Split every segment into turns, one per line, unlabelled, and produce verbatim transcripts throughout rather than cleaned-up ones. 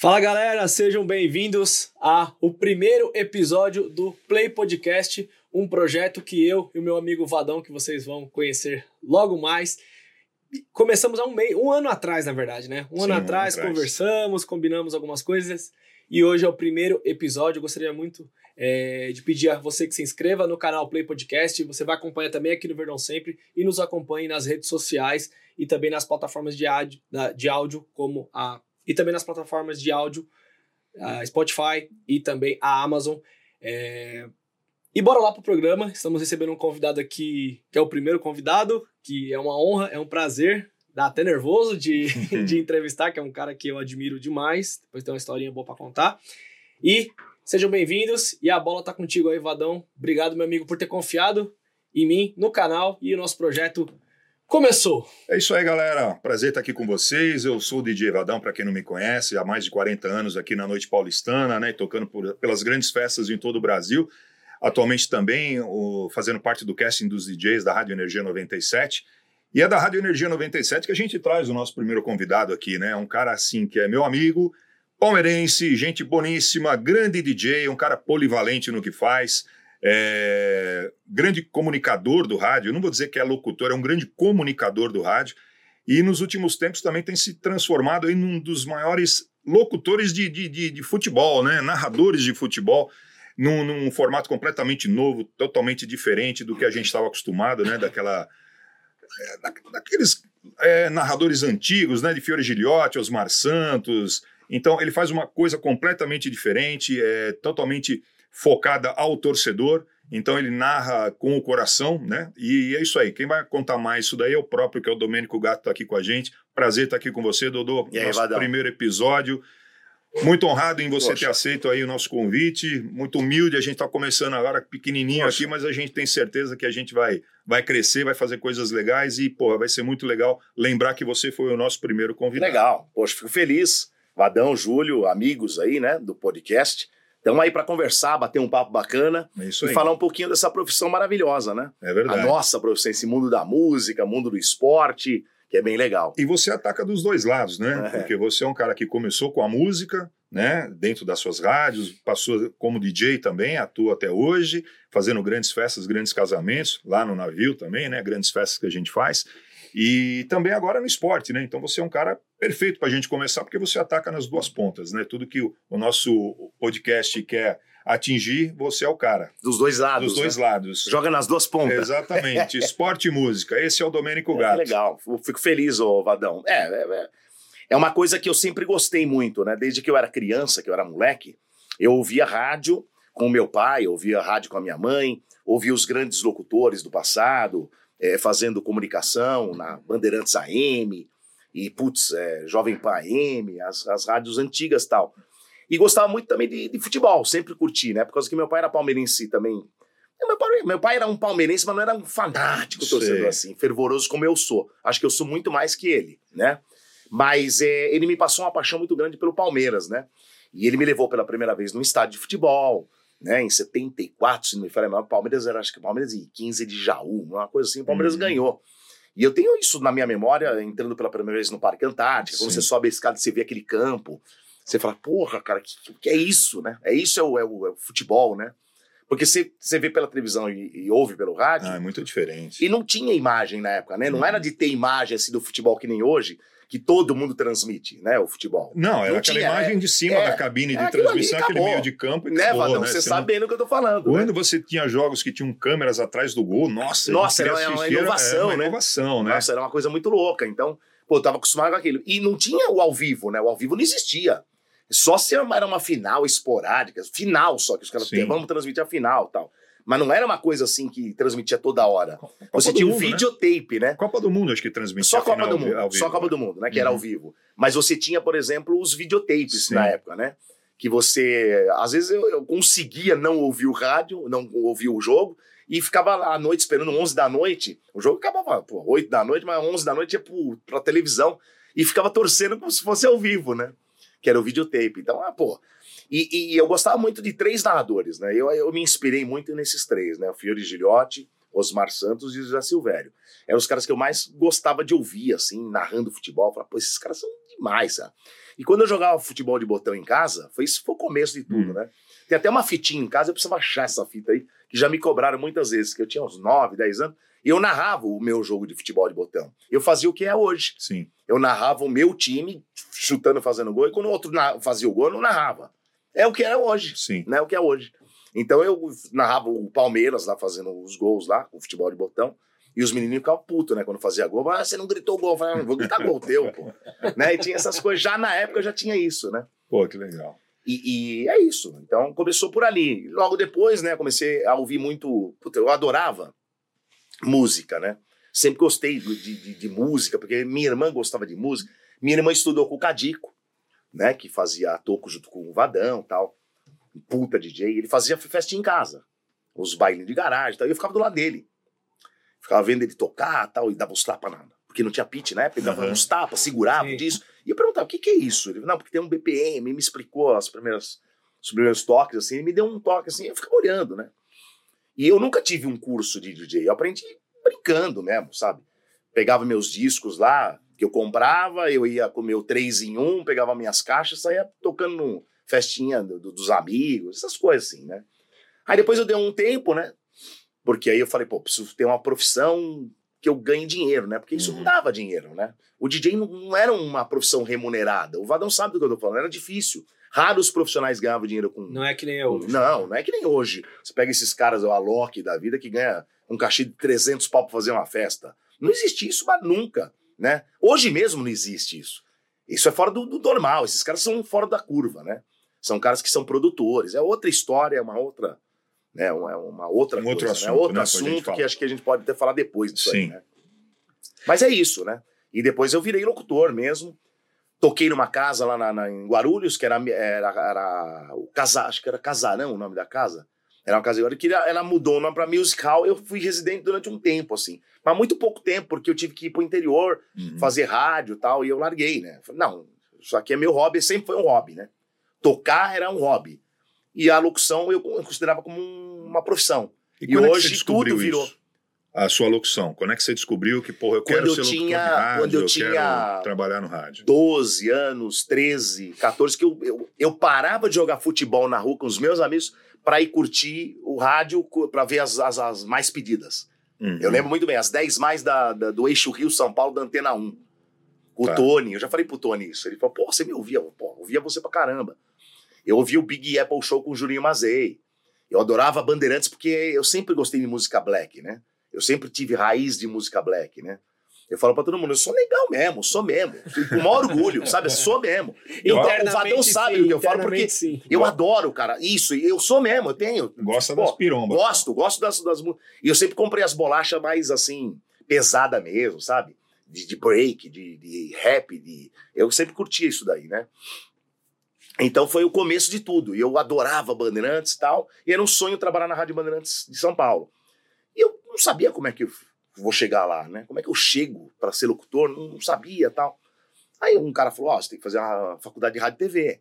Fala galera, sejam bem-vindos ao primeiro episódio do Play Podcast, um projeto que eu e o meu amigo Vadão, que vocês vão conhecer logo mais, começamos há um, mês, um ano atrás, na verdade, né? Um
Sim,
ano
um
atrás,
ano atrás
conversamos, combinamos algumas coisas e hoje é o primeiro episódio. Eu gostaria muito é, de pedir a você que se inscreva no canal Play Podcast. Você vai acompanhar também aqui no Verdão Sempre e nos acompanhe nas redes sociais e também nas plataformas de áudio, de áudio como a e também nas plataformas de áudio, a Spotify e também a Amazon. É... E bora lá pro programa. Estamos recebendo um convidado aqui, que é o primeiro convidado, que é uma honra, é um prazer, dá até nervoso de, de entrevistar, que é um cara que eu admiro demais, depois tem uma historinha boa para contar. E sejam bem-vindos, e a bola tá contigo aí, Vadão. Obrigado, meu amigo, por ter confiado em mim, no canal, e o nosso projeto começou!
É isso aí, galera. Prazer estar aqui com vocês. Eu sou o D J Vadão, para quem não me conhece, há mais de quarenta anos aqui na Noite Paulistana, né, tocando por, pelas grandes festas em todo o Brasil. Atualmente também o, fazendo parte do casting dos D Js da Rádio Energia noventa e sete. E é da Rádio Energia noventa e sete que a gente traz o nosso primeiro convidado aqui, né? Um cara assim que é meu amigo, palmeirense, gente boníssima, grande D J, um cara polivalente no que faz. É, grande comunicador do rádio, eu não vou dizer que é locutor, é um grande comunicador do rádio, e nos últimos tempos também tem se transformado em um dos maiores locutores de, de, de, de futebol, né? Narradores de futebol, num, num formato completamente novo, totalmente diferente do que a gente estava acostumado, né? Daquela, é, da, daqueles é, narradores antigos, né? De Fiore Giliotti, Osmar Santos. Então ele faz uma coisa completamente diferente, é totalmente focada ao torcedor, então ele narra com o coração, né? E é isso aí. Quem vai contar mais isso daí é o próprio, que é o Domênico Gato, tá aqui com a gente. Prazer estar aqui com você, Dodô.
E aí,
nosso
Vadão?
Primeiro episódio. Muito honrado em você
Poxa.
ter aceito aí o nosso convite. Muito humilde, a gente está começando agora pequenininho
Poxa.
aqui, mas a gente tem certeza que a gente vai, vai crescer, vai fazer coisas legais e, porra, vai ser muito legal lembrar que você foi o nosso primeiro convidado.
Legal. Poxa, fico feliz. Vadão, Júlio, amigos aí, né, do podcast. Estamos aí para conversar, bater um papo bacana
É isso
e
aí.
falar um pouquinho dessa profissão maravilhosa, né?
É verdade.
A nossa profissão, esse mundo da música, mundo do esporte, que é bem legal.
E você ataca dos dois lados, né?
É.
Porque você é um cara que começou com a música, né? Dentro das suas rádios, passou como D J também, atua até hoje, fazendo grandes festas, grandes casamentos, lá no navio também, né? Grandes festas que a gente faz. E também agora no esporte, né? Então você é um cara perfeito para a gente começar, porque você ataca nas duas pontas, né? Tudo que o, o nosso podcast quer atingir, você é o cara.
Dos dois lados,
Dos dois
né?
lados.
Joga nas duas pontas.
Exatamente. Esporte e música. Esse é o Domênico
É,
Gato.
legal. Eu fico feliz, ô Vadão. É, é, é, é uma coisa que eu sempre gostei muito, né? Desde que eu era criança, que eu era moleque, eu ouvia rádio com o meu pai, eu ouvia rádio com a minha mãe, ouvia os grandes locutores do passado, é, fazendo comunicação na Bandeirantes A M, e, putz, é, Jovem Pan A M, as, as rádios antigas e tal. E gostava muito também de, de futebol, sempre curti, né? Por causa que meu pai era palmeirense também. Meu pai, meu pai era um palmeirense, mas não era um fanático
Sei.
torcedor assim, fervoroso como eu sou. Acho que eu sou muito mais que ele, né? Mas é, ele me passou uma paixão muito grande pelo Palmeiras, né? E ele me levou pela primeira vez num estádio de futebol, né? Em setenta e quatro, se não me falha, o Palmeiras era, acho que Palmeiras em quinze de Jaú, uma coisa assim, o Palmeiras
Uhum.
ganhou. E eu tenho isso na minha memória, entrando pela primeira vez no Parque Antártica, quando
Sim.
você sobe a escada e você vê aquele campo, você fala, porra, cara, que, que é isso, né? É isso, é o, é o, é o futebol, né? Porque você, você vê pela televisão e, e ouve pelo rádio,
Ah, é muito diferente.
e não tinha imagem na época, né? Não
Uhum.
era de ter imagem assim do futebol que nem hoje, que todo mundo transmite, né? O futebol.
Não, era
Não
aquela
tinha,
imagem
é,
de cima
é,
da cabine de
é aquilo ali,
transmissão, aquele
acabou.
meio de campo e
Né,
acabou,
Vadão?
né?
Você
Você
sabe bem do que eu tô falando.
não...
né?
Quando você tinha jogos que tinham câmeras atrás do gol, nossa,
Nossa,
a gente
era
queria
uma
assistir,
inovação,
era uma
né?
inovação, né?
Nossa, era uma coisa muito louca. Então, pô, eu tava acostumado com aquilo. E não tinha o ao vivo, né? O ao vivo não existia. Só se era uma final esporádica, final só, que os caras
Sim.
vamos transmitir a final e tal. Mas não era uma coisa assim que transmitia toda hora.
Copa
Você
do
tinha um
Mundo, né?
videotape, né?
Copa do Mundo, acho que transmitia
Só
a
Copa
final
do
ao
Mundo,
vivo,
só Copa
né?
do Mundo, né? Que era
Uhum.
ao vivo. Mas você tinha, por exemplo, os videotapes
Sim.
na época, né? Que você... Às vezes eu, eu conseguia não ouvir o rádio, não ouvir o jogo, e ficava lá à noite esperando onze da noite. O jogo acabava, pô, oito da noite, mas onze da noite ia pro, pra televisão. E ficava torcendo como se fosse ao vivo, né? Que era o videotape. Então, ah, pô... E, e eu gostava muito de três narradores, né? Eu, eu me inspirei muito nesses três, né? O Fiore Giliotti, Osmar Santos e o José Silvério. Eram os caras que eu mais gostava de ouvir, assim, narrando futebol. Eu falava, pô, esses caras são demais, sabe? E quando eu jogava futebol de botão em casa, foi isso foi o começo de tudo, hum. né? Tem até uma fitinha em casa, eu precisava achar essa fita aí, que já me cobraram muitas vezes, que eu tinha uns nove, dez anos, e eu narrava o meu jogo de futebol de botão. Eu fazia o que é hoje.
Sim.
Eu narrava o meu time, chutando, fazendo gol, e quando o outro fazia o gol, eu não narrava. É o que é hoje.
Sim.
Né? É o que é hoje. Então eu narrava o Palmeiras lá, fazendo os gols lá, o futebol de botão, e os menininhos ficavam putos, né? Quando fazia gol, ah, você não gritou gol. Eu falei, não vou gritar gol teu, pô. Né? E tinha essas coisas. Já na época já tinha isso, né?
Pô, que legal.
E, e é isso. Então começou por ali. Logo depois, né, comecei a ouvir muito. Puta, eu adorava música, né? Sempre gostei de, de, de música, porque minha irmã gostava de música. Minha irmã estudou com o Cadico, né? Que fazia toco junto com o Vadão e tal. Puta D J. Ele fazia festinha em casa. Os bailes de garagem e tal. E eu ficava do lado dele. Ficava vendo ele tocar e tal. E dava uns tapas na. Porque não tinha pitch na época. Ele dava uhum. uns tapas, segurava Sim. disso. E eu perguntava, o que que é isso? Ele, não, porque tem um B P M, ele me explicou as primeiras, os primeiros toques, assim, ele me deu um toque, assim, eu ficava olhando, né? E eu nunca tive um curso de D J, eu aprendi brincando mesmo, sabe? Pegava meus discos lá, que eu comprava, eu ia com o meu três em um, pegava minhas caixas, saía tocando no festinha do, do, dos amigos, essas coisas assim, né? Aí depois eu dei um tempo, né? Porque aí eu falei, pô, preciso ter uma profissão que eu ganhe dinheiro, né? Porque isso uhum. não dava dinheiro, né? O D J não, não era uma profissão remunerada. O Vadão sabe do que eu tô falando, era difícil. Raros profissionais ganhavam dinheiro com...
Não é que nem é hoje.
Não, não é que nem hoje. Você pega esses caras, o Alok da vida, que ganha um cachê de trezentos pau pra fazer uma festa. Não existe isso, mas nunca, né? Hoje mesmo não existe isso. Isso é fora do, do normal. Esses caras são fora da curva, né? São caras que são produtores. É outra história, é uma outra... Né, uma, uma outra
um
coisa,
outro assunto,
né? Outro
né,
assunto que acho que a gente pode até falar depois disso
Sim.
aí, né? Mas é isso, né? E depois eu virei locutor mesmo. Toquei numa casa lá na, na, em Guarulhos, que era, era, era o Casar, acho que era Casarão o nome da casa. Era uma casa que ela mudou o nome para Musical. Eu fui residente durante um tempo, assim. Mas muito pouco tempo, porque eu tive que ir pro interior, uhum. fazer rádio e tal, e eu larguei, né? Falei, não, isso aqui é meu hobby, sempre foi um hobby, né? Tocar era um hobby. E a locução eu considerava como uma profissão.
E, e hoje tudo virou... Isso? A sua locução, quando é que você descobriu que, porra, eu quero
quando
ser
eu
locutor
tinha,
de rádio,
quando eu,
eu
tinha
quero trabalhar no rádio?
doze anos, treze, quatorze, que eu, eu, eu parava de jogar futebol na rua com os meus amigos para ir curtir o rádio, para ver as, as, as mais pedidas. Uhum. Eu lembro muito bem, as dez mais da, da, do eixo Rio-São Paulo da Antena um. O tá. Tony, eu já falei pro Tony isso, ele falou, pô, você me ouvia? Pô, ouvia você pra caramba. Eu ouvia o Big Apple Show com o Julinho Mazei. Eu adorava Bandeirantes porque eu sempre gostei de música black, né? Eu sempre tive raiz de música black, né? Eu falo pra todo mundo, eu sou legal mesmo, sou mesmo. Com o maior orgulho, sabe? Sou mesmo. Eu, o Vadão sabe sim, do que eu falo, porque sim. eu adoro, cara. Isso, eu sou mesmo, eu tenho.
Gosta
pô,
das pirombas.
Gosto, gosto das, das... E eu sempre comprei as bolachas mais, assim, pesada mesmo, sabe? De, de break, de, de rap, de... Eu sempre curtia isso daí, né? Então foi o começo de tudo. E eu adorava Bandeirantes e tal. E era um sonho trabalhar na Rádio Bandeirantes de São Paulo. E eu não sabia como é que eu vou chegar lá, né? Como é que eu chego para ser locutor? Não, não sabia tal. Aí um cara falou, ó, oh, você tem que fazer uma faculdade de rádio e T V.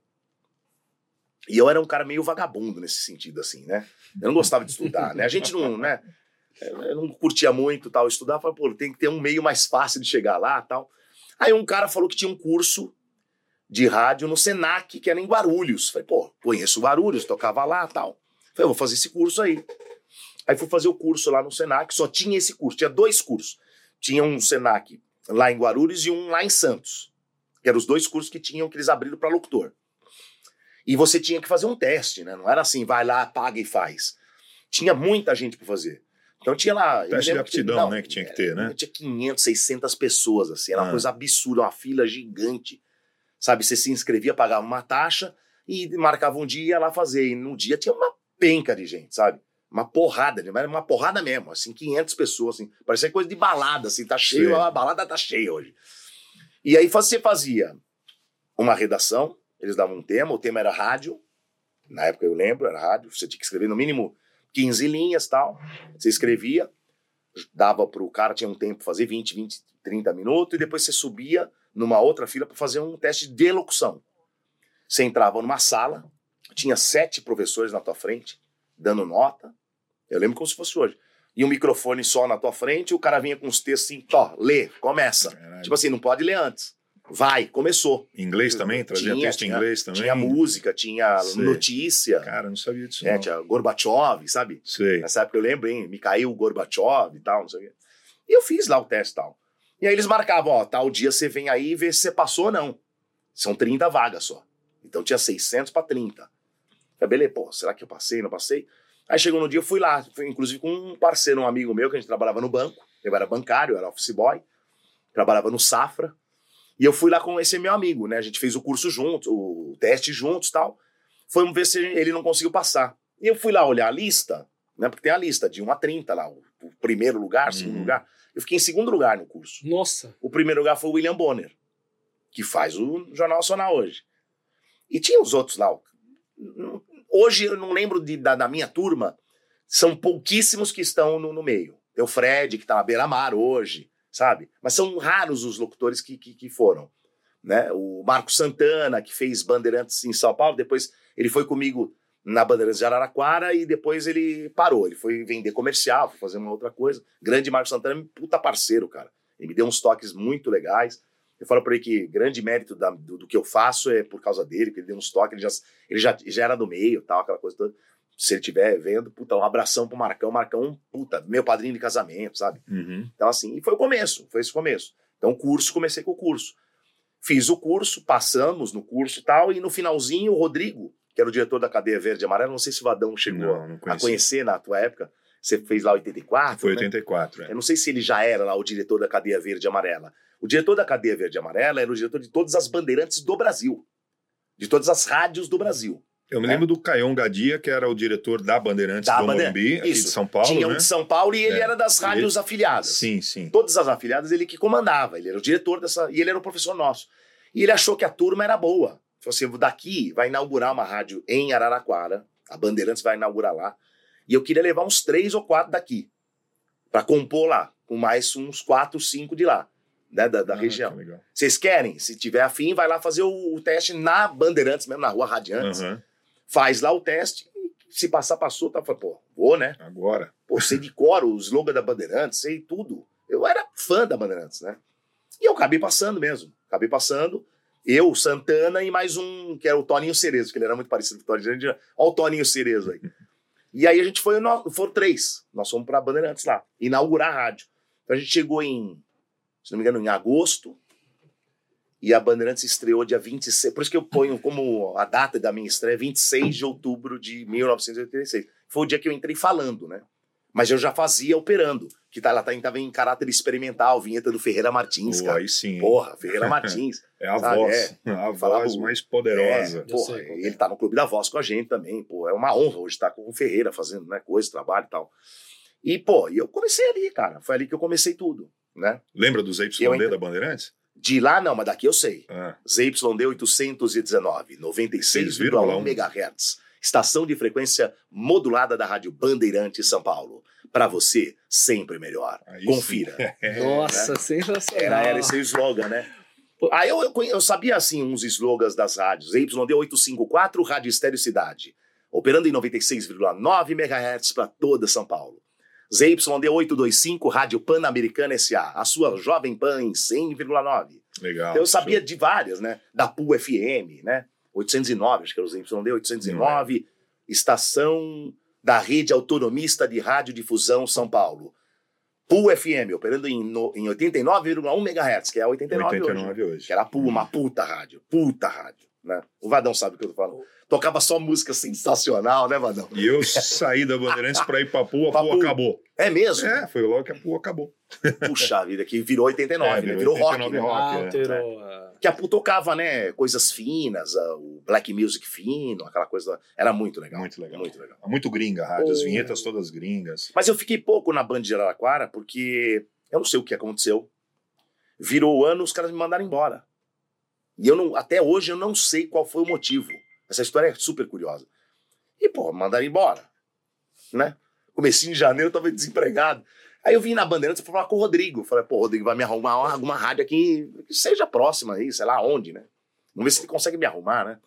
E eu era um cara meio vagabundo nesse sentido, assim, né? Eu não gostava de estudar, né? A gente não, né? Eu não curtia muito tal, estudar. Falei, pô, tem que ter um meio mais fácil de chegar lá tal. Aí um cara falou que tinha um curso de rádio no Senac, que era em Guarulhos. Falei, pô, conheço Guarulhos, tocava lá e tal. Falei, eu vou fazer esse curso aí. Aí fui fazer o curso lá no Senac, só tinha esse curso, tinha dois cursos. Tinha um Senac lá em Guarulhos e um lá em Santos, que eram os dois cursos que tinham, que eles abriram para locutor. E você tinha que fazer um teste, né? Não era assim, vai lá, paga e faz. Tinha muita gente para fazer. Então tinha lá...
Teste de aptidão, que, não, né, que tinha que ter, né?
Tinha quinhentas, seiscentas pessoas, assim, era ah. uma coisa absurda, uma fila gigante. Sabe, você se inscrevia, pagava uma taxa e marcava um dia e ia lá fazer. E no dia tinha uma penca de gente, sabe? Uma porrada, uma porrada mesmo, assim, quinhentas pessoas, assim. Parecia coisa de balada, assim, tá cheio, Sim. a balada tá cheia hoje. E aí você fazia uma redação, eles davam um tema, o tema era rádio, na época eu lembro, era rádio, você tinha que escrever no mínimo quinze linhas e tal, você escrevia, dava pro cara, tinha um tempo pra fazer, vinte, vinte, trinta minutos, e depois você subia numa outra fila para fazer um teste de elocução. Você entrava numa sala, tinha sete professores na tua frente, dando nota, eu lembro como se fosse hoje, e um microfone só na tua frente, e o cara vinha com os textos assim, ó, lê, começa. Caralho. Tipo assim, não pode ler antes. Vai, começou.
Inglês também? Trazia
tinha,
texto em
tinha,
inglês também?
Tinha música, tinha
Sei.
notícia.
Cara, não sabia disso
É,
não.
tinha Gorbachev, sabe?
Sei.
Nessa época eu lembro, hein? Mikhail Gorbachev e tal, não sei o quê. E eu fiz lá o teste e tal. E aí eles marcavam, ó, tal dia você vem aí e vê se você passou ou não. São trinta vagas só. Então tinha seiscentos para trinta. Falei, beleza, pô, será que eu passei, não passei? Aí chegou no dia, eu fui lá, fui, inclusive com um parceiro, um amigo meu, que a gente trabalhava no banco. Eu era bancário, eu era office boy. Trabalhava no Safra. E eu fui lá com esse meu amigo, né? A gente fez o curso juntos, o teste juntos e tal. Fomos ver se ele não conseguiu passar. E eu fui lá olhar a lista, né? Porque tem a lista de um a trinta lá, o, o primeiro lugar, segundo
Uhum.
lugar. Eu fiquei em segundo lugar no curso.
Nossa.
O primeiro lugar foi o William Bonner, que faz o Jornal Nacional hoje. E tinha os outros lá. Hoje eu não lembro de, da, da minha turma, são pouquíssimos que estão no, no meio. Tem o Fred, que tá na beira-mar hoje, sabe? Mas são raros os locutores que, que, que foram. Né? O Marco Santana, que fez Bandeirantes em São Paulo, depois ele foi comigo na Bandeirantes de Araraquara e depois ele parou. Ele foi vender comercial, foi fazer uma outra coisa. Grande Marco Santana, puta parceiro, cara. Ele me deu uns toques muito legais. Eu falo por aí que grande mérito da, do, do que eu faço é por causa dele, que ele deu uns toques, ele já, ele já, já era do meio, tal, aquela coisa toda. Se ele estiver vendo, puta, um abração pro Marcão. Marcão, puta, meu padrinho de casamento, sabe?
Uhum.
Então, assim, e foi o começo, foi esse começo. Então, o curso, comecei com o curso. Fiz o curso, passamos no curso e tal, e no finalzinho, o Rodrigo, que era o diretor da Cadeia Verde e Amarela, não sei se o Vadão chegou
Não, não
a
conheci.
conhecer na tua época, você fez lá oitenta e quatro,
Foi
né?
oitenta e quatro, é.
Eu não sei se ele já era lá o diretor da Cadeia Verde e Amarela. O diretor da Cadeia Verde e Amarela era o diretor de todas as bandeirantes do Brasil, de todas as rádios do Brasil.
Eu me
É.
lembro do Caion Gadia, que era o diretor da Bandeirantes
Da
do
Bandeira-
Morumbi, aqui
Isso.
de São Paulo,
Tinha um
né?
de São Paulo e ele
É.
era das rádios afiliadas.
Sim, sim.
Todas as afiliadas ele que comandava, ele era o diretor dessa, e ele era o professor nosso. E ele achou que a turma era boa. Falou assim, daqui vai inaugurar uma rádio em Araraquara, a Bandeirantes vai inaugurar lá, e eu queria levar uns três ou quatro daqui, para compor lá, com mais uns quatro, cinco de lá, né, da, da
Ah,
região.
que legal.
Vocês querem? Se tiver afim, vai lá fazer o, o teste na Bandeirantes, mesmo na Rua Radiantes,
Aham.
faz lá o teste, e se passar, passou, tá, falei, pô, vou, né?
Agora.
Pô, sei de cor o slogan da Bandeirantes, sei tudo. Eu era fã da Bandeirantes, né? E eu acabei passando mesmo. Acabei passando. Eu, Santana e mais um, que era o Toninho Cerezo, que ele era muito parecido com o Toninho Cerezo. Olha o Toninho Cerezo aí. E aí a gente foi, no- foram três. Nós fomos pra Bandeirantes lá, inaugurar a rádio. Então a gente chegou em, se não me engano, em agosto. E a Bandeirantes estreou dia vinte e seis. Por isso que eu ponho como a data da minha estreia, vinte e seis de outubro de mil novecentos e oitenta e seis. Foi o dia que eu entrei falando, né? Mas eu já fazia operando. Que tá, ela estava em caráter experimental, vinheta do Ferreira Martins,
Pô,
cara.
aí sim. hein?
Porra, Ferreira Martins.
É a
sabe?
voz. A
Falava
voz
o-
mais poderosa.
É, porra,
sei qual é.
ele tá no Clube da Voz com a gente também, pô. É uma honra hoje estar com o Ferreira fazendo, né, coisa, trabalho e tal. E, pô, e eu comecei ali, cara. Foi ali que eu comecei tudo, né?
Lembra do Z Y
Eu
D
entrei-
da Bandeirantes?
De lá, não, mas daqui eu sei.
Ah,
Z Y D oitocentos e dezenove, noventa e seis vírgula um megahertz. Estação de frequência modulada da Rádio Bandeirantes São Paulo. Pra você, sempre melhor.
aí
Confira.
sim. É.
Nossa, sensacional.
Era, era esse o slogan, né?
Pô.
Aí eu, eu, conhe- eu sabia, assim, uns slogans das rádios. Z Y D oitocentos e cinquenta e quatro, Rádio Estéreo Cidade. Operando em noventa e seis vírgula nove megahertz para toda São Paulo. Z Y D oitocentos e vinte e cinco, Rádio Pan-Americana S A. A sua Jovem Pan em cem vírgula nove.
Legal.
Então eu sabia de várias, né? Da P U F M, né? oitocentos e nove, acho que era o Z Y D oitocentos e nove. Estação da Rede Autonomista de Radiodifusão São Paulo. P U F M, operando em, no, em oitenta e nove vírgula um megahertz, que é a oitenta e nove,
oitenta e
hoje.
nove hoje.
Que era a P U, uma puta rádio. Puta rádio, né? O Vadão sabe o que eu tô falando. Tocava só música sensacional, né, Vadão?
E eu saí da Bandeirantes pra ir pra Pua, a
Pra
Pua
Pua.
acabou.
É mesmo?
É, foi logo que a Pua acabou.
Puxa vida, que virou oitenta e nove,
É,
né?
virou
Virou rock,
oitenta e nove
né?
rock.
Ah,
é.
alterou. ah.
Que a P U tocava, né? Coisas finas, ah, o black music fino, aquela coisa. Era muito legal.
Muito legal.
Muito legal.
Muito gringa a rádio, as
Oh.
vinhetas todas gringas.
Mas eu fiquei pouco na Band de Araraquara porque eu não sei o que aconteceu. Virou o ano, os caras me mandaram embora. E eu não, até hoje eu não sei qual foi o motivo. Essa história é super curiosa. E, pô, me mandaram embora. Né? Comecinho de janeiro, eu tava desempregado. Aí eu vim na Bandeirantes pra falar com o Rodrigo. Falei, pô, o Rodrigo vai me arrumar uma, alguma rádio aqui que seja próxima aí, sei lá onde, né? Vamos ver se ele consegue me arrumar, né?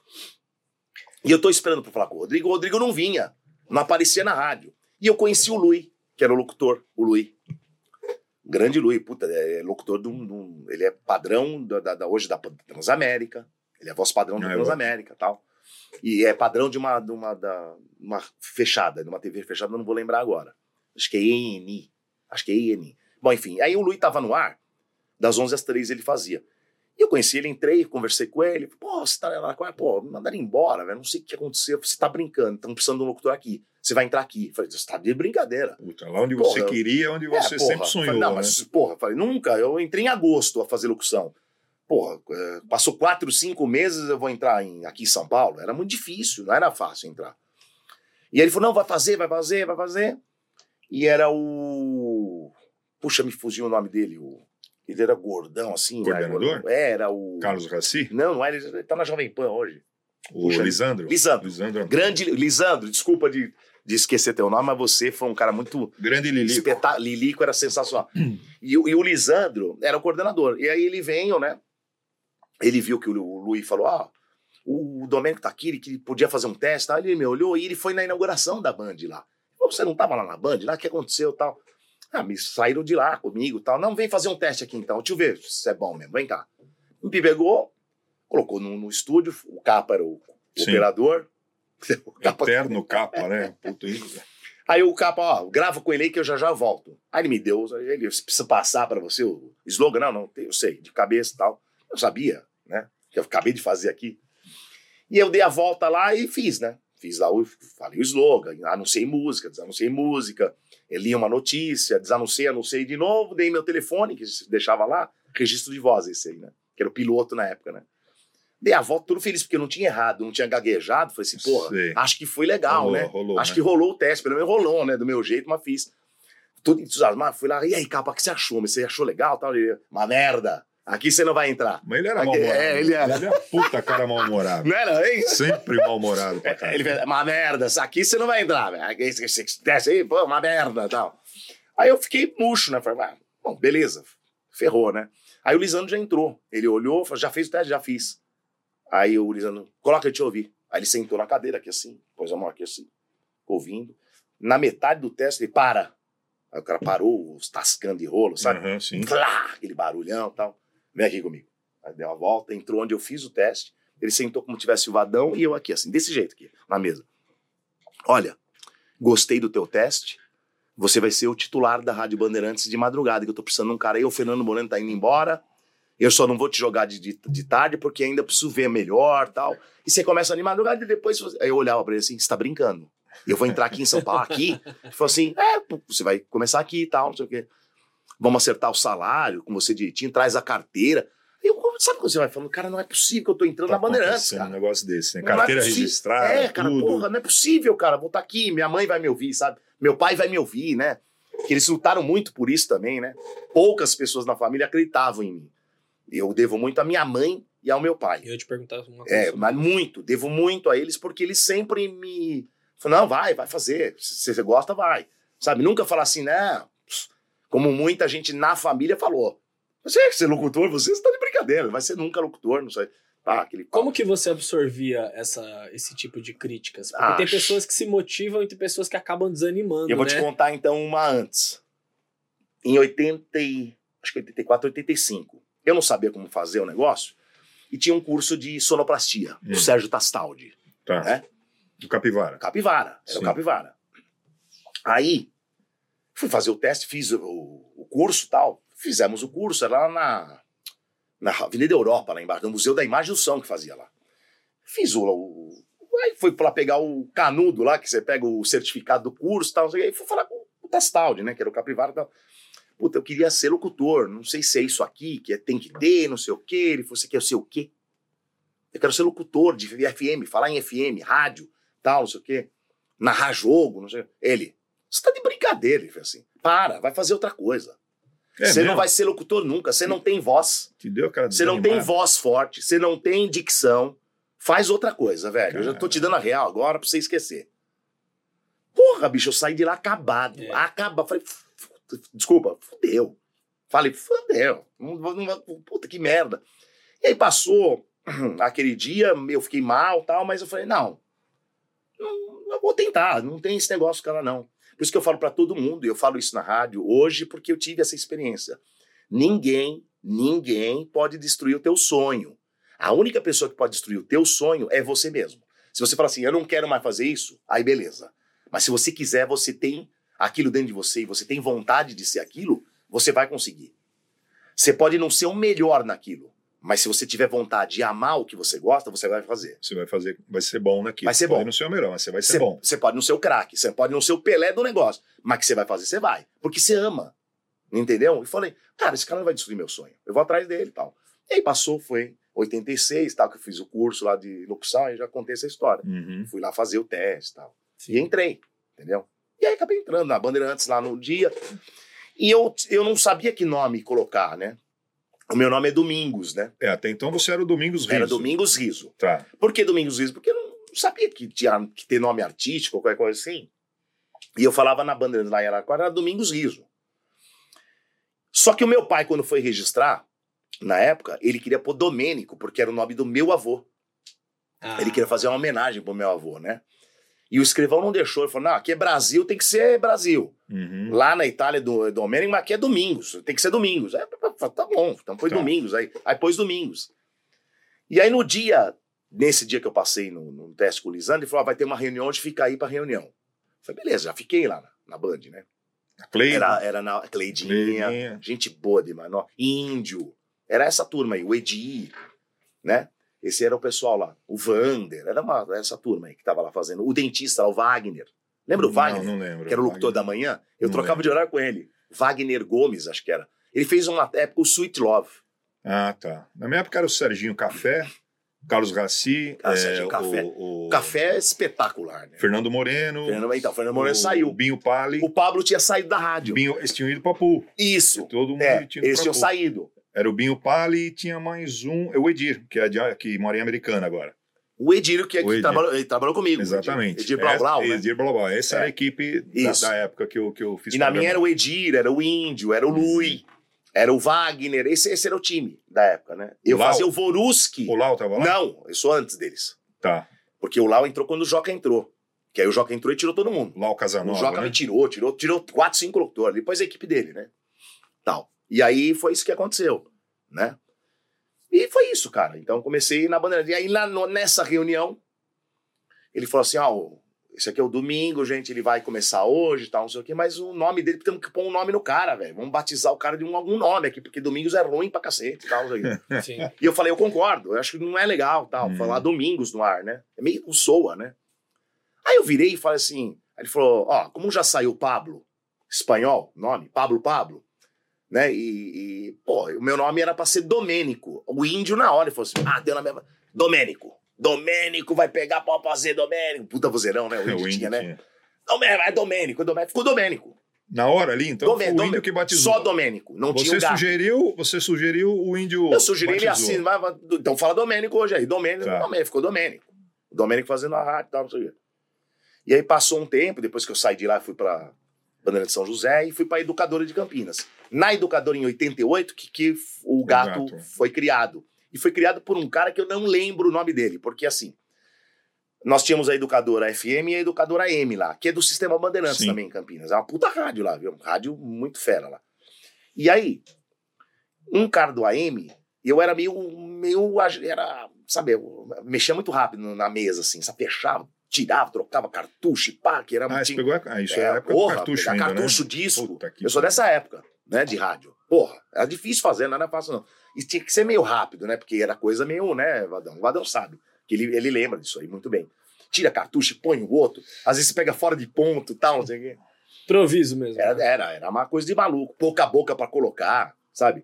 E eu tô esperando pra falar com o Rodrigo. O Rodrigo não vinha, não aparecia na rádio. E eu conheci o Lui, que era o locutor, o Lui. Grande Luiz, puta, é locutor de um... de um- ele é padrão da, da- da- hoje da Transamérica. Ele é voz padrão da
Ah, é
Transamérica e tal. E é padrão de uma, de uma, da, uma fechada, de uma T V fechada, eu não vou lembrar agora. Acho que é E N I. Acho que é E N I. Bom, enfim, aí o Luiz tava no ar, das onze às três ele fazia. E eu conheci ele, entrei, conversei com ele. Pô, você tá lá, pô, me mandaram embora, velho, não sei o que aconteceu. Você tá brincando, estão precisando de um locutor aqui. Você vai entrar aqui. Eu falei, você tá de brincadeira.
Puta, lá onde
Porra,
você queria, onde você
É, porra.
sempre sonhou,
Falei, não,
né?
mas, porra, falei, nunca. Eu entrei em agosto a fazer locução. Porra, é, passou quatro, cinco meses, eu vou entrar em, aqui em São Paulo. Era muito difícil, não era fácil entrar. E aí ele falou, não, vai fazer, vai fazer, vai fazer. E era o... Puxa, me fugiu o nome dele. O... Ele era gordão, assim.
Coordenador?
Né? É, era o...
Carlos Raci?
Não, não era, ele tá na Jovem Pan hoje.
O
Puxa,
Lisandro?
Lisandro.
Lisandro.
Grande Lisandro, desculpa de, de esquecer teu nome, mas você foi um cara muito...
Grande Lilico.
Espetá... Lilico era sensacional. e, o- e o Lisandro era o coordenador. E aí ele veio, né? Ele viu que o, Lu- o Luiz falou, ah, o Domênico tá aqui, ele que podia fazer um teste, tal. Ele me olhou e ele foi na inauguração da Band lá. Pô, você não tava lá na Band? Lá, o que aconteceu, tal? Ah, me saíram de lá comigo, tal. Não, vem fazer um teste aqui então, deixa eu ver se é bom mesmo, vem cá. Me pegou, colocou no, no estúdio, o Capa era o
Sim.
operador. O Capa-
Eterno capa, né? Puta isso.
Aí o Capa, ó, grava com ele aí que eu já já volto. Aí ele me deu, ele precisa passar pra você o slogan. Não, não, eu sei, de cabeça e tal. Eu sabia, né? Que eu acabei de fazer aqui. E eu dei a volta lá e fiz, né? Fiz lá, o, falei o slogan, anunciei música, desanunciei música, eu li uma notícia, desanunciei, anunciei de novo, dei meu telefone, que deixava lá, registro de voz esse aí, né? Que era o piloto na época, né? Dei a volta tudo feliz, porque eu não tinha errado, não tinha gaguejado. Falei assim, porra,
Sei.
acho que foi legal,
Rolou,
né?
rolou,
acho
né?
que rolou o teste, pelo menos rolou, né? Do meu jeito, mas fiz. Tudo entusiasmado, fui lá, e aí, Capa, o que você achou? Mas você achou legal? Tal? Ele, uma merda, aqui você não vai entrar.
Mas ele era
Aqui-
mal-humorado.
é, ele era.
Ele era puta cara mal-humorado.
Não era, hein?
Sempre mal-humorado pra caralho.
Ele fez, uma merda, aqui você não vai entrar, velho. Aqui Esse, esse, esse teste aí, pô, uma merda, tal. Aí eu fiquei murcho, né? Falei, ah, bom, beleza, ferrou, né? Aí o Lisandro já entrou. Ele olhou, falou, já fez o teste? Já fiz. Aí o Lisandro, coloca eu te ouvir. Aí ele sentou na cadeira aqui assim, pôs a mão aqui assim, ouvindo. Na metade do teste, ele para. Aí o cara parou, os tascando de rolo, sabe?
Aham, sim.
Flá, aquele barulhão e tal. Vem aqui comigo. Aí deu uma volta, entrou onde eu fiz o teste. Ele sentou como tivesse o Vadão e eu aqui, assim, desse jeito aqui, na mesa. Olha, gostei do teu teste. Você vai ser o titular da Rádio Bandeirantes de madrugada, que eu tô precisando de um cara aí. O Fernando Moreno tá indo embora. Eu só não vou te jogar de, de, de tarde, porque ainda preciso ver melhor e tal. E você começa de madrugada e depois... Você... Aí eu olhava pra ele assim, você tá brincando? Eu vou entrar aqui em São Paulo, aqui? Ele falou assim, é, você vai começar aqui e tal, não sei o quê. Vamos acertar o salário com você direitinho, traz a carteira. Eu, sabe quando você vai falando, cara, não é possível que eu tô entrando
Tá
na Bandeirantes,
acontecendo
cara.
um negócio desse, né?
Não é
Carteira
possi-
registrada,
É, cara,
tudo.
porra, não é possível, cara. Vou estar aqui, minha mãe vai me ouvir, sabe? Meu pai vai me ouvir, né? Que eles lutaram muito por isso também, né? Poucas pessoas na família acreditavam em mim. Eu devo muito à minha mãe e ao meu pai.
Eu ia te perguntar uma coisa.
É,
sobre
mas
isso.
muito. Devo muito a eles porque eles sempre me... Falaram, não, vai, vai fazer. Se você gosta, vai. Sabe? Nunca falar assim, né? Como muita gente na família falou. Você é ser locutor, você está de brincadeira. Vai ser nunca locutor, não sei. Ah, aquele papo.
Como que você absorvia essa, esse tipo de críticas? Porque
Ah,
tem pessoas que se motivam e tem pessoas que acabam desanimando,
Eu vou
né?
te contar então uma antes. Em oitenta, e- acho que oitenta e quatro, oitenta e cinco. Eu não sabia como fazer o negócio e tinha um curso de sonoplastia,
Hum.
do Sérgio Tastaldi,
Tá.
né?
Do Capivara.
Capivara, era
Sim.
o Capivara. Aí, fui fazer o teste, fiz o, o curso e tal. Fizemos o curso, era lá na, na Avenida Europa, lá embaixo, no Museu da Imagem e do Som que fazia lá. Fiz o... o aí fui lá pegar o canudo lá, que você pega o certificado do curso e tal, não sei o quê, e fui falar com o Tastaldi, né, que era o Capivara e tal. Puta, eu queria ser locutor, não sei se é isso aqui, que é, tem que ter, não sei o quê. Ele falou, você quer ser o quê? Eu quero ser locutor de F M, falar em F M, rádio, tal, não sei o quê. Narrar jogo, não sei o quê. Ele, você tá de brincadeira. Ele falou assim, para, vai fazer outra coisa.
É
Você
mesmo?
não vai ser locutor nunca, você não tem voz.
Te deu aquela
Você não tem
desanimada.
voz forte, você não tem dicção. Faz outra coisa, velho. Eu já tô te dando a real agora pra você esquecer. Porra, bicho, eu saí de lá acabado.
É.
Acaba. Falei, f- f- desculpa, fudeu. Falei, fudeu. Não, vou- não, vou- puta que merda. E aí passou aquele dia, eu fiquei mal e tal, mas eu falei, não, não, eu vou tentar, não tem esse negócio, cara, não. Por isso que eu falo para todo mundo, e eu falo isso na rádio hoje porque eu tive essa experiência. Ninguém, ninguém pode destruir o teu sonho. A única pessoa que pode destruir o teu sonho é você mesmo. Se você fala assim, eu não quero mais fazer isso, aí beleza. Mas se você quiser, você tem aquilo dentro de você e você tem vontade de ser aquilo, você vai conseguir. Você pode não ser o melhor naquilo, mas se você tiver vontade de amar o que você gosta, você vai fazer.
Você vai fazer, vai ser bom naquilo.
Vai ser
pode
bom.
não ser o melhor, mas você vai ser
Você,
bom.
você pode não ser o craque, você pode não ser o Pelé do negócio, mas que você vai fazer, você vai. Porque você ama. Entendeu? E falei, cara, esse cara não vai destruir meu sonho. Eu vou atrás dele e tal. E aí passou, foi oitenta e seis, tal, que eu fiz o curso lá de locução, aí já contei essa história.
Uhum.
Fui lá fazer o teste e tal.
Sim.
E entrei, entendeu? E aí acabei entrando na Bandeirantes lá no dia. E eu, eu não sabia que nome colocar, né? O meu nome é Domingos, né?
É, até então você era o Domingos Riso.
Era Domingos Riso.
Tá.
Por que Domingos Riso? Porque eu não sabia que tinha que ter nome artístico ou qualquer coisa assim. E eu falava na Bandeirantes lá em Araraquara, era Domingos Riso. Só que o meu pai, quando foi registrar, na época, ele queria pôr Domênico, porque era o nome do meu avô.
Ah.
Ele queria fazer uma homenagem pro meu avô, né? E o escrivão não deixou. Ele falou, não, aqui é Brasil, tem que ser Brasil.
Uhum.
Lá na Itália é Domênico, mas aqui é Domingos. Tem que ser Domingos. Aí, tá bom, então põe
Tá.
Domingos. Aí, aí pôs Domingos. E aí no dia, nesse dia que eu passei no, no teste com o Lisandro, ele falou, ah, vai ter uma reunião, onde fica aí pra reunião. Eu falei, beleza, já fiquei lá na, na Band, né?
A Cleide.
Era, era na Cleidinha,
Cleidinha.
gente boa demais. Não, Índio. Era essa turma aí, o Edi, né? Esse era o pessoal lá. O Vander, era uma, essa turma aí que tava lá fazendo. O dentista lá, o Wagner. Lembra o Wagner?
Não, não lembro.
Que era o locutor
Wagner.
da manhã? Eu
Não
trocava
lembro.
de horário com ele. Wagner Gomes, acho que era. Ele fez uma época o Sweet Love.
Ah, tá. Na minha época era o Serginho Café, Carlos Raci,
Ah,
é,
Serginho Café.
o, o
O café é espetacular, né?
Fernando Moreno,
Fernando, então, Fernando Moreno
o
saiu.
Binho Pali.
O Pablo tinha saído da rádio.
Binho, eles tinham ido pra Pool.
Isso.
Todo mundo
É,
tinha ido
eles
pra
tinham
Pool.
saído.
Era o Binho Pali e tinha mais um, é o Edir, que, é de, que mora em Americana agora.
O Edir, que, é
O
que
Edir.
trabalhou, ele trabalhou comigo.
Exatamente.
Edir Blau Blau,
Essa-
né?
Edir Blau Blau. Essa
É.
era a equipe da,
Isso.
da época que eu, que eu fiz
E na
programa.
minha era o Edir, era o Índio, era o Lui, era o Wagner. Esse, esse era o time da época, né? Eu
O Lau?
fazia o Voruski.
O Lau tava lá?
Não, eu sou antes deles.
Tá.
Porque o Lau entrou quando o Joca entrou. Que aí o Joca entrou e tirou todo mundo.
Lau
O
Casanova,
Joca
né?
me tirou, tirou, tirou quatro, cinco locutores. Depois a equipe dele, né? Tal. E aí foi isso que aconteceu, né? E foi isso, cara. Então comecei na Bandeirante. E aí lá no- nessa reunião, ele falou assim, ó, esse aqui é o domingo, gente, ele vai começar hoje e tal, não sei o quê, mas o nome dele, temos que pôr um nome no cara, velho. Vamos batizar o cara de um, algum nome aqui, porque Domingos é ruim pra cacete e tal, não sei o quê.
Sim.
E eu falei, eu concordo, eu acho que não é legal, tal,
Hum.
falar Domingos no ar, né? É meio soa, né? Aí eu virei e falei assim, aí ele falou, ó, como já saiu Pablo, espanhol, nome, Pablo Pablo, né? E, e, pô, o meu nome era pra ser Domênico. O índio na hora, ele falou assim, ah, deu na mesma... Domênico. Domênico vai pegar pra fazer Domênico. Puta vozeirão, né? O índio,
O índio
tinha, né?
tinha.
Domênico, é Domênico, Domênico. Ficou Domênico.
Na hora ali, então,
Domê-
foi o
Domê-
índio que batizou.
Só Domênico, não tinha
Você
um gato.
sugeriu, você sugeriu o índio
Eu sugeri ele
batizou.
assim, mas, mas- então fala Domênico hoje aí. Domênico,
Tá.
Domênico, ficou Domênico. O Domênico fazendo a rádio e tal, não sei o quê. E aí passou um tempo, depois que eu saí de lá, fui pra Bandeira de São José e fui pra Educadora de Campinas. Na Educadora, em oitenta e oito, que, que o gato,
gato.
foi criado. E foi criado por um cara que eu não lembro o nome dele, porque assim, nós tínhamos a Educadora F M e a Educadora M lá, que é do Sistema Bandeirantes
Sim.
também em Campinas. É uma puta rádio lá, viu? Rádio muito fera lá. E aí, um cara do A M, eu era meio, meio, era, sabe, eu mexia muito rápido na mesa, assim, sabe, fechava, tirava, trocava cartucho e pá, que era...
Ah, você
tinha-
pegou a... ah, isso é,
é,
a época
porra,
do cartucho
pegar
ainda,
cartucho,
né?
disco.
Puta que
Eu sou
pariu.
dessa época, né, de rádio. Porra, era difícil fazer, não era fácil não. E tinha que ser meio rápido, né, porque era coisa meio, né, Vadão, o Vadão sabe, que ele, ele lembra disso aí muito bem. Tira cartucho e põe o outro, às vezes você pega fora de ponto e tal, não sei o quê.
Improviso mesmo.
Era, era, era uma coisa de maluco, pouca boca pra colocar, sabe?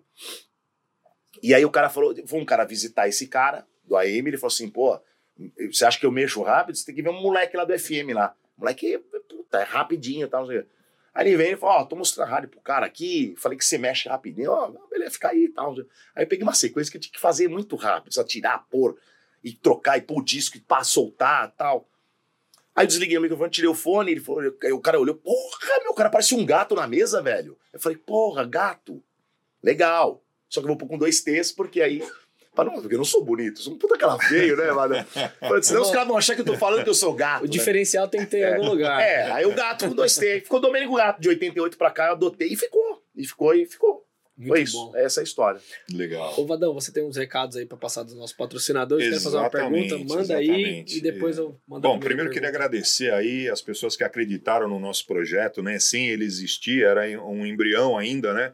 E aí o cara falou, foi um cara visitar esse cara do A M, ele falou assim, pô, você acha que eu mexo rápido? Você tem que ver um moleque lá do F M lá. O moleque, puta, é rapidinho e tal, não sei o quê. Aí ele vem e fala, ó, tô mostrando a rádio pro cara aqui, falei que você mexe rapidinho, ó, beleza, fica aí e tal. Aí eu peguei uma sequência que eu tinha que fazer muito rápido, precisa tirar, pôr, e trocar, e pôr o disco, e pá, soltar e tal. Aí eu desliguei o microfone, tirei o fone, ele falou, aí o cara olhou, porra, meu, cara parece um gato na mesa, velho. Eu falei, porra, gato, legal. Só que eu vou pôr com dois T's, porque aí Não, porque eu não sou bonito, sou um puta cara feio, né, mano? Senão os caras vão achar que eu tô falando que eu sou gato.
O
né?
diferencial tem que ter em algum lugar.
É, aí o gato com dois T. Ficou Domênico Gato. De oitenta e oito pra cá eu adotei e ficou. E ficou, e ficou.
Muito
Foi isso.
bom.
É essa a história.
Legal.
Ô, Vadão, você tem uns recados aí pra passar dos nossos patrocinadores? Quer fazer uma
Exatamente,
pergunta? Manda
exatamente.
aí e depois eu mando a
Bom,
primeira
primeiro eu queria
pergunta.
agradecer aí as pessoas que acreditaram no nosso projeto, né? Sem ele existir, era um embrião ainda, né?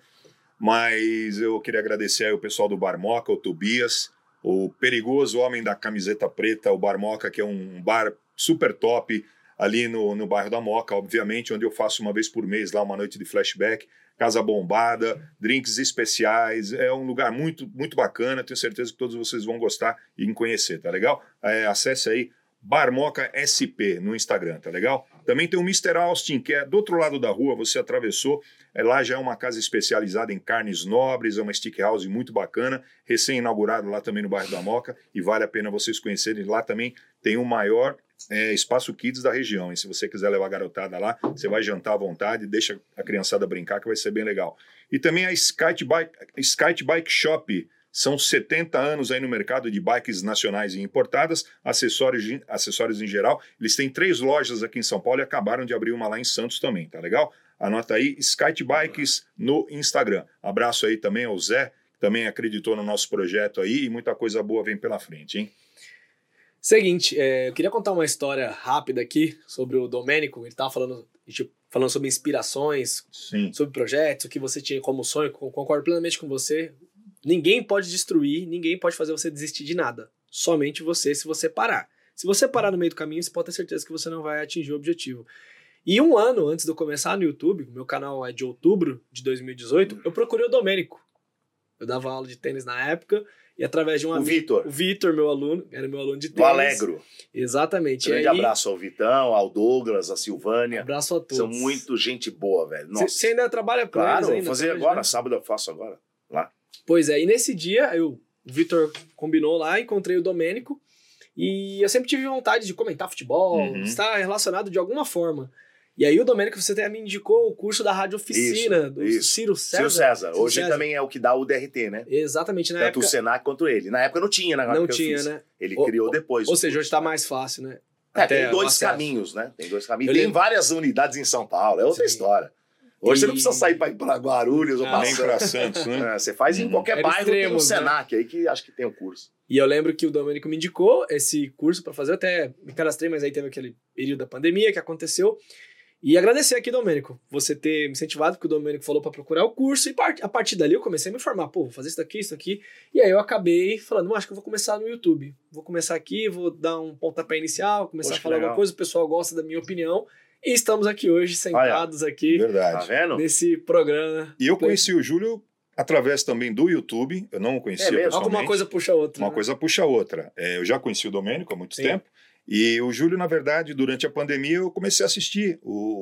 Mas eu queria agradecer aí o pessoal do Barmoca, o Tobias, o perigoso homem da camiseta preta, o Barmoca, que é um bar super top ali no, no bairro da Moca, obviamente, onde eu faço uma vez por mês lá uma noite de flashback, casa bombada, drinks especiais, é um lugar muito, muito bacana, tenho certeza que todos vocês vão gostar e em conhecer, tá legal? É, acesse aí Barmoca S P no Instagram, tá legal? Também tem o mister Austin, que é do outro lado da rua, você atravessou, é, lá já é uma casa especializada em carnes nobres, é uma stick house muito bacana, recém-inaugurado lá também no bairro da Moca, e vale a pena vocês conhecerem. Lá também tem o maior é, espaço kids da região, e se você quiser levar a garotada lá, você vai jantar à vontade, deixa a criançada brincar, que vai ser bem legal. E também a Skate Bike, Skate Bike Shop. São setenta anos aí no mercado de bikes nacionais e importadas, acessórios, acessórios em geral. Eles têm três lojas aqui em São Paulo e acabaram de abrir uma lá em Santos também, tá legal? Anota aí, Skate Bikes no Instagram. Abraço aí também ao Zé, que também acreditou no nosso projeto aí, e muita coisa boa vem pela frente, hein?
Seguinte, é, eu queria contar uma história rápida aqui sobre o Domênico. Ele tava falando, tipo, falando sobre inspirações,
Sim.
sobre projetos, o que você tinha como sonho. Concordo plenamente com você. Ninguém pode destruir, ninguém pode fazer você desistir de nada. Somente você, se você parar. Se você parar no meio do caminho, você pode ter certeza que você não vai atingir o objetivo. E um ano antes de eu começar no YouTube, meu canal é de outubro de dois mil e dezoito, eu procurei o Domênico. Eu dava aula de tênis na época, e através de um
O
amigo...
Vitor.
O Vitor, meu aluno, era meu aluno de
Do
tênis.
Alegro.
Exatamente.
Grande
e aí,
abraço ao Vitão, ao Douglas, à Silvânia.
abraço a todos.
São muito gente boa, velho. Nossa.
Você ainda trabalha com
Claro,
eles
vou
ainda?
fazer
até hoje,
agora.
né?
Sábado eu faço agora. Lá.
Pois é, e nesse dia eu, o Vitor combinou lá, encontrei o Domênico, e eu sempre tive vontade de comentar futebol,
Uhum.
estar relacionado de alguma forma. E aí o Domênico, você até me indicou o curso da Rádio Oficina,
Isso,
do
isso.
Ciro César.
Ciro César.
Ciro
Hoje
César.
também é o que dá o D R T, né?
Exatamente, na
Tanto
época
o Senac quanto ele. Na época não tinha, né?
não
que eu
tinha,
fiz.
né?
Ele
Ou-
criou depois.
Ou
o
seja,
curso,
hoje tá
né?
mais fácil, né?
É,
Até
tem
o
dois
acesso.
caminhos, né? Tem dois caminhos.
Eu
Tem
lembro-
várias unidades em São Paulo, é outra
Sim.
história. Hoje
E-
você não precisa sair para ir para Guarulhos ou
Ah,
pra
Nem para Santos, né?
É, você faz em
Uhum.
qualquer
Era
bairro, tem um
extremos, né?
Senac aí que acho que tem o curso.
E eu lembro que o Domênico me indicou esse curso para fazer, eu até me cadastrei, mas aí teve aquele período da pandemia que aconteceu. E agradecer aqui, Domênico, você ter me incentivado, porque o Domênico falou para procurar o curso, e part- a partir dali eu comecei a me informar, pô, vou fazer isso daqui, isso aqui. E aí eu acabei falando, não, acho que eu vou começar no YouTube. Vou começar aqui, vou dar um pontapé inicial, começar
Poxa,
a falar
que legal.
alguma coisa, o pessoal gosta da minha opinião. E estamos aqui hoje, sentados aqui,
Tá
Verdade.
vendo?
nesse programa.
E eu conheci o Júlio através também do YouTube, eu não o conhecia
É mesmo?
pessoalmente.
Alguma coisa puxa a outra.
Uma
né?
coisa puxa a outra. É, eu já conheci o Domênico há muito
Sim.
tempo. E o Júlio, na verdade, durante a pandemia, eu comecei a assistir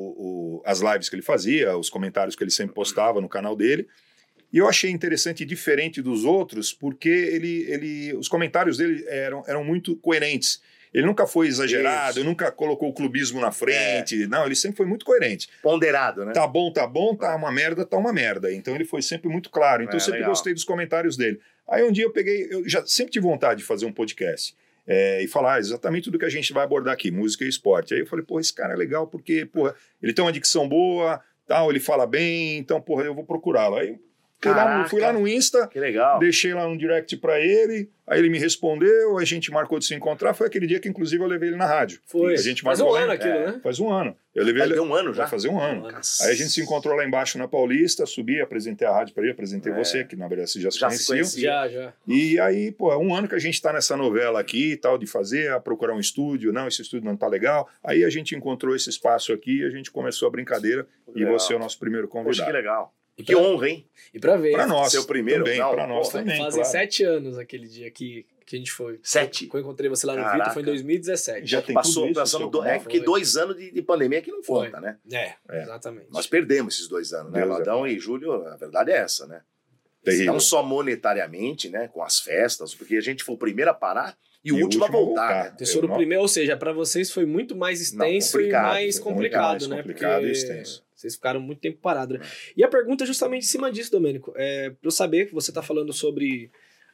o, o, as lives que ele fazia, os comentários que ele sempre postava no canal dele. E eu achei interessante e diferente dos outros, porque ele, ele, os comentários dele eram, eram muito coerentes. Ele nunca foi exagerado,
Isso.
nunca colocou o clubismo na frente. Não, ele sempre foi muito coerente.
Ponderado, né?
Tá bom, tá bom, tá uma merda, tá uma merda. Então ele foi sempre muito claro. Então
É,
eu sempre
legal.
gostei dos comentários dele. Aí um dia eu peguei, eu já sempre tive vontade de fazer um podcast é, e falar exatamente tudo que a gente vai abordar aqui, música e esporte. Aí eu falei, pô, esse cara é legal porque, porra, ele tem uma dicção boa, tal, ele fala bem, então, porra, eu vou procurá-lo. Aí fui lá, no,
Caraca.
fui lá no Insta,
Que legal.
deixei lá um direct pra ele, aí ele me respondeu, a gente marcou de se encontrar. Foi aquele dia que, inclusive, eu levei ele na rádio.
Foi.
A gente
Faz
marcou
um
lá
ano
em-
aquilo,
é.
né?
Faz um ano. Eu levei
Vai
ele...
ter um ano já?
Vai fazer um ano.
Um ano.
Aí a gente se encontrou lá embaixo na Paulista, subi, apresentei a rádio para ele, apresentei
É.
você, que na verdade vocês já se
Já se
conheciam.
conhecia.
Já, já.
E aí, pô, é um ano que a gente tá nessa novela aqui e tal, de fazer, a procurar um estúdio, não, esse estúdio não tá legal. Aí a gente encontrou esse espaço aqui e a gente começou a brincadeira e
Legal.
você é o nosso primeiro
Poxa,
convidado.
que legal.
E
Que
pra-
honra, hein?
E pra ver,
Para nós
Seu primeiro?
também,
Não,
para nós
porra,
também,
fazem
claro.
sete anos aquele dia que, que a gente foi.
Sete?
Quando eu encontrei você lá no
Caraca.
Vitor foi em dois mil e dezessete.
Já tem
Passou,
tudo isso,
passamos
seu
do, é
canal.
porque dois anos de, de pandemia que não
Foi.
conta, né?
É,
É.
exatamente.
Nós perdemos esses dois anos, né?
Deus é
Ladão
pai.
e Júlio, a verdade é essa, né?
Terrível.
Não só monetariamente, né? Com as festas, porque a gente foi o primeiro a parar e o
E o
último a
último a
voltar.
voltar.
né?
Vocês foram
Eu
o
não-
primeiro, ou seja, pra vocês foi muito mais extenso
Não, complicado,
e mais
foi
complicado,
muito
né?
mais complicado
Porque
e extenso.
vocês ficaram muito tempo parados, né? E a pergunta é justamente em cima disso, Domênico. É, pra eu saber que você tá falando sobre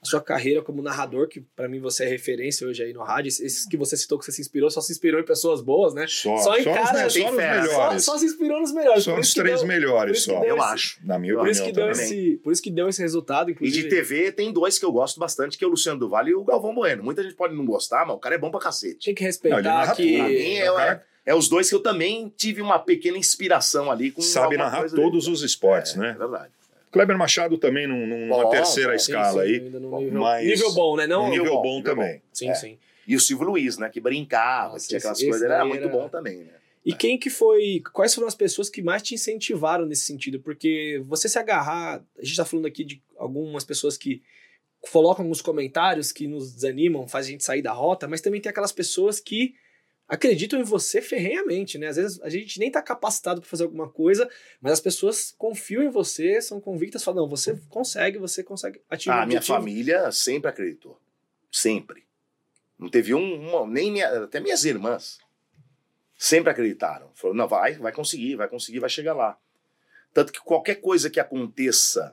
sua carreira como narrador, que pra mim você é referência hoje aí no rádio. Esses que você citou que você se inspirou, só se inspirou em pessoas boas, né?
Só,
só em
só,
cara,
nos, só nos melhores.
Só, só se inspirou nos melhores.
Só
por
nos
isso que
três
deu-
melhores
por isso que
só.
deu
Eu
esse-
acho.
Na minha
Por isso,
opinião
que deu
também.
esse, por isso que deu esse resultado,
E
inclusive.
de T V tem dois que eu gosto bastante, que é o Luciano do Vale e o Galvão Bueno. Muita gente pode não gostar, mas o cara é bom pra cacete.
Tem que
Não, ele
respeitar
narra
que...
tudo.
Pra mim é,
o cara-
é, é os dois que eu também tive uma pequena inspiração ali. Com
Sabe
alguma
narrar
coisa
todos
dele.
os esportes,
É,
né?
É verdade.
Kleber Machado também num, numa
Bom,
terceira
bom.
Sim,
escala
sim,
aí.
ainda no
Bom,
nível,
mas-
nível bom, né? Não,
Um nível
nível
bom,
bom, nível
também.
Sim,
É.
sim.
E o Silvio Luiz, né? Que brincava,
Nossa,
tinha aquelas
esse-
coisas.
esse
Era
daí
muito
era-
bom também, né?
E quem que foi... Quais foram as pessoas que mais te incentivaram nesse sentido? Porque você se agarrar... A gente tá falando aqui de algumas pessoas que colocam alguns comentários que nos desanimam, faz a gente sair da rota, mas também tem aquelas pessoas que acreditam em você ferrenhamente, né? Às vezes a gente nem tá capacitado para fazer alguma coisa, mas as pessoas confiam em você, são convictas, falam, não, você consegue, você consegue atingir
Ah,
o
a minha
objetivo.
família sempre acreditou. Sempre. Não teve um, uma- nem minha, até minhas irmãs sempre acreditaram. Falaram, não, vai, vai conseguir, vai conseguir, vai chegar lá. Tanto que qualquer coisa que aconteça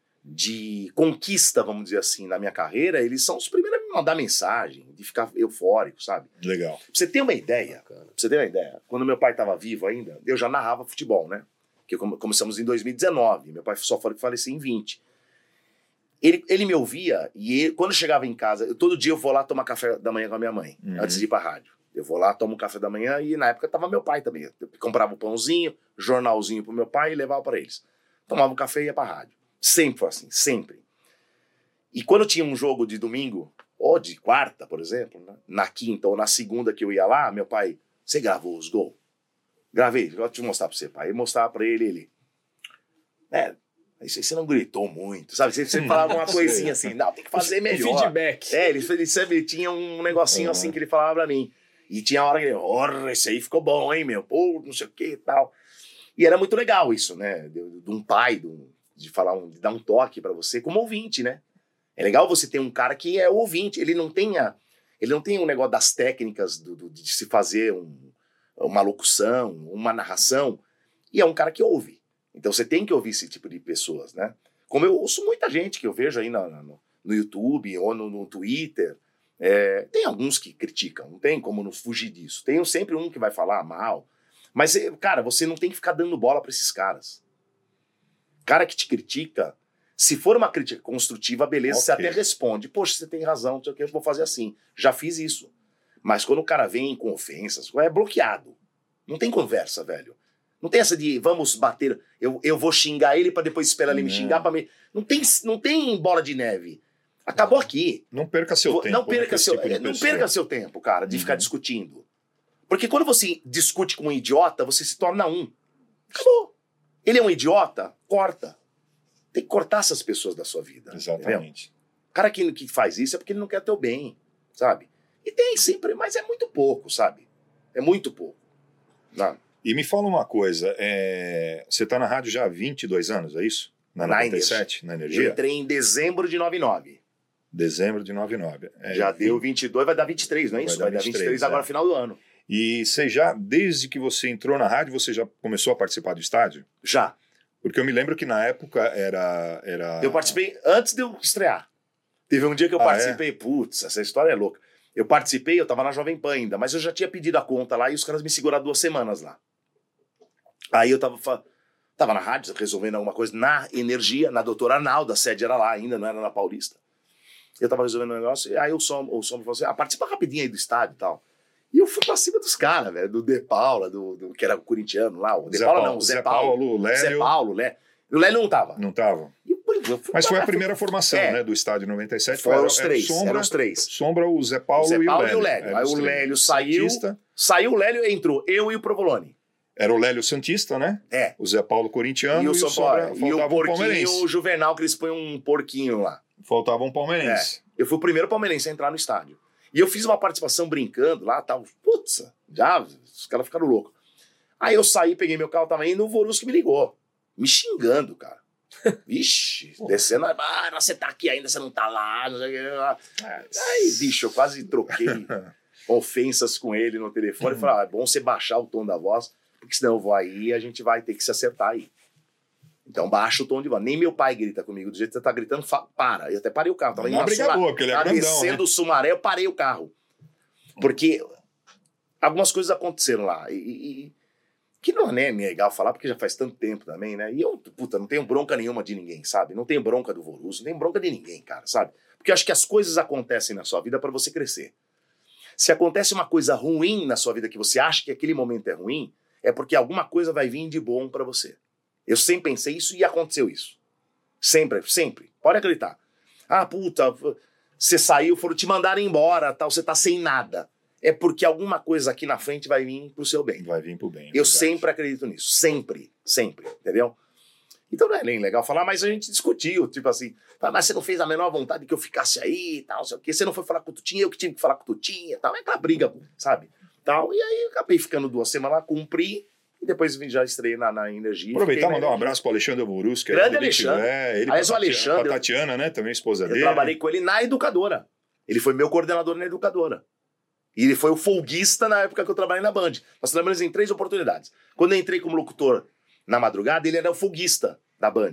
de conquista, vamos dizer assim, na minha carreira, eles são os primeiros a me mandar mensagem, de ficar eufórico, sabe?
Legal.
Pra você ter uma ideia,
Bacana.
pra você ter uma ideia, quando meu pai estava vivo ainda, eu já narrava futebol, né? Porque come- começamos em dois mil e dezenove, meu pai só foi falecer em vinte. Ele, ele me ouvia e ele- quando eu chegava em casa, eu- todo dia eu vou lá tomar café da manhã com a minha mãe,
Uhum.
antes de ir pra rádio. Eu vou lá, tomo um café da manhã e na época tava meu pai também. Eu comprava um pãozinho, jornalzinho pro meu pai e levava para eles. Tomava um café e ia pra rádio. Sempre foi assim, sempre. E quando tinha um jogo de domingo, ou de quarta, por exemplo, né? Na quinta ou na segunda que eu ia lá, meu pai, você gravou os gols? Gravei, vou te mostrar pra você, pai. Eu mostrava pra ele, ele... É, isso aí você não gritou muito, sabe? Você, você falava uma coisinha assim, não, tem que fazer
O
melhor.
feedback.
É, ele, ele sempre tinha um negocinho
Uhum.
assim que ele falava pra mim. E tinha hora que ele, porra, esse aí ficou bom, hein, meu? Pô, não sei o que e tal. E era muito legal isso, né? De, de um pai, de, um- de falar, um, de dar um toque pra você como ouvinte, né? É legal você ter um cara que é ouvinte. Ele não tem, a, ele não tem um negócio das técnicas do, do- de se fazer um, uma locução, uma narração. E é um cara que ouve. Então você tem que ouvir esse tipo de pessoas, né? Como eu ouço muita gente que eu vejo aí na- na- no, no YouTube ou no, no Twitter. É, tem alguns que criticam, não tem como nos fugir disso. Tem sempre um que vai falar mal. Mas, eh, cara, você não tem que ficar dando bola pra esses caras. Cara que te critica, se for uma crítica construtiva, beleza, você
Ok.
até responde. Poxa, você tem razão, não sei o que, eu vou fazer assim. Já fiz isso. Mas quando o cara vem com ofensas, é bloqueado. Não tem conversa, velho. Não tem essa de vamos bater, eu, eu vou xingar ele pra depois esperar ele me
Não.
xingar pra me... Não tem, não tem bola de neve. Acabou aqui.
Não perca seu
Vo-
tempo.
não
né,
perca
com esse
seu,
tipo de
é, não
pessoa.
perca seu tempo, cara, de
Uhum.
ficar discutindo. Porque quando você discute com um idiota, você se torna um. Acabou. Ele é um idiota? Corta. Tem que cortar essas pessoas da sua vida. Entendeu?
Exatamente.
O cara que, que faz isso é porque ele não quer teu bem, sabe? E tem sempre, mas é muito pouco, sabe? É muito pouco. Não.
E me fala uma coisa, é, você está na rádio já há vinte e dois anos, é isso? Na
Na
noventa e sete, na
Eu
Energia?
entrei em dezembro de noventa e nove.
Dezembro de noventa e nove. É,
Já
e-
deu vinte e dois, vai dar vinte e três, não é
Vai
isso?
dar
Vai dar
vinte e
vinte e
três,
três agora
é.
no final do ano.
E você já, desde que você entrou na rádio, você já começou a participar do estádio?
Já.
Porque eu me lembro que na época era... era...
Eu participei antes de eu estrear. Teve um dia que eu
Ah,
participei, putz, essa história é louca. Eu participei, eu tava na Jovem Pan ainda, mas eu já tinha pedido a conta lá e os caras me seguraram duas semanas lá. Aí eu tava, fa- tava na rádio resolvendo alguma coisa na Energia, na Doutora Arnaldo, a sede era lá ainda, não era na Paulista. Eu tava resolvendo um negócio, e aí o som, o som falou assim, ah, participa rapidinho aí do estádio e tal. E eu fui pra cima dos caras, velho, do De Paula, do, do, que era o corintiano lá, o De
Zé
Paula
Paulo,
não, o Zé,
Zé
Paulo,
Paulo, Lélio...
Zé Paulo, Lé. O Lélio não tava.
Não estava.
E eu- eu fui
Mas
pra-
foi a primeira formação,
É.
né, do estádio noventa e sete.
Foram
Era-
os
era o
três,
Sombra,
eram os três.
Sombra, o Zé Paulo,
O Zé
e,
Paulo
o
e o
Lélio.
Lélio.
Eram
Aí
os
o
três.
Lélio saiu.
Santista,
Saiu o Lélio, entrou eu e o Provolone.
era o Lélio Santista, né?
É.
O Zé Paulo corintiano
E o São
Sombra,
Paulo. E o
faltava um
porquinho,
palmeirense.
o Juvenal, que eles põem um porquinho lá.
Faltava um palmeirense.
Eu fui o primeiro palmeirense a entrar no estádio. E eu fiz uma participação brincando lá, tal. Putz, já, os caras ficaram loucos. Aí eu saí, peguei meu carro também, e o Voruski me ligou. Me xingando, cara. Vixe, descendo. Ah, você tá aqui ainda, você não tá lá. Não sei o que. Aí, bicho, eu quase troquei ofensas com ele no telefone. Falei, ah, é bom você baixar o tom da voz, porque senão eu vou aí e a gente vai ter que se acertar aí. Então baixa o tom de voz. Nem meu pai grita comigo. Do jeito que você tá gritando, fa- para. Eu até parei o carro. Tava
Não é briga boa, porque ele é
tava
grandão,
descendo
né?
o Sumaré, eu parei o carro. Porque algumas coisas aconteceram lá. E, e- que não é nem legal falar, porque já faz tanto tempo também, né? E eu, puta, não tenho bronca nenhuma de ninguém, sabe? Não tenho bronca do Vorus, não tenho bronca de ninguém, cara, sabe? Porque eu acho que as coisas acontecem na sua vida para você crescer. Se acontece uma coisa ruim na sua vida que você acha que aquele momento é ruim, é porque alguma coisa vai vir de bom para você. Eu sempre pensei isso e aconteceu isso. Sempre, sempre. Pode acreditar. Ah, puta, você saiu, foram te mandar embora, tal, você tá sem nada. É porque alguma coisa aqui na frente vai vir pro seu bem.
Vai vir pro bem. é
Eu
verdade.
sempre acredito nisso. Sempre. Sempre. Entendeu? Então não é nem legal falar, mas a gente discutiu. Tipo assim, ah, mas você não fez a menor vontade que eu ficasse aí e tal, não sei o quê. Você não foi falar com o Tutinha, eu que tive que falar com o Tutinha e tal. É aquela briga, sabe? Tal. E aí eu acabei ficando duas semanas lá, cumpri. E depois vim já estreiei na, na Energia.
Aproveitar e
fiquei na
mandar um
Energia.
abraço pro Alexandre Borus, que
Grande
é
Alexandre.
É, ele
Aliás,
com a
o
Tati-
Alexandre-
com a Tatiana, né? Também esposa
Eu
dele.
trabalhei com ele na Educadora. Ele foi meu coordenador na Educadora. E ele foi o folguista na época que eu trabalhei na Band. Nós trabalhamos em três oportunidades. Quando eu entrei como locutor na madrugada, ele era o folguista da Band.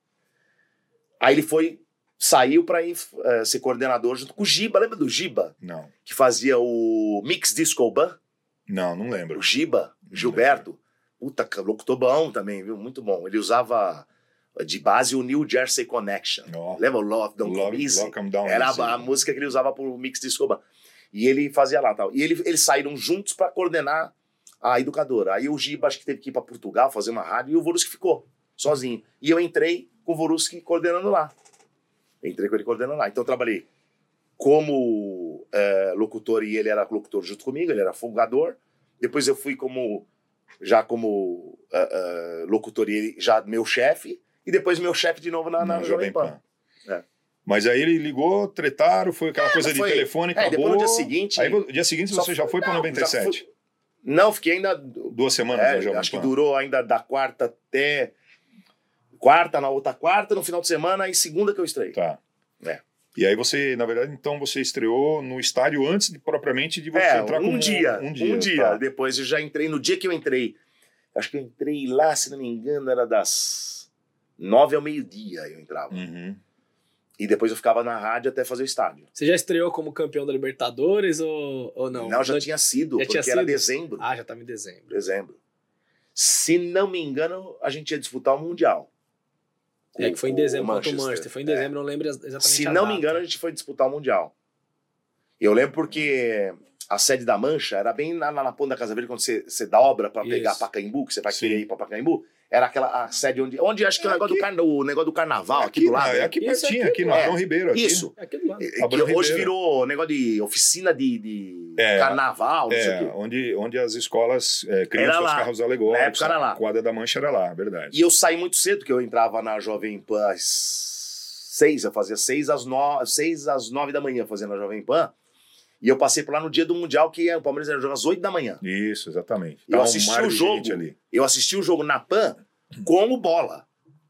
Aí ele foi, saiu pra ir eh, ser coordenador junto com o Giba. Lembra do Giba?
Não,
Que fazia o Mix Disco Ban?
não, não lembro.
O Giba, Gilberto. Puta, cara, locutor bom também, viu? Muito bom. Ele usava de base o New Jersey Connection.
Ó.
Lembra o Love Don't
Love-
Come Easy?
Love Come Down
Era
Easy.
a, a música que ele usava pro Mix Disco Ban. E ele fazia lá tal. E ele, eles saíram juntos pra coordenar a Educadora. Aí o Giba acho que teve que ir pra Portugal fazer uma rádio e o Voruski ficou sozinho. E eu entrei com o Voruski coordenando lá. Entrei com ele coordenando lá. Então eu trabalhei como é, locutor e ele era locutor junto comigo, ele era folgador. Depois eu fui como já como é, é, locutor e ele já meu chefe. E depois meu chefe de novo na, na,
Na
Jovem Pan. É.
Mas aí ele ligou, tretaram, foi aquela
É,
coisa de
foi-
telefone,
é,
acabou.
depois no dia seguinte-
Aí no dia seguinte
Só
você já foi pra
não,
noventa e sete.
já fui- Não, fiquei ainda...
Duas semanas
É,
na Jovem
acho que
Pan.
durou ainda da quarta até... Quarta, na outra quarta, no final de semana, e segunda que eu estrei.
Tá.
É.
E aí você, na verdade, então você estreou no estádio antes de, propriamente de você
É,
entrar
um
como...
dia,
Um dia,
um dia.
tá.
Depois eu já entrei, no dia que eu entrei, acho que eu entrei lá, se não me engano, era das nove ao meio-dia eu entrava.
Uhum.
E depois eu ficava na rádio até fazer o estádio.
Você já estreou como campeão da Libertadores ou, ou não?
Não, já tinha sido,
já
porque
tinha
era
sido?
dezembro.
Ah, já tava em dezembro.
Dezembro. Se não me engano, a gente ia disputar o Mundial.
É, que foi em
O-
dezembro
o
contra o Manchester. Foi em dezembro, não lembro exatamente
Se
a
não
data.
me engano, a gente foi disputar o Mundial. Eu lembro porque a sede da Mancha era bem na, na, na ponta da Casa Verde, quando você, você dobra pra pegar
Isso.
Pacaembu, que você vai
Sim.
querer ir pra Pacaembu. Era aquela a sede onde, onde acho que é o,
É
negócio
aqui.
do carna, o negócio do carnaval, aqui,
Aqui,
do lado.
é
né?
aqui
Isso
pertinho,
aqui
aqui no
é.
Adão Ribeiro. Aqui.
Isso.
É aqui do lado.
E- que
Abreu
hoje
Ribeiro.
virou negócio de oficina de, de
É.
carnaval, não sei o
É,
quê.
onde, onde as escolas é, criam
Era
seus
lá.
carros
Na
alegóricos.
época era lá.
A quadra da Mancha era lá, verdade.
E eu saí muito cedo, porque eu entrava na Jovem Pan às seis, eu fazia seis às nove, seis às nove da manhã fazendo a Jovem Pan. E eu passei por lá no dia do Mundial, que o Palmeiras ia jogar às oito da manhã.
Isso, exatamente.
Eu
Tá um
assisti
mar
o
de
jogo.
gente ali.
Eu assisti o jogo na Pan com o Bola.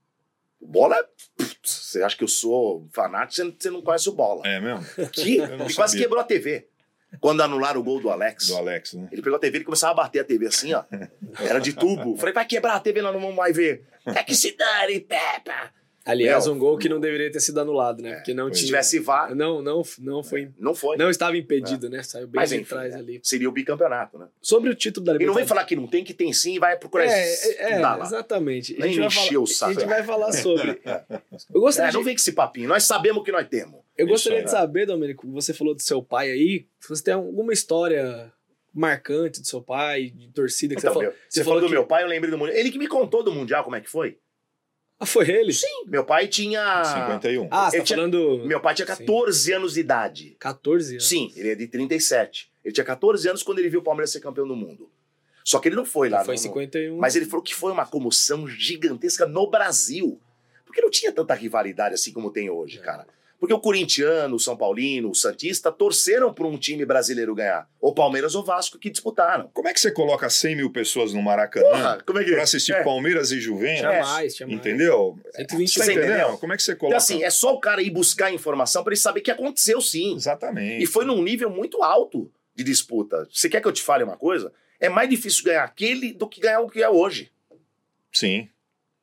O Bola é... Putz, você acha que eu sou fanático, você não- você não conhece o Bola.
É mesmo?
Que
Eu não
ele quase
sabia.
quebrou a T V. Quando anularam o gol do Alex.
Do Alex, né?
Ele pegou a T V e começava a bater a T V assim, ó. Era de tubo. Falei, vai quebrar a T V, nós não vamos mais ver. É que se dane, Pepa.
Aliás,
Meu,
um gol que não deveria ter sido anulado, né? Porque não
pois
Se
tinha.
tivesse V A R,
Não, não, não foi.
não foi.
Não estava impedido, né? Saiu bem
Mas
de
enfim,
trás
né?
ali.
Seria o bicampeonato, né?
Sobre o título da
E não vem
Libertadores.
falar que não tem, que tem sim, e vai procurar
É,
esse-
é, é,
dá lá.
exatamente. A
Nem
gente, vai
encher
falar,
o saco.
a gente vai falar sobre. Eu gostaria,
É, não
de,
vem com esse papinho, nós sabemos o que nós temos.
eu
Isso
gostaria
aí.
de saber, Domênico, você falou do seu pai aí. Se você tem alguma história marcante do seu pai, de torcida que
Então,
você
meu,
falou.
você falou do
que...
meu pai, eu lembrei do Mundial. Ele que me contou do Mundial, como é que foi?
Ah, foi ele?
Sim. Meu pai tinha...
cinquenta e um.
Ah, você
Ele
tá
tinha-
falando.
Meu pai tinha catorze anos de idade.
catorze anos.
Sim, ele é de trinta e sete. Ele tinha catorze anos quando ele viu o Palmeiras ser campeão do mundo. Só que ele não foi lá.
Foi
não- não-
cinquenta e um.
Mas ele falou que foi uma comoção gigantesca no Brasil. Porque não tinha tanta rivalidade assim como tem hoje,
É.
cara. Porque o corintiano, o São Paulino, o Santista torceram para um time brasileiro ganhar. Ou Palmeiras ou Vasco que disputaram.
Como é que você coloca cem mil pessoas no Maracanã
Porra, como é que
pra assistir
é?
Palmeiras e Juventus?
Tinha mais, tinha mais.
Entendeu?
cento e vinte
Você tá
Você
entendendo?
entendeu?
Como é que você
Então,
coloca?
assim, é só o cara ir buscar informação para ele saber que aconteceu sim.
Exatamente.
E foi num nível muito alto de disputa. Você quer que eu te fale uma coisa? É mais difícil ganhar aquele do que ganhar o que é hoje.
Sim.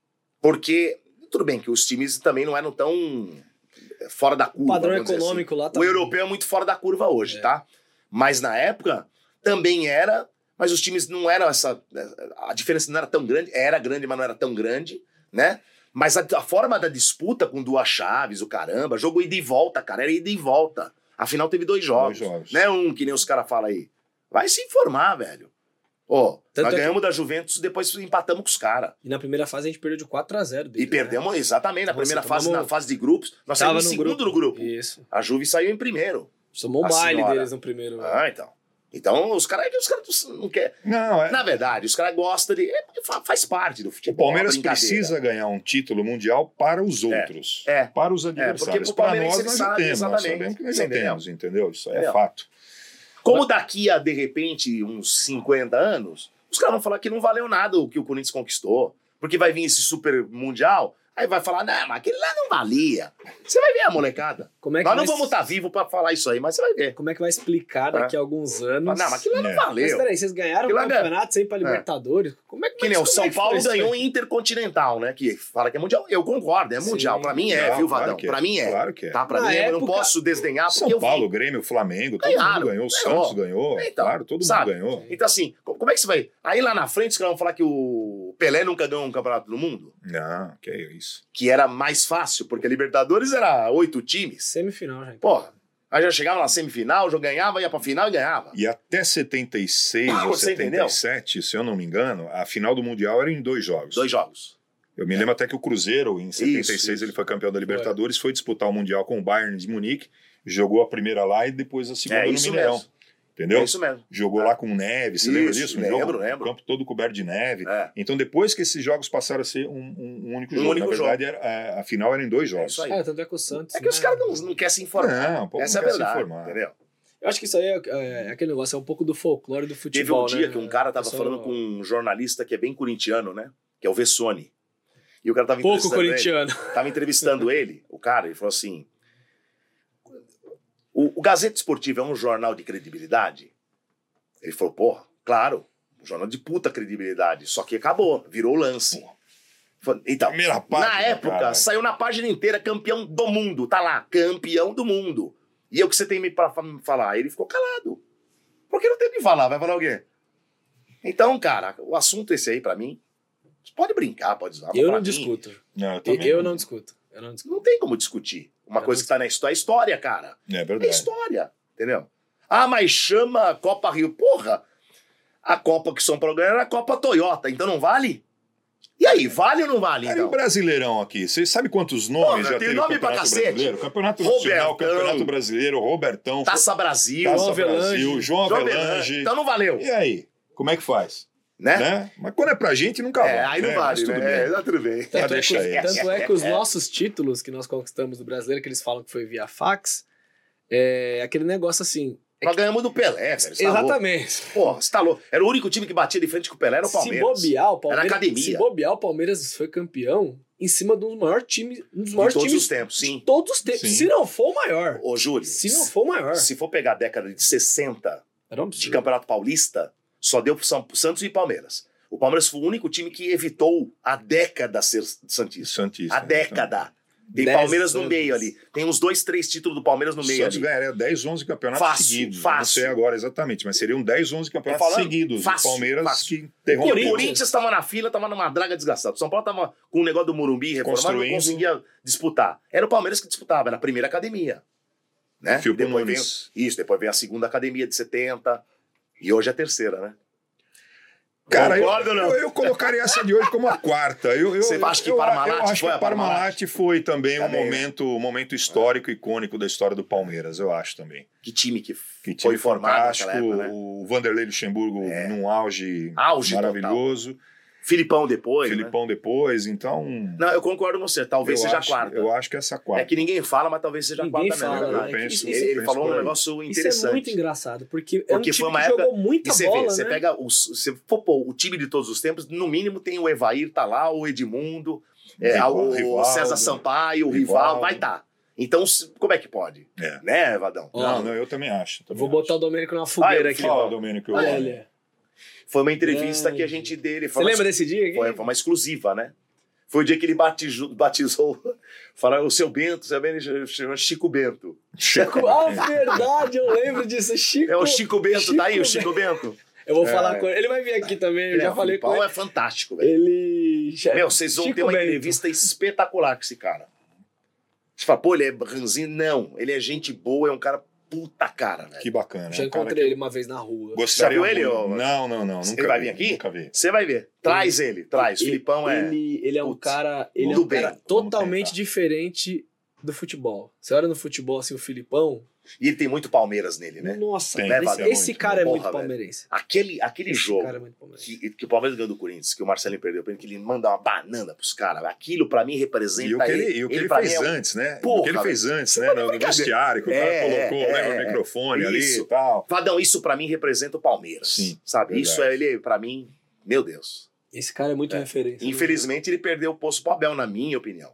Porque, tudo bem que os times também não eram tão fora da curva.
O padrão
vamos dizer
econômico
assim.
lá tá.
O europeu é muito fora da curva hoje,
É.
tá? Mas na época também era, mas os times não eram essa... A diferença não era tão grande, era grande, mas não era tão grande, né? Mas a, a forma da disputa com duas chaves, o caramba, jogo ida e volta, cara, era ida e volta. Afinal teve dois jogos,
Dois jogos.
né? Um que nem os caras falam aí. Vai se informar, velho. Ó,
Tanto
nós
é que-
ganhamos da Juventus, depois empatamos com os caras.
E na primeira fase a gente perdeu de quatro a zero.
E
deles,
perdemos,
né?
exatamente, na
Então,
primeira
assim,
fase,
tomamos-
na fase de grupos, nós
Tava
saímos em segundo no grupo.
Isso.
A Juve saiu em primeiro.
Tomou um
A
baile
senhora.
deles no primeiro. velho.
Ah, então. Então, os caras os caras não querem.
Não, é.
Na verdade, os caras gostam de. é, fa- faz parte do
O
futebol.
Palmeiras
a brincadeira.
precisa ganhar um título mundial para os outros,
é.
para os
porque
adversários.
pro
Para
palmeirense
nós,
ele
nós já
sabe
temos, nós
exatamente.
sabemos que nós já
Entendeu?
temos, entendeu? Isso aí é
Entendeu?
fato.
Como daqui a, de repente, uns cinquenta anos, os caras vão falar que não valeu nada o que o Corinthians conquistou. Porque vai vir esse super mundial, aí vai falar, não, mas aquele lá não valia. Você vai ver a molecada.
Como é que
Nós não
vai-
vamos estar vivos pra falar isso aí, mas você vai ver.
Como é que vai explicar daqui a alguns anos?
Não, mas aquilo lá não
É.
Mas
valeu.
peraí, vocês ganharam o
Aquilo lá
campeonato sem ir pra Libertadores? Como é que
Que nem o
como
São
é que foi
Paulo
isso aí?
ganhou um Intercontinental, né? Que fala que é mundial. Eu concordo, é
Sim.
mundial. Pra mim é,
Não,
viu,
claro
Vadão?
que é.
Pra mim é.
Claro que é.
Tá? Pra
Na
mim é. Eu não
época-
posso desdenhar porque
São
eu
Paulo,
vi.
Grêmio, Flamengo, todo
Ganharam.
mundo ganhou. O
Ganhou.
Santos ganhou.
Então,
claro, todo
sabe?
mundo ganhou.
Então, assim, co- como é que você vai... Aí lá na frente os caras vão falar que o Pelé nunca ganhou um campeonato do mundo?
Não, que é isso.
Que era mais fácil, porque a Libertadores era oito times.
Semifinal, gente.
Porra, aí já chegava na semifinal, já ganhava, ia pra final e ganhava.
E até setenta e seis ou
Você entendeu?
setenta e sete, se eu não me engano, a final do Mundial era em dois jogos.
Dois jogos.
Eu me lembro até que o Cruzeiro, em setenta e seis,
Isso, isso.
ele foi campeão da Libertadores, foi disputar o Mundial com o Bayern de Munique, jogou a primeira lá e depois a segunda
É
no
isso
Mineirão.
mesmo.
Entendeu?
É isso mesmo.
Jogou lá com neve, você lembra
Isso,
disso? Um
lembro,
jogo,
lembro.
O campo todo coberto de neve.
É.
Então, depois que esses jogos passaram a ser um, um- um único
Um
jogo,
único
na verdade, era- a, a final era em dois jogos.
isso aí.
É, tanto é que o Santos.
É que os
né?
caras não, não querem se informar.
Não, o povo
Essa
não
é a
quer se
verdade,
informar.
entendeu?
Eu acho que isso aí é, é aquele negócio, é um pouco do folclore do
Teve
futebol.
um dia
né?
que um cara tava
Pessoal-
falando com um jornalista que é bem corintiano, né? Que é o Vessone. E o cara tava
Pouco
entrevistando
corintiano.
ele. Tava entrevistando ele, o cara, ele falou assim... O, o Gazeta Esportiva é um jornal de credibilidade? Ele falou, porra, claro, um jornal de puta credibilidade. Só que acabou, virou lance. Falei, Então,
Primeira página,
na época,
cara.
saiu na página inteira campeão do mundo. Tá lá, campeão do mundo. E eu que você tem me pra me falar? Ele ficou calado. Por que não tem que falar? Vai falar o quê? Então, cara, o assunto esse aí, pra mim, você pode brincar, pode usar. mas
Eu
pra
não
mim,
discuto.
Não, eu
Eu,
também
eu não discuto. Eu não discuto.
Não tem como discutir. Uma
Eu
coisa
não
que tá na história é história, cara.
É
É
verdade.
história, entendeu? Ah, mas chama a Copa Rio. Porra, a Copa que São Paulo ganhou era a Copa Toyota, então não vale? E aí, vale ou não vale,
Aí o
então?
Brasileirão aqui, você sabe quantos nomes
Porra,
já
tem
teve
nome
o
pra
Campeonato
cacete.
Brasileiro? Campeonato Nacional,
Robertão.
Campeonato Brasileiro, Robertão,
Taça Brasil,
Taça
João Avelange.
Brasil, João
João
Avelange.
Avelange. Então não valeu,
E aí, como é que faz?
né?
Né? Mas quando é pra gente, nunca
É,
vale.
aí não
né?
vale,
Mas tudo
né? É,
bem.
tá tudo bem.
Ah,
Tanto, é
deixa
que,
aí.
tanto é que os nossos títulos que nós conquistamos do brasileiro, que eles falam que foi via fax, é aquele negócio assim. é
Nós
que-
ganhamos do Pelé, velho. Você tá louco.
Exatamente.
Porra, você tá louco. Era o único time que batia de frente com o Pelé, era o
Se
Palmeiras.
bobear, o Palmeiras,
Era academia.
se bobear, o Palmeiras foi campeão em cima de um dos maiores times, um dos
De
maiores
todos
times
os tempos, sim.
de todos os tempos.
Sim.
Se não for o maior.
Ô, Júlio,
Se não for o maior.
se for pegar a década de sessenta
Era um
de
absurdo.
Campeonato Paulista, só deu pro São- Santos e Palmeiras. O Palmeiras foi o único time que evitou a década ser santista.
Santista.
A década. Tem
Dez
Palmeiras no
anos.
meio ali. Tem uns dois, três títulos do Palmeiras no
O
meio
Santos
ali.
ganharia dez, onze campeonatos
Fácil,
seguidos.
fácil.
Não sei agora exatamente, mas seriam dez, onze campeonatos
falando,
seguidos.
fácil,
o Palmeiras
fácil.
que
O
interrompeu.
Corinthians tava na fila, tava numa draga desgastada. O São Paulo tava com o negócio do Morumbi reformado, não
Construindo.
conseguia disputar. Era o Palmeiras que disputava, era a primeira academia. Né?
Filipe
Depois veio,
Nunes.
isso, depois veio a segunda academia de setenta. E hoje é a terceira, né?
Cara, eu,
Concorda ou não?
eu, eu colocaria essa de hoje como a quarta. Eu, eu,
Você acha que
eu,
Parmalat
eu acho
foi
que
a Parmalat?
Parmalat foi também um
Também, né?
momento, um momento histórico, icônico da história do Palmeiras, eu acho também.
Que time que,
Que
foi
time
formado
fantástico,
naquela época, né?
o Vanderlei Luxemburgo
É.
num auge,
Auge
maravilhoso,
Filipão depois, né?
Filipão depois, então...
Não, eu concordo com você. Talvez
eu
seja
acho,
a quarta.
Eu acho que essa é a quarta.
É que ninguém fala, mas talvez seja a
Ninguém
quarta
fala,
mesmo.
eu
né?
penso-
Isso-
Ele,
isso-
ele
penso
falou
por
um
aí.
negócio
Isso
interessante.
é muito engraçado, porque, é um
Porque
time
foi uma
que
época-
jogou muita
E você
bola,
vê, você
né?
pega os. Você for pôr o time de todos os tempos, no mínimo tem o Evair, tá lá, o Edmundo, é,
Rival-
o
Rivaldo,
César Sampaio, o Rival,
Rivaldo.
vai tá. Então, se- como é que pode?
É.
Né, Vadão?
Ó,
Não, não, eu também acho. também
Vou
acho.
botar o Domênico na fogueira
Ah,
aqui.
eu-
Fala,
ó.
Domênico.
Olha
eu-
ele.
Foi uma entrevista
É.
que a gente dele.
Você
Foi uma,
lembra desse dia aqui?
foi, foi uma exclusiva, né? Foi o dia que ele batizou, batizou falaram, o seu Bento, sabe? Ele chama Chico Bento.
Chico, ah, verdade, eu lembro disso. Chico,
é o Chico Bento,
Chico
tá aí o Chico Bento?
Eu vou
é.
falar com ele. Ele vai vir aqui também, eu
é,
já falei com ele.
O é fantástico, velho.
Ele...
Meu, vocês vão
Chico
ter uma
Bento.
entrevista espetacular com esse cara. Você fala, pô, ele é ranzinho? Não, ele é gente boa, é um cara puta cara, velho.
Que bacana.
Já
é um cara
encontrei
que
ele uma vez na rua.
Gostaria
Já viu ele,
muito.
ô?
Não, não, não.
Ele
Nunca
vai
vi,
vir aqui?
Nunca vi.
Você vai ver. Traz ele, traz.
Ele,
Filipão é...
Ele, ele é um
Putz,
cara, ele é
do
um cara
bem.
totalmente
tentar.
diferente do futebol. Você olha no futebol, assim, o Filipão...
E ele tem muito Palmeiras nele, né?
Nossa,
Tem,
esse,
tem
esse
muito,
cara é
porra,
muito
velho.
palmeirense.
Aquele, aquele
Esse
jogo
cara é muito palmeirense.
que, que o Palmeiras ganhou do Corinthians, que o Marcelinho perdeu, que ele manda uma banana pros caras. Aquilo pra mim representa
E o que ele,
ele.
e o que ele,
pra
fez
mim é um-
antes, né?
Porra,
o que ele fez antes, né? No, no vestiário, que o
É,
cara colocou
é,
né, o
é.
microfone ali
Isso.
e tal.
Vadão, isso pra mim representa o Palmeiras.
Sim,
sabe?
verdade.
Isso é ele, pra mim, meu Deus.
Esse cara é muito
É.
referência.
Infelizmente ele perdeu o posto pro Abel, na minha opinião.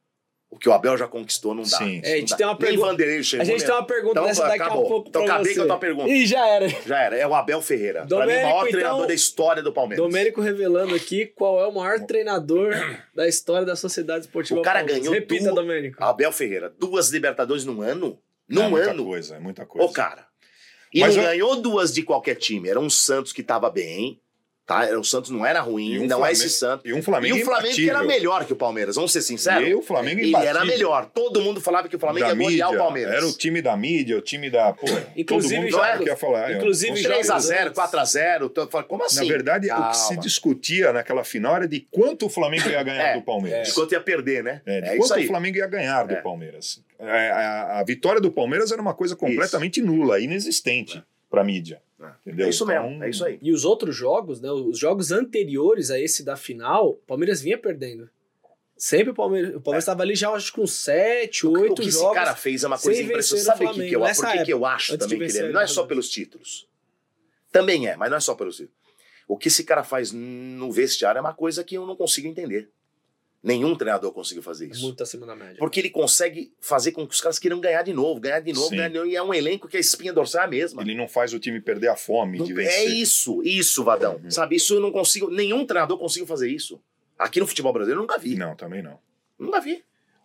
O que o Abel já conquistou não dá.
Sim,
É, a gente tem uma
Nem
pergunta.
Vanderlei chegou
A gente tem
mesmo.
uma pergunta
Então,
dessa daqui
acabou.
a pouco
Então
pra
acabei
você.
com a tua pergunta.
Ih, já era.
Já era, é o Abel Ferreira. pra mim,
Domênico,
o maior
então-
treinador da história do Palmeiras.
Domênico revelando aqui qual é o maior treinador da história da Sociedade Esportiva
O cara
Palmeiras.
ganhou
Repita,
du-
Domênico.
Abel Ferreira, duas Libertadores num ano?
É
Num
muita
ano.
coisa, é muita coisa.
Ô, cara. E
Mas
não
eu-
ganhou duas de qualquer time. Era um Santos que tava bem, tá? Era, o Santos não era ruim,
E um
não
Flamengo-
é esse Santos.
E um Flamengo
E o Flamengo que era
imbatível.
melhor que o Palmeiras, vamos ser sinceros.
E o Flamengo
Ele
imbatível.
era melhor. Todo mundo falava que o Flamengo
Da
ia golear
mídia,
o Palmeiras.
Era o time da mídia, o time da... Pô,
Inclusive,
todo mundo
jogos-
já quer falar. é,
inclusive,
com
três a
jogos
zero,
antes.
quatro a zero. tô- Como assim?
Na verdade, o
Calma.
que se discutia naquela final era de quanto o Flamengo ia ganhar
É,
do Palmeiras.
De quanto ia perder, né?
É, de
É
quanto
isso aí.
o Flamengo ia ganhar do
É.
Palmeiras. A, a- a vitória do Palmeiras era uma coisa completamente nula, inexistente para a mídia. Entendeu?
É isso
Então,
mesmo, é isso aí.
E os outros jogos, né? Os jogos anteriores a esse da final, o Palmeiras vinha perdendo. Sempre o Palmeiras. O Palmeiras estava ali já, acho que com sete,
O
oito
que esse
jogos.
cara fez é uma coisa
sem
impressionante.
vencer o
Sabe o que, que eu,
Flamengo,
por que,
nessa
que eu acho
antes de
também que ele
vencer
é? Não é
a
só
Libertadores.
pelos títulos. Também é, mas não é só pelos títulos. O que esse cara faz no vestiário é uma coisa que eu não consigo entender. Nenhum treinador conseguiu fazer isso.
Muito acima da média.
Porque ele consegue fazer com que os caras queiram ganhar de novo, ganhar de novo,
Sim.
ganhar de novo. E é um elenco que a espinha dorsal é a mesma.
Ele não faz o time perder a fome de
Não-
vencer.
é isso, isso, Vadão.
Uhum.
Sabe, isso eu não consigo. Nenhum treinador conseguiu fazer isso. Aqui no futebol brasileiro eu nunca vi.
Não, também não.
Nunca vi.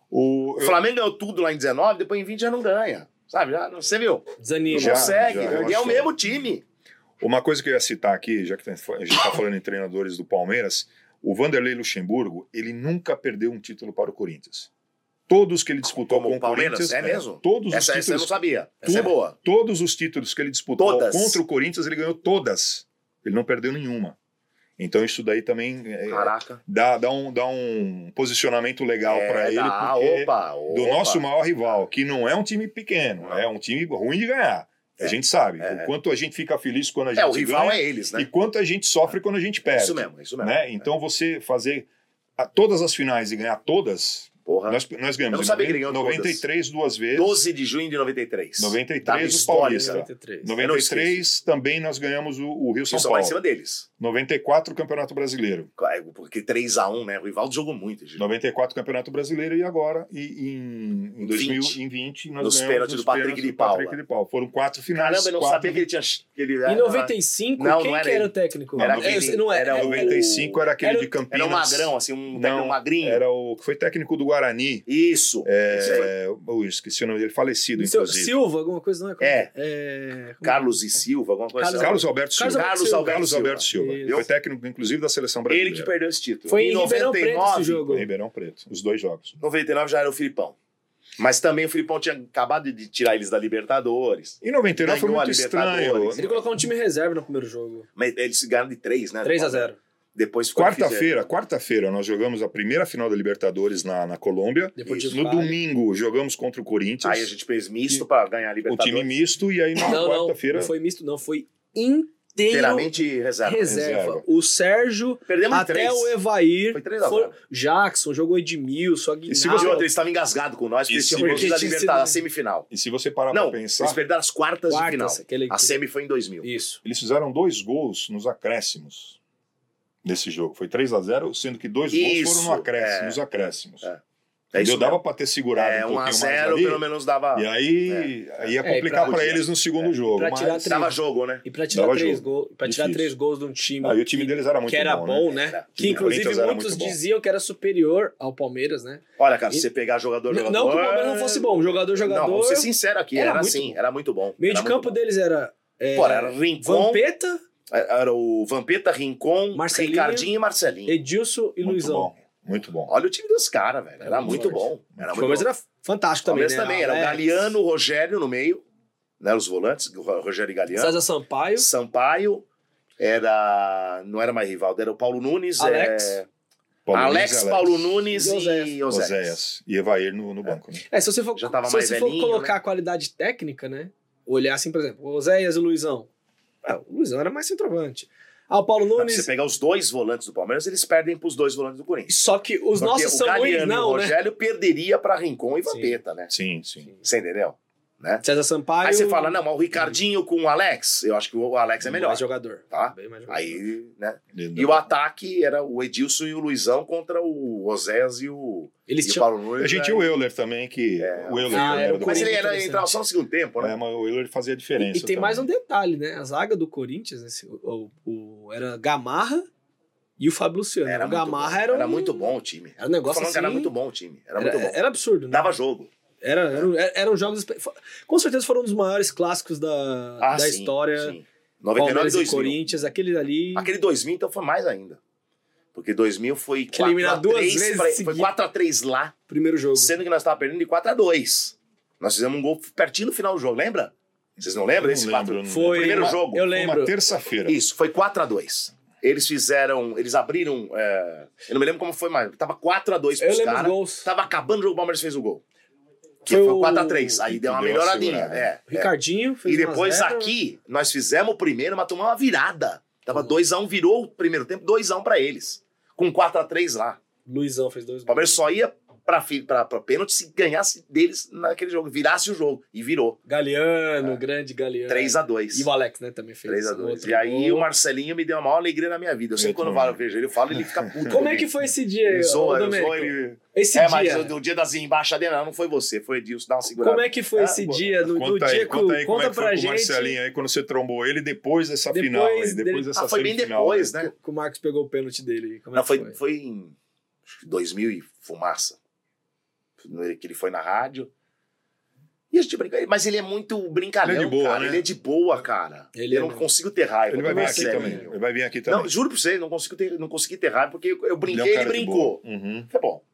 O,
O Flamengo ganhou tudo lá em dezenove, depois em vinte já não ganha. Sabe? Já, você viu?
Desanima.
Não
Já,
consegue.
já, eu
e é o
acho-
mesmo time.
Uma coisa que eu ia citar aqui, já que a gente está falando em treinadores do Palmeiras, o Vanderlei Luxemburgo, ele nunca perdeu um título para o Corinthians. Todos que ele disputou
Como
com
o
o
Palmeiras?
Corinthians...
É mesmo?
Todos
Essa,
os
essa eu não
títulos,
sabia. Essa é
tudo.
boa.
todos os títulos que ele disputou
Todas.
contra o Corinthians, ele ganhou todas. Ele não perdeu nenhuma. Então isso daí também é,
Caraca.
dá, dá, um, dá um posicionamento legal
É,
para ele,
dá,
porque
opa,
do
opa.
nosso maior rival, que não é um time pequeno,
Não.
é um time ruim de ganhar. A
É,
gente sabe
é.
o quanto a gente fica feliz quando a gente
É, o rival
ganha
é eles, né?
e quanto a gente sofre quando a gente perde.
Isso mesmo, isso mesmo.
Né? Então você fazer a- todas as finais e ganhar todas,
Porra.
nós, nós ganhamos
Eu não
em
sabia que ele
noventa-
ganhou
noventa e três duas vezes,
doze de junho de noventa e três.
noventa e
Data
três o
histórica.
Paulista.
noventa e três.
noventa e três também nós ganhamos o, o Rio São
Só vai em
Paulo.
cima deles.
noventa e quatro o Campeonato Brasileiro.
Porque três a um, né? O Rivaldo jogou muito, gente.
noventa e quatro Campeonato Brasileiro e agora e, em, em dois mil e vinte nós
Nos
ganhamos
pênaltis
os
do Patrick
pênaltis
de Paula.
Patrick de Paula. Foram quatro finais.
Caramba, eu não
quatro
sabia que ele tinha. Que ele,
Em noventa e cinco,
Não,
quem
não era
que era
ele.
o técnico?
Era
É,
aquele-
não é,
era
é
o-
noventa e cinco era aquele
era o-
de Campinas.
Era um magrão, assim, um técnico
Não,
magrinho.
Era o que foi técnico do Guarani.
Isso. Esse foi.
É, eu esqueci o nome dele, falecido,
Seu-
inclusive.
Silva, alguma coisa, não é?
É.
é...
Carlos e Silva, alguma coisa
Carlos-
assim.
Carlos Alberto Silva.
Carlos
Carlos Alberto
Carlos
Silva.
Alberto Silva.
Isso.
Ele foi técnico, inclusive, da seleção brasileira.
Ele que perdeu esse título.
Foi em
em
Ribeirão
noventa e
Preto
nove,
esse jogo.
Em Ribeirão Preto, os dois jogos.
noventa e nove já era o Filipão. Mas também o Filipão tinha acabado de tirar eles da Libertadores.
Em noventa e nove foi
Ganhou a
muito estranho.
Libertadores.
Ele colocou um time reserva no primeiro jogo.
Mas eles ganharam de três, né?
três a zero.
Depois ficou
Quarta-feira, quarta-feira, nós jogamos a primeira final da Libertadores na, na Colômbia.
Depois de
No
Vale.
domingo, jogamos contra o Corinthians.
Aí a gente fez misto pra ganhar a
o
Libertadores.
time misto, e aí na
Não, não,
quarta-feira...
não foi misto, não. Foi inteiro
Inteiramente reserva.
reserva.
reserva.
O Sérgio,
Perdemos em
até
três.
o Evair,
Foi três a
foram-
zero.
Jackson, jogou Edmilson,
E se
E
Aguinaldo.
outra, eles estavam engasgados com nós, porque
E
eles
se
tinham perdido a
você-
Libertadores, a semifinal.
E se você parar
Não,
pra pensar,
eles perderam as quartas, de final.
Quartas, aquele-
A semi foi em dois mil.
Isso.
eles fizeram dois gols nos acréscimos nesse jogo. Foi três a zero, sendo que dois
Isso,
gols foram no acréscimo,
é,
nos acréscimos.
é. É isso
Entendeu? Dava
mesmo.
pra ter segurado
É,
um pouquinho
um a
mais
zero
ali.
pelo menos dava.
E aí
É.
ia
É,
complicar
e pra-
pra eles no segundo
É.
jogo.
Pra tirar
mas...
três-
Dava jogo, né?
E pra tirar,
Dava
três,
jogo.
gol, pra tirar
Difícil.
três gols de um time,
Ah, e o time deles era muito
que era
bom,
bom,
né?
né?
Era.
Que inclusive
Corinthians era
muitos
muito bom.
diziam que era superior ao Palmeiras, né?
Olha, cara,
E-
se você pegar jogador, jogador.
Não que o Palmeiras não fosse bom, jogador, jogador.
Não, vamos ser sincero aqui,
era
era,
muito
assim,
bom.
era muito bom.
Meio
era
de
muito
campo
bom.
deles era. É,
Pô, era Rincon,
Vampeta,
era o Vampeta, Rincon,
Marcelinho,
Ricardinho e Marcelinho.
Edilson e
Muito
Luizão.
bom, muito bom.
Olha o time dos caras, velho. Era
Era
muito
muito
bom. Era
O
muito
Palmeiras
bom.
era fantástico
O
também,
Palmeiras
né?
também, era o
Alex,
Galeano, o Rogério no meio, né? Os volantes, o Rogério e Galeano.
César Sampaio,
Sampaio, era. Não era mais Rivaldo, era o Paulo Nunes.
Alex.
é,
Paulo
Alex,
Nunes,
Paulo Nunes
E
e
Oséias.
Oséias.
Oséias. E Evair no, no banco, né?
É, se você for,
Já tava
se
mais
você for
velhinho,
colocar
né?
a qualidade técnica, né? Olhar assim, por exemplo, o Oséias e o Luizão. Ah, o Luizão era mais centroavante. Ah, o Paulo
Não,
Nunes.
se você pegar os dois volantes do Palmeiras, eles perdem pros dois volantes do Corinthians.
Só que os
Porque
nossos
o
são ruins,
Galeano e o
não, né?
Rogério perderia pra Rincon e
Sim.
Vampeta, né?
Sim, sim.
Você entendeu? Né?
César Sampaio.
Aí você fala, não, mas o Ricardinho com o Alex, eu acho que o Alex é melhor.
Mais jogador.
Tá?
Bem mais jogador.
Aí, né? E o ataque era o Edilson e o Luizão contra o Oséias e o,
Eles
e o
tinham.
Paulo Nunes.
A gente
né?
tinha o Euler também, que...
É.
O Euler
Ah,
também
era
era
o
do
Mas ele
Corinthians,
era,
interessante.
entrava só no segundo tempo, né?
É, mas o Euler fazia diferença
E, e tem mais um
também.
detalhe, né? A zaga do Corinthians, esse, o, o- era Gamarra e o Fábio Luciano.
Era
o
muito
Gamarra
bom.
era um,
Era muito bom o time.
Era um negócio
Tô falando
assim.
que era muito bom o time. Era,
Era,
muito bom.
era absurdo, né?
Dava jogo.
Era, era, eram jogos. espe- Com certeza foram um dos maiores clássicos da,
Ah,
da
sim,
história.
sim. noventa e nove e
Palmeiras e
dois mil.
Corinthians, aquele ali.
Aquele dois mil, então, foi mais ainda. Porque dois mil foi
Que eliminar duas
quatro a três
vezes
pra- Foi
seguidas.
quatro a três lá,
Primeiro jogo.
sendo que nós estávamos perdendo de quatro a dois. Nós fizemos um gol pertinho do final do jogo, lembra? Vocês não lembram
Eu
desse
não
quatro?
lembro, não
Foi.
Primeiro
uma-
jogo.
Eu
Foi
lembro.
uma terça-feira.
Isso, foi quatro a dois. Eles fizeram, eles abriram, é, eu não me lembro como foi mais, tava quatro a dois
Eu
pros
lembro os
caras.
gols.
Tava acabando o jogo, o Palmeiras fez o gol. Que
Foi
foi
o-
quatro a três. Aí
que
deu uma
deu uma
melhoradinha.
segurada.
É, é.
Ricardinho fez
E depois
um a zero.
aqui, nós fizemos o primeiro, mas tomamos uma virada. Tava dois a um, virou o primeiro tempo dois a um pra eles. Com quatro a três lá.
Luizão fez dois
O Palmeiras só ia pra, fi- pra, pra pênalti se ganhasse deles naquele jogo. Virasse o jogo. E virou.
Galeano, grande Galeano.
três a dois.
E o Alex, né, também fez.
três a
um
dois.
outro
E aí
gol.
o Marcelinho me deu a maior alegria na minha vida. Eu sempre
Eu
quando
também.
eu vejo ele, eu falo, ele fica puto.
Como é
comigo.
que foi esse dia,
Ele
ô,
zoa, ele
Domênico?
zoa, ele...
Esse
É,
dia.
mas o, o dia das embaixadeiras, não, não foi você, foi Edilson, dá uma segurada.
Como é que foi
Ah,
esse
pô.
dia? No, no
Conta aí,
dia
conta
que,
aí como
conta
é que foi
pra
com o
gente.
Marcelinho aí, quando você trombou ele depois dessa
Depois
final aí,
dele-
depois dessa
Ah, foi bem
semifinal,
depois,
né?
né?
Que o Marcos pegou o pênalti dele. Como é
Não,
que
foi, foi em dois mil e fumaça. Que ele foi na rádio. E a gente brinca, mas ele é muito brincalhão,
Ele é de boa,
cara.
né?
Ele é de boa, cara.
Ele
eu
é
não
mesmo.
consigo ter raiva.
Ele vai
do
vir aqui
Marcelinho.
também. Ele vai vir aqui também.
Não, juro pra você, não consigo ter, não consegui ter raiva, porque eu, eu brinquei,
Ele é um
ele,
cara de
brincou.
boa. Uhum.
Foi bom.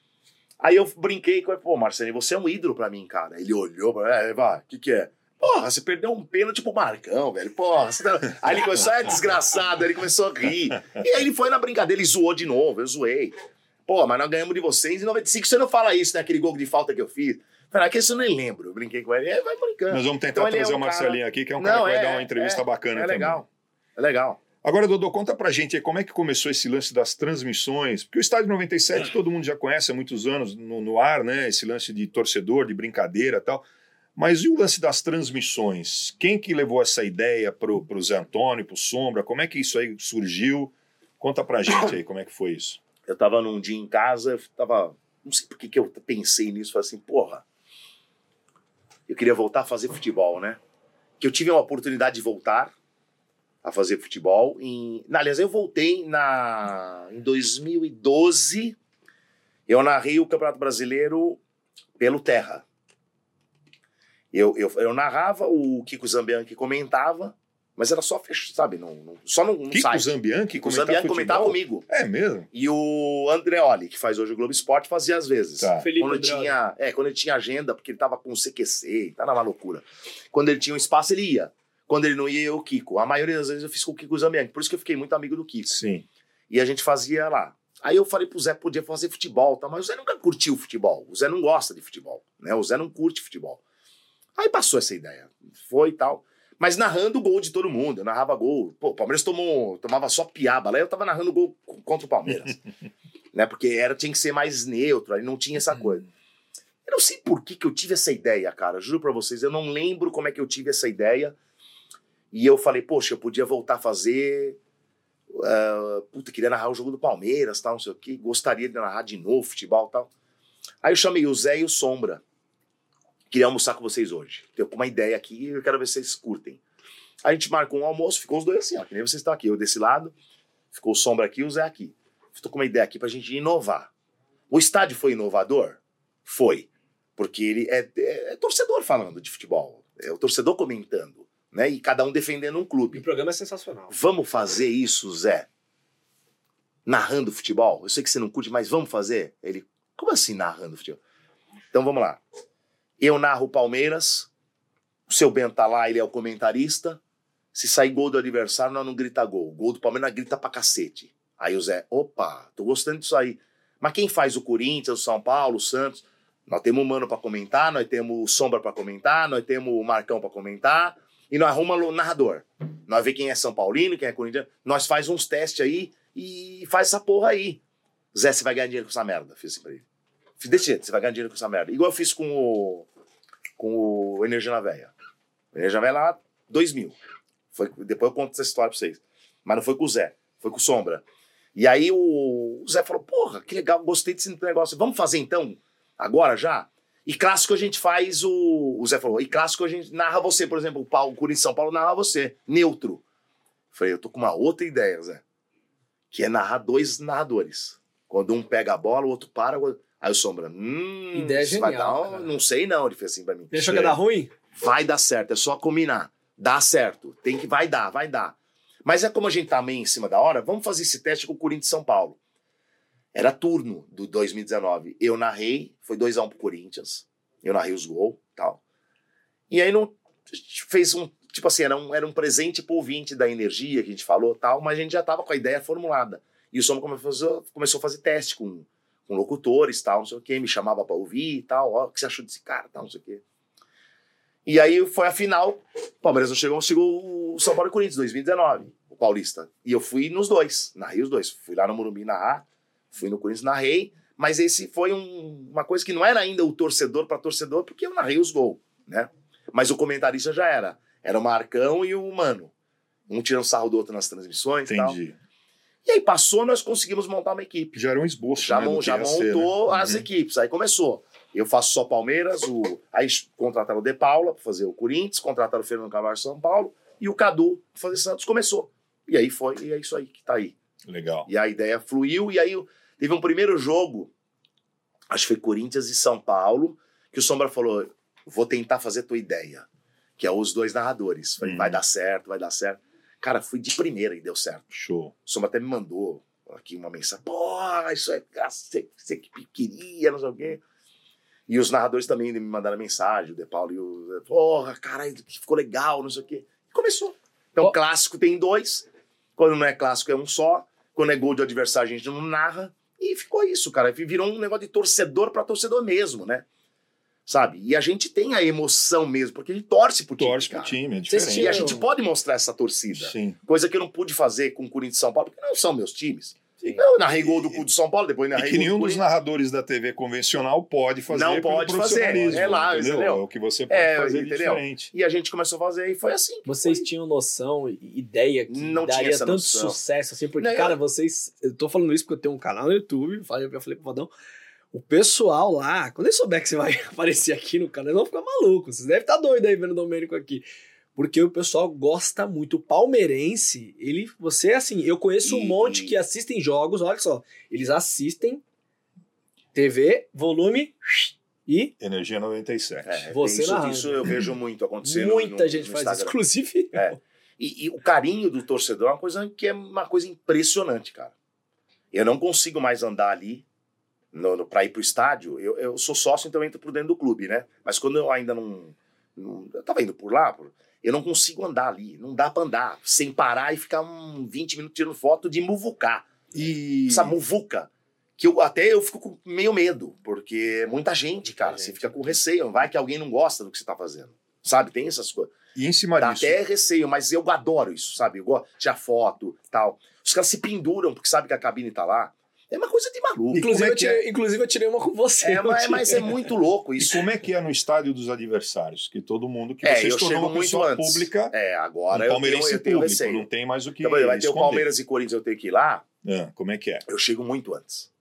Aí eu brinquei com ele, pô, Marcelinho, você é um ídolo pra mim, cara. Ele olhou pra mim, é, vai, o que que é? Porra, você perdeu um pênalti pro Marcão, velho. Porra, você tá... Aí ele começou, é desgraçado, aí ele começou a rir. E aí ele foi na brincadeira, ele zoou de novo, eu zoei. Pô, mas nós ganhamos de vocês em noventa e cinco, você não fala isso, né? Aquele gol de falta que eu fiz. Falei, aquele eu nem lembro. Eu brinquei com ele, e aí vai brincando.
Nós vamos tentar
Então ele é
trazer
um
o Marcelinho
cara-
aqui, que é um
Não,
cara que vai
é,
dar uma entrevista
é,
bacana
É
também.
legal, é legal.
Agora, Dodô, conta pra gente aí como é que começou esse lance das transmissões, porque o Estádio noventa e sete todo mundo já conhece há muitos anos no, no ar, né? Esse lance de torcedor, de brincadeira e tal. Mas e o lance das transmissões? Quem que levou essa ideia pro, pro Zé Antônio, pro Sombra? Como é que isso aí surgiu? Conta pra gente aí como é que foi isso.
Eu tava num dia em casa, eu tava... Não sei por que que eu pensei nisso, falei assim, porra, eu queria voltar a fazer futebol, né? Que eu tive a oportunidade de voltar a fazer futebol. Em... Aliás, eu voltei na... em dois mil e doze, eu narrei o Campeonato Brasileiro pelo Terra. Eu, eu, eu narrava, o Kiko Zambianchi comentava, mas era só fechado, sabe? Não, não, só no, no
Kiko
site.
Zambianchi
Kiko
comentar
Zambianchi
futebol?
comentava comigo.
É mesmo?
E o Andreoli, que faz hoje o Globo Esporte, fazia às vezes.
Tá.
Felipe
Quando
Andreoli.
tinha, é, quando ele tinha agenda, porque ele tava com o C Q C, tá na loucura. Quando ele tinha um espaço, ele ia. Quando ele não ia, eu, o Kiko. A maioria das vezes eu fiz com o Kiko Zambianchi, por isso que eu fiquei muito amigo do Kiko.
Sim.
E a gente fazia lá. Aí eu falei pro Zé, podia fazer futebol, tá? Mas o Zé nunca curtiu futebol. O Zé não gosta de futebol, né? O Zé não curte futebol. Aí passou essa ideia. Foi e tal. Mas narrando o gol de todo mundo. Eu narrava gol. Pô, o Palmeiras tomou, tomava só piaba. Lá eu tava narrando gol contra o Palmeiras. Né? Porque era, tinha que ser mais neutro. Aí não tinha essa coisa. Eu não sei por que, que eu tive essa ideia, cara. Juro pra vocês. Eu não lembro como é que eu tive essa ideia. E eu falei, poxa, eu podia voltar a fazer... Uh, puta, queria narrar o jogo do Palmeiras, tal, não sei o quê. Gostaria de narrar de novo futebol e tal. Aí eu chamei o Zé e o Sombra. Queria almoçar com vocês hoje. Tenho uma ideia aqui e eu quero ver se vocês curtem. Aí a gente marcou um almoço, ficou os dois assim, ó, que nem vocês estão aqui. Eu desse lado, ficou o Sombra aqui e o Zé aqui. Estou com uma ideia aqui pra gente inovar. O estádio foi inovador? Foi. Porque ele é, é, é torcedor falando de futebol. É o torcedor comentando, né? E cada um defendendo um clube.
O programa é sensacional.
Vamos fazer isso, Zé? Narrando futebol? Eu sei que você não curte, mas vamos fazer? Ele, como assim narrando futebol? Então vamos lá. Eu narro o Palmeiras, o seu Bento tá lá, ele é o comentarista. Se sair gol do adversário, nós não grita gol. Gol do Palmeiras, nós grita pra cacete. Aí o Zé, opa, tô gostando disso aí. Mas quem faz o Corinthians, o São Paulo, o Santos? Nós temos o Mano pra comentar, nós temos o Sombra pra comentar, nós temos o Marcão pra comentar, e nós arrumamos o narrador. Nós vê quem é São Paulino, quem é Corinthians, nós faz uns testes aí e faz essa porra aí. Zé, você vai ganhar dinheiro com essa merda. Fiz assim pra ele. Desse jeito, você vai ganhar dinheiro com essa merda. Igual eu fiz com o, com o Energia na Veia. O Energia na Veia lá, dois mil. Foi, depois eu conto essa história pra vocês. Mas não foi com o Zé, foi com o Sombra. E aí o, o Zé falou, porra, que legal, gostei desse negócio. Vamos fazer então? Agora já? E clássico a gente faz o... O Zé falou, e clássico a gente narra você, por exemplo, o Paulo, o Corinthians São Paulo narra você, neutro. Eu falei, eu tô com uma outra ideia, Zé. Que é narrar dois narradores. Quando um pega a bola, o outro para... O... Aí o Sombra, hum...
Ideia
genial, vai dar um... Não sei não, ele fez assim pra mim.
Deixa que dar ruim?
Vai dar certo, é só combinar. Dá certo, tem que... Vai dar, vai dar. Mas é como a gente tá meio em cima da hora, vamos fazer esse teste com o Corinthians e São Paulo. Era turno do dois mil e dezenove. Eu narrei, foi dois a um pro Corinthians. Eu narrei os gols e tal. E aí não fez um, tipo assim, era um, era um presente pro ouvinte da energia que a gente falou tal, mas a gente já tava com a ideia formulada. E o Sombra começou, começou a fazer teste com, com locutores tal, não sei o quê, me chamava pra ouvir e tal, ó, o que você achou desse cara tal, não sei o quê. E aí foi a final, o Palmeiras não chegou, chegou o São Paulo e Corinthians, dois mil e dezenove, o Paulista. E eu fui nos dois, narrei os dois. Fui lá no Morumbi narrar, fui no Corinthians, narrei, mas esse foi um, uma coisa que não era ainda o torcedor para torcedor, porque eu narrei os gols, né? Mas o comentarista já era. Era o Marcão e o Mano. Um tirando sarro do outro nas transmissões e tal.
Entendi.
E aí passou, nós conseguimos montar uma equipe.
Já era um esboço,
Já,
né,
mon-
do que
já
ia ser,
montou
né?
as
Uhum.
equipes. Aí começou. Eu faço só Palmeiras, o... aí contrataram o De Paula para fazer o Corinthians, contrataram o Fernando Carvalho São Paulo e o Cadu para fazer Santos. Começou. E aí foi, e é isso aí que tá aí.
Legal.
E a ideia fluiu, e aí teve um primeiro jogo, acho que foi Corinthians e São Paulo, que o Sombra falou, vou tentar fazer tua ideia, que é os dois narradores. Falei,
Hum.
vai dar certo, vai dar certo. Cara, fui de primeira e deu certo.
Show.
O Sombra até me mandou aqui uma mensagem, pô, isso é você, você que queria, não sei o quê. E os narradores também me mandaram mensagem, o De Paulo e o... Porra, cara, ficou legal, não sei o quê. E começou. Então,
Oh.
clássico tem dois, quando não é clássico é um só, quando é gol de adversário a gente não narra, e ficou isso, cara. Virou um negócio de torcedor pra torcedor mesmo, né? Sabe? E a gente tem a emoção mesmo, porque a gente torce pro time,
Torce pro
cara.
time, é
Vocês
diferente.
E a gente pode mostrar essa torcida.
Sim.
Coisa que eu não pude fazer com o Corinthians e São Paulo, porque não são meus times.
Sim.
Eu narrei gol do Cu de São Paulo, depois
E
narrei
que
gol do
nenhum dos
Corinthians.
narradores da T V convencional pode fazer
Não
pelo
pode fazer,
profissionalismo,
é lá,
entendeu?
entendeu?
É o que você pode
É,
fazer de
entendeu?
diferente.
E a gente começou a fazer e foi assim.
Vocês
Foi.
tinham noção e ideia que
Não tinha
daria
essa
tanto
noção.
sucesso assim? Porque,
Não, eu-
cara, vocês... Eu tô falando isso porque eu tenho um canal no YouTube, eu falei, eu falei pro Vadão, o pessoal lá, quando eles souber que você vai aparecer aqui no canal, eles vão ficar malucos. Vocês devem estar doidos aí vendo o Domênico aqui. Porque o pessoal gosta muito. O palmeirense, ele... Você, assim, eu conheço um
E-
monte que assistem jogos, olha só. Eles assistem T V, volume e
Energia noventa e sete.
É,
Você
isso,
narrando.
isso eu vejo muito acontecer.
muita
no,
gente
no
faz isso.
Instagram.
Inclusive,
É. E, e o carinho do torcedor é uma coisa que é uma coisa impressionante, cara. Eu não consigo mais andar ali no, no, pra ir pro estádio. Eu, eu sou sócio, então eu entro por dentro do clube, né? Mas quando eu ainda não... não eu tava indo por lá, por, eu não consigo andar ali. Não dá pra andar sem parar e ficar um vinte minutos tirando foto de muvucar.
E...
Essa muvuca. Que eu, até eu fico com meio medo, porque é muita gente, cara.
gente.
Você fica com receio. Vai que alguém não gosta do que você tá fazendo. Sabe? Tem essas coisas.
E em cima
Dá
disso,
até receio, mas eu adoro isso, sabe? Eu gosto de tirar foto e tal. Os caras se penduram porque sabe que a cabine tá lá. É uma coisa de maluco.
inclusive,
como é
eu
que
tirei, inclusive eu tirei uma com você.
É,
eu
mas,
tirei.
mas é muito louco
e
isso.
como é que é no estádio dos adversários? Que todo mundo que
É,
você
eu
se tornou
chego
uma
muito
pessoa
antes.
pública,
É,
um
agora eu tenho,
palmeirense
eu tenho
público,
receio.
não tem mais o que
Então, por exemplo, vai ter o
esconder.
Palmeiras e Corinthians, eu tenho que ir lá.
Ah, como é que é?
Eu chego muito antes.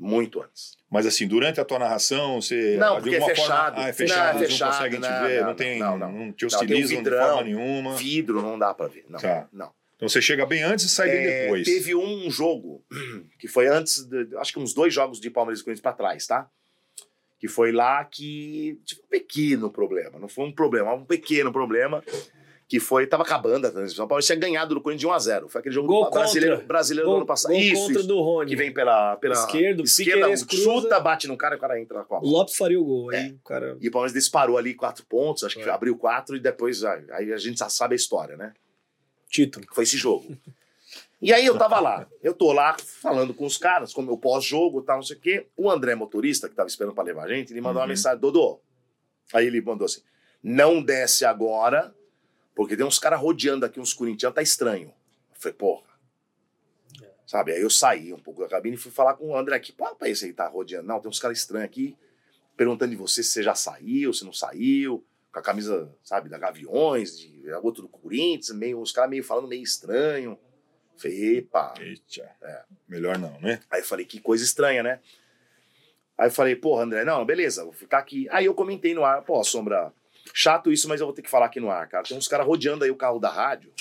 Muito antes.
Mas assim, durante a tua narração, você...
Não,
de
porque é
alguma
fechado.
Forma, ah, é fechado,
não, é fechado,
não conseguem
não,
te ver, não,
não,
tem,
não,
não,
não.
não te
Não, tem um
hostilizam
vidrão,
de forma nenhuma.
Vidro não dá pra ver. Não,
Tá.
não.
Então você chega bem antes e sai bem
É,
depois.
teve um jogo que foi antes, de, acho que uns dois jogos de Palmeiras e Corinthians pra trás, tá? Que foi lá que tive um pequeno problema. Não foi um problema, um pequeno problema. Que foi, tava acabando a transmissão. O Palmeiras tinha ganhado do Corinthians de um a zero. Foi aquele jogo
Gol
do brasileiro,
contra.
brasileiro
Gol,
do ano passado.
gol
Isso,
contra
isso.
do Rony.
Que vem pela, pela
Esquerdo,
esquerda,
Piqueires cruza.
chuta, bate no cara e o cara entra com a
O
bola.
Lopes faria o gol. Aí
É.
o cara...
E o Palmeiras disparou ali quatro pontos, acho que
É.
abriu quatro e depois aí aí a gente já sabe a história, né?
Título.
Foi esse jogo. E aí eu tava lá, eu tô lá falando com os caras, como eu pós-jogo e tal, não sei o quê. O André, motorista, que tava esperando pra levar a gente, ele mandou
Uhum.
uma mensagem, Dodô. Aí ele mandou assim, não desce agora, porque tem uns caras rodeando aqui, uns corintianos, tá estranho. Eu falei, porra. Sabe, aí eu saí um pouco da cabine e fui falar com o André aqui, pô, pra esse aí tá rodeando. Não, tem uns caras estranhos aqui, perguntando de você se você já saiu, se não saiu, com a camisa, sabe, da Gaviões, de outro do Corinthians, meio, os caras meio falando meio estranho. Falei, epa.
Eita.
É.
Melhor não, né?
Aí eu falei, que coisa estranha, né? Aí eu falei, porra, André, não, beleza, vou ficar aqui. Aí eu comentei no ar, pô, Sombra, chato isso, mas eu vou ter que falar aqui no ar, cara. Tem uns caras rodeando aí o carro da rádio,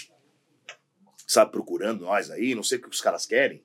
sabe, procurando nós aí, não sei o que os caras querem.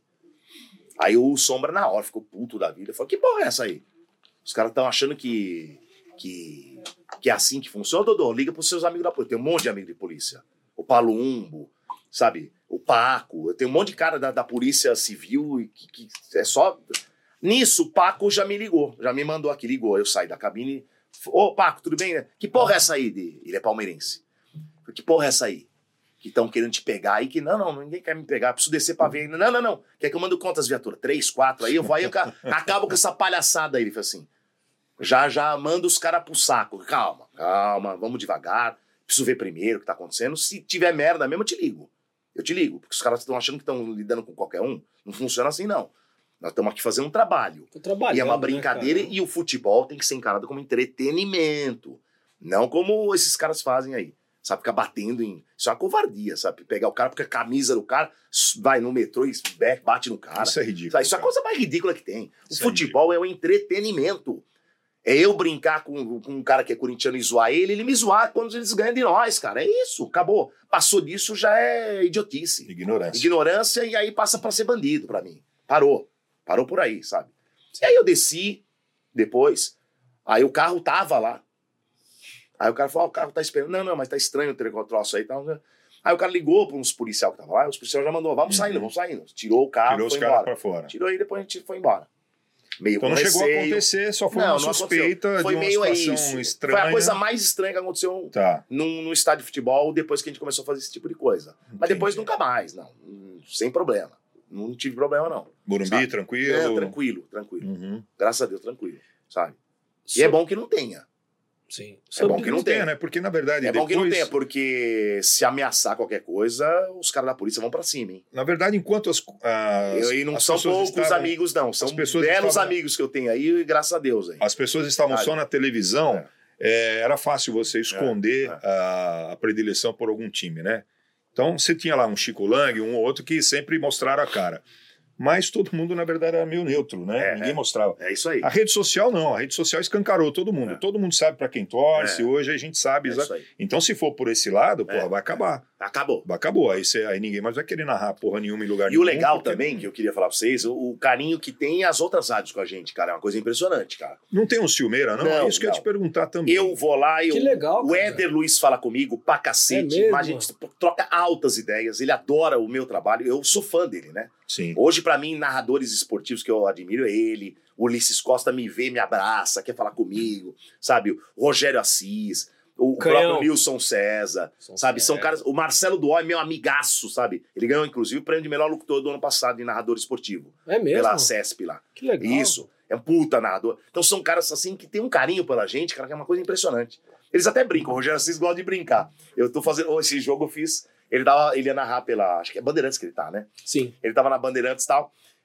Aí o Sombra, na hora, ficou puto da vida. Falou, que porra é essa aí? Os caras estão achando que, que, que é assim que funciona. Dodô, liga pros seus amigos da polícia. Tem um monte de amigo de polícia. O Palumbo, sabe? O Paco. Eu tenho um monte de cara da, da polícia civil e que, que é só... Nisso, o Paco já me ligou. Já me mandou aqui, ligou. Eu saí da cabine. Ô, Paco, tudo bem? Que porra é essa aí? De... Ele é palmeirense. Que porra é essa aí? Que estão querendo te pegar aí, que não, não, ninguém quer me pegar, preciso descer pra ver ainda. Não, não, não. Quer que eu mando quantas viaturas? Três, quatro, aí eu vou, aí eu ca- acabo com essa palhaçada aí. Ele falou assim, já, já manda os caras pro saco. Calma, calma, vamos devagar. Preciso ver primeiro o que tá acontecendo. Se tiver merda mesmo, eu te ligo. Eu te ligo, porque os caras estão achando que estão lidando com qualquer um. Não funciona assim, não. Nós estamos aqui fazendo um trabalho.
Tô trabalhando,
E é uma
né,
brincadeira,
cara?
e o futebol tem que ser encarado como entretenimento. Não como esses caras fazem aí. Sabe, ficar batendo em... Isso é uma covardia, sabe? Pegar o cara, porque a camisa do cara vai no metrô e bate no cara.
Isso é ridículo.
Sabe? Isso é a
cara.
coisa mais ridícula que tem. O
Isso é
futebol é, um entretenimento. É eu brincar com, com um cara que é corintiano e zoar ele, ele me zoar quando eles ganham de nós, cara. É isso, acabou. Passou disso, já é idiotice.
Ignorância.
Ignorância, e aí passa pra ser bandido pra mim. Parou. Parou por aí, sabe? E aí eu desci, depois, aí o carro tava lá. Aí o cara falou, ah, o carro tá esperando. Não, não, mas tá estranho ter o troço aí e tal. Aí o cara ligou para uns policiais que estavam lá, os policiais já mandou, vamos
Uhum.
saindo, vamos saindo. Tirou o carro,
Tirou os
foi
caras
embora.
pra fora.
Tirou aí, depois a gente foi embora. Meio
Então
com
não chegou a
receio.
acontecer, só foi
Não,
uma
não
suspeita
aconteceu. Foi
de uma
meio
situação
isso.
estranha.
Foi a coisa mais estranha que aconteceu
Tá.
num, num estádio de futebol depois que a gente começou a fazer esse tipo de coisa. Mas
Entendi.
depois nunca mais, não. Sem problema. Não tive problema, não.
Morumbi,
Sabe?
tranquilo?
É, tranquilo, tranquilo.
Uhum.
Graças a Deus, tranquilo, sabe? E
So-
é bom que não tenha.
Sim.
É bom que não tenha.
né? Porque, na verdade,
É bom
depois...
que não tenha, porque se ameaçar qualquer coisa, os caras da polícia vão pra cima, hein?
Na verdade, enquanto as, as,
Eu, e não
as
são
pessoas
poucos
estavam-
amigos, não. São
as pessoas
belos
estavam-
amigos que eu tenho aí, e graças a Deus, aí.
as pessoas estavam
Sabe?
só na televisão,
É.
é, era fácil você esconder
é.
A, a predileção por algum time, né? Então, você tinha lá um Chico Lang, um ou outro que sempre mostraram a cara. Mas todo mundo, na verdade, era meio neutro, né?
É,
Ninguém
é.
mostrava.
É isso aí.
A rede social não, a rede social escancarou todo mundo.
É.
Todo mundo sabe para quem torce,
É.
hoje a gente sabe.
É
exa-
isso aí.
Então, se for por esse lado, porra,
É.
vai acabar.
Acabou.
Acabou. Aí, você, aí ninguém mais vai querer narrar porra nenhuma em lugar
E
nenhum.
o legal
porque
também, que eu queria falar pra vocês, o, o carinho que tem as outras rádios com a gente, cara. É uma coisa impressionante, cara.
Não tem um ciumeira, não?
Não,
é isso que eu ia
não.
te perguntar também.
Eu vou lá, eu,
Que legal,
o
cara.
Éder Luiz fala comigo pra cacete,
É mesmo?
mas a gente troca altas ideias, ele adora o meu trabalho, eu sou fã dele, né?
Sim.
Hoje, pra mim, narradores esportivos que eu admiro é ele, o Ulisses Costa me vê, me abraça, quer falar comigo, sabe? O Rogério Assis, o
Canhão.
próprio Nilson César,
São
sabe? São
César.
caras... O Marcelo Duó é meu amigaço, sabe? Ele ganhou, inclusive, o prêmio de melhor locutor do ano passado em narrador esportivo,
É mesmo?
pela CESP lá.
Que legal.
Isso, é um puta narrador. Então são caras assim que tem um carinho pela gente, cara, que é uma coisa impressionante. Eles até brincam, o Rogério Assis gosta de brincar. Eu tô fazendo, esse jogo eu fiz, ele, tava, ele ia narrar pela, acho que é Bandeirantes que ele tá, né?
Sim.
Ele tava na Bandeirantes e tal,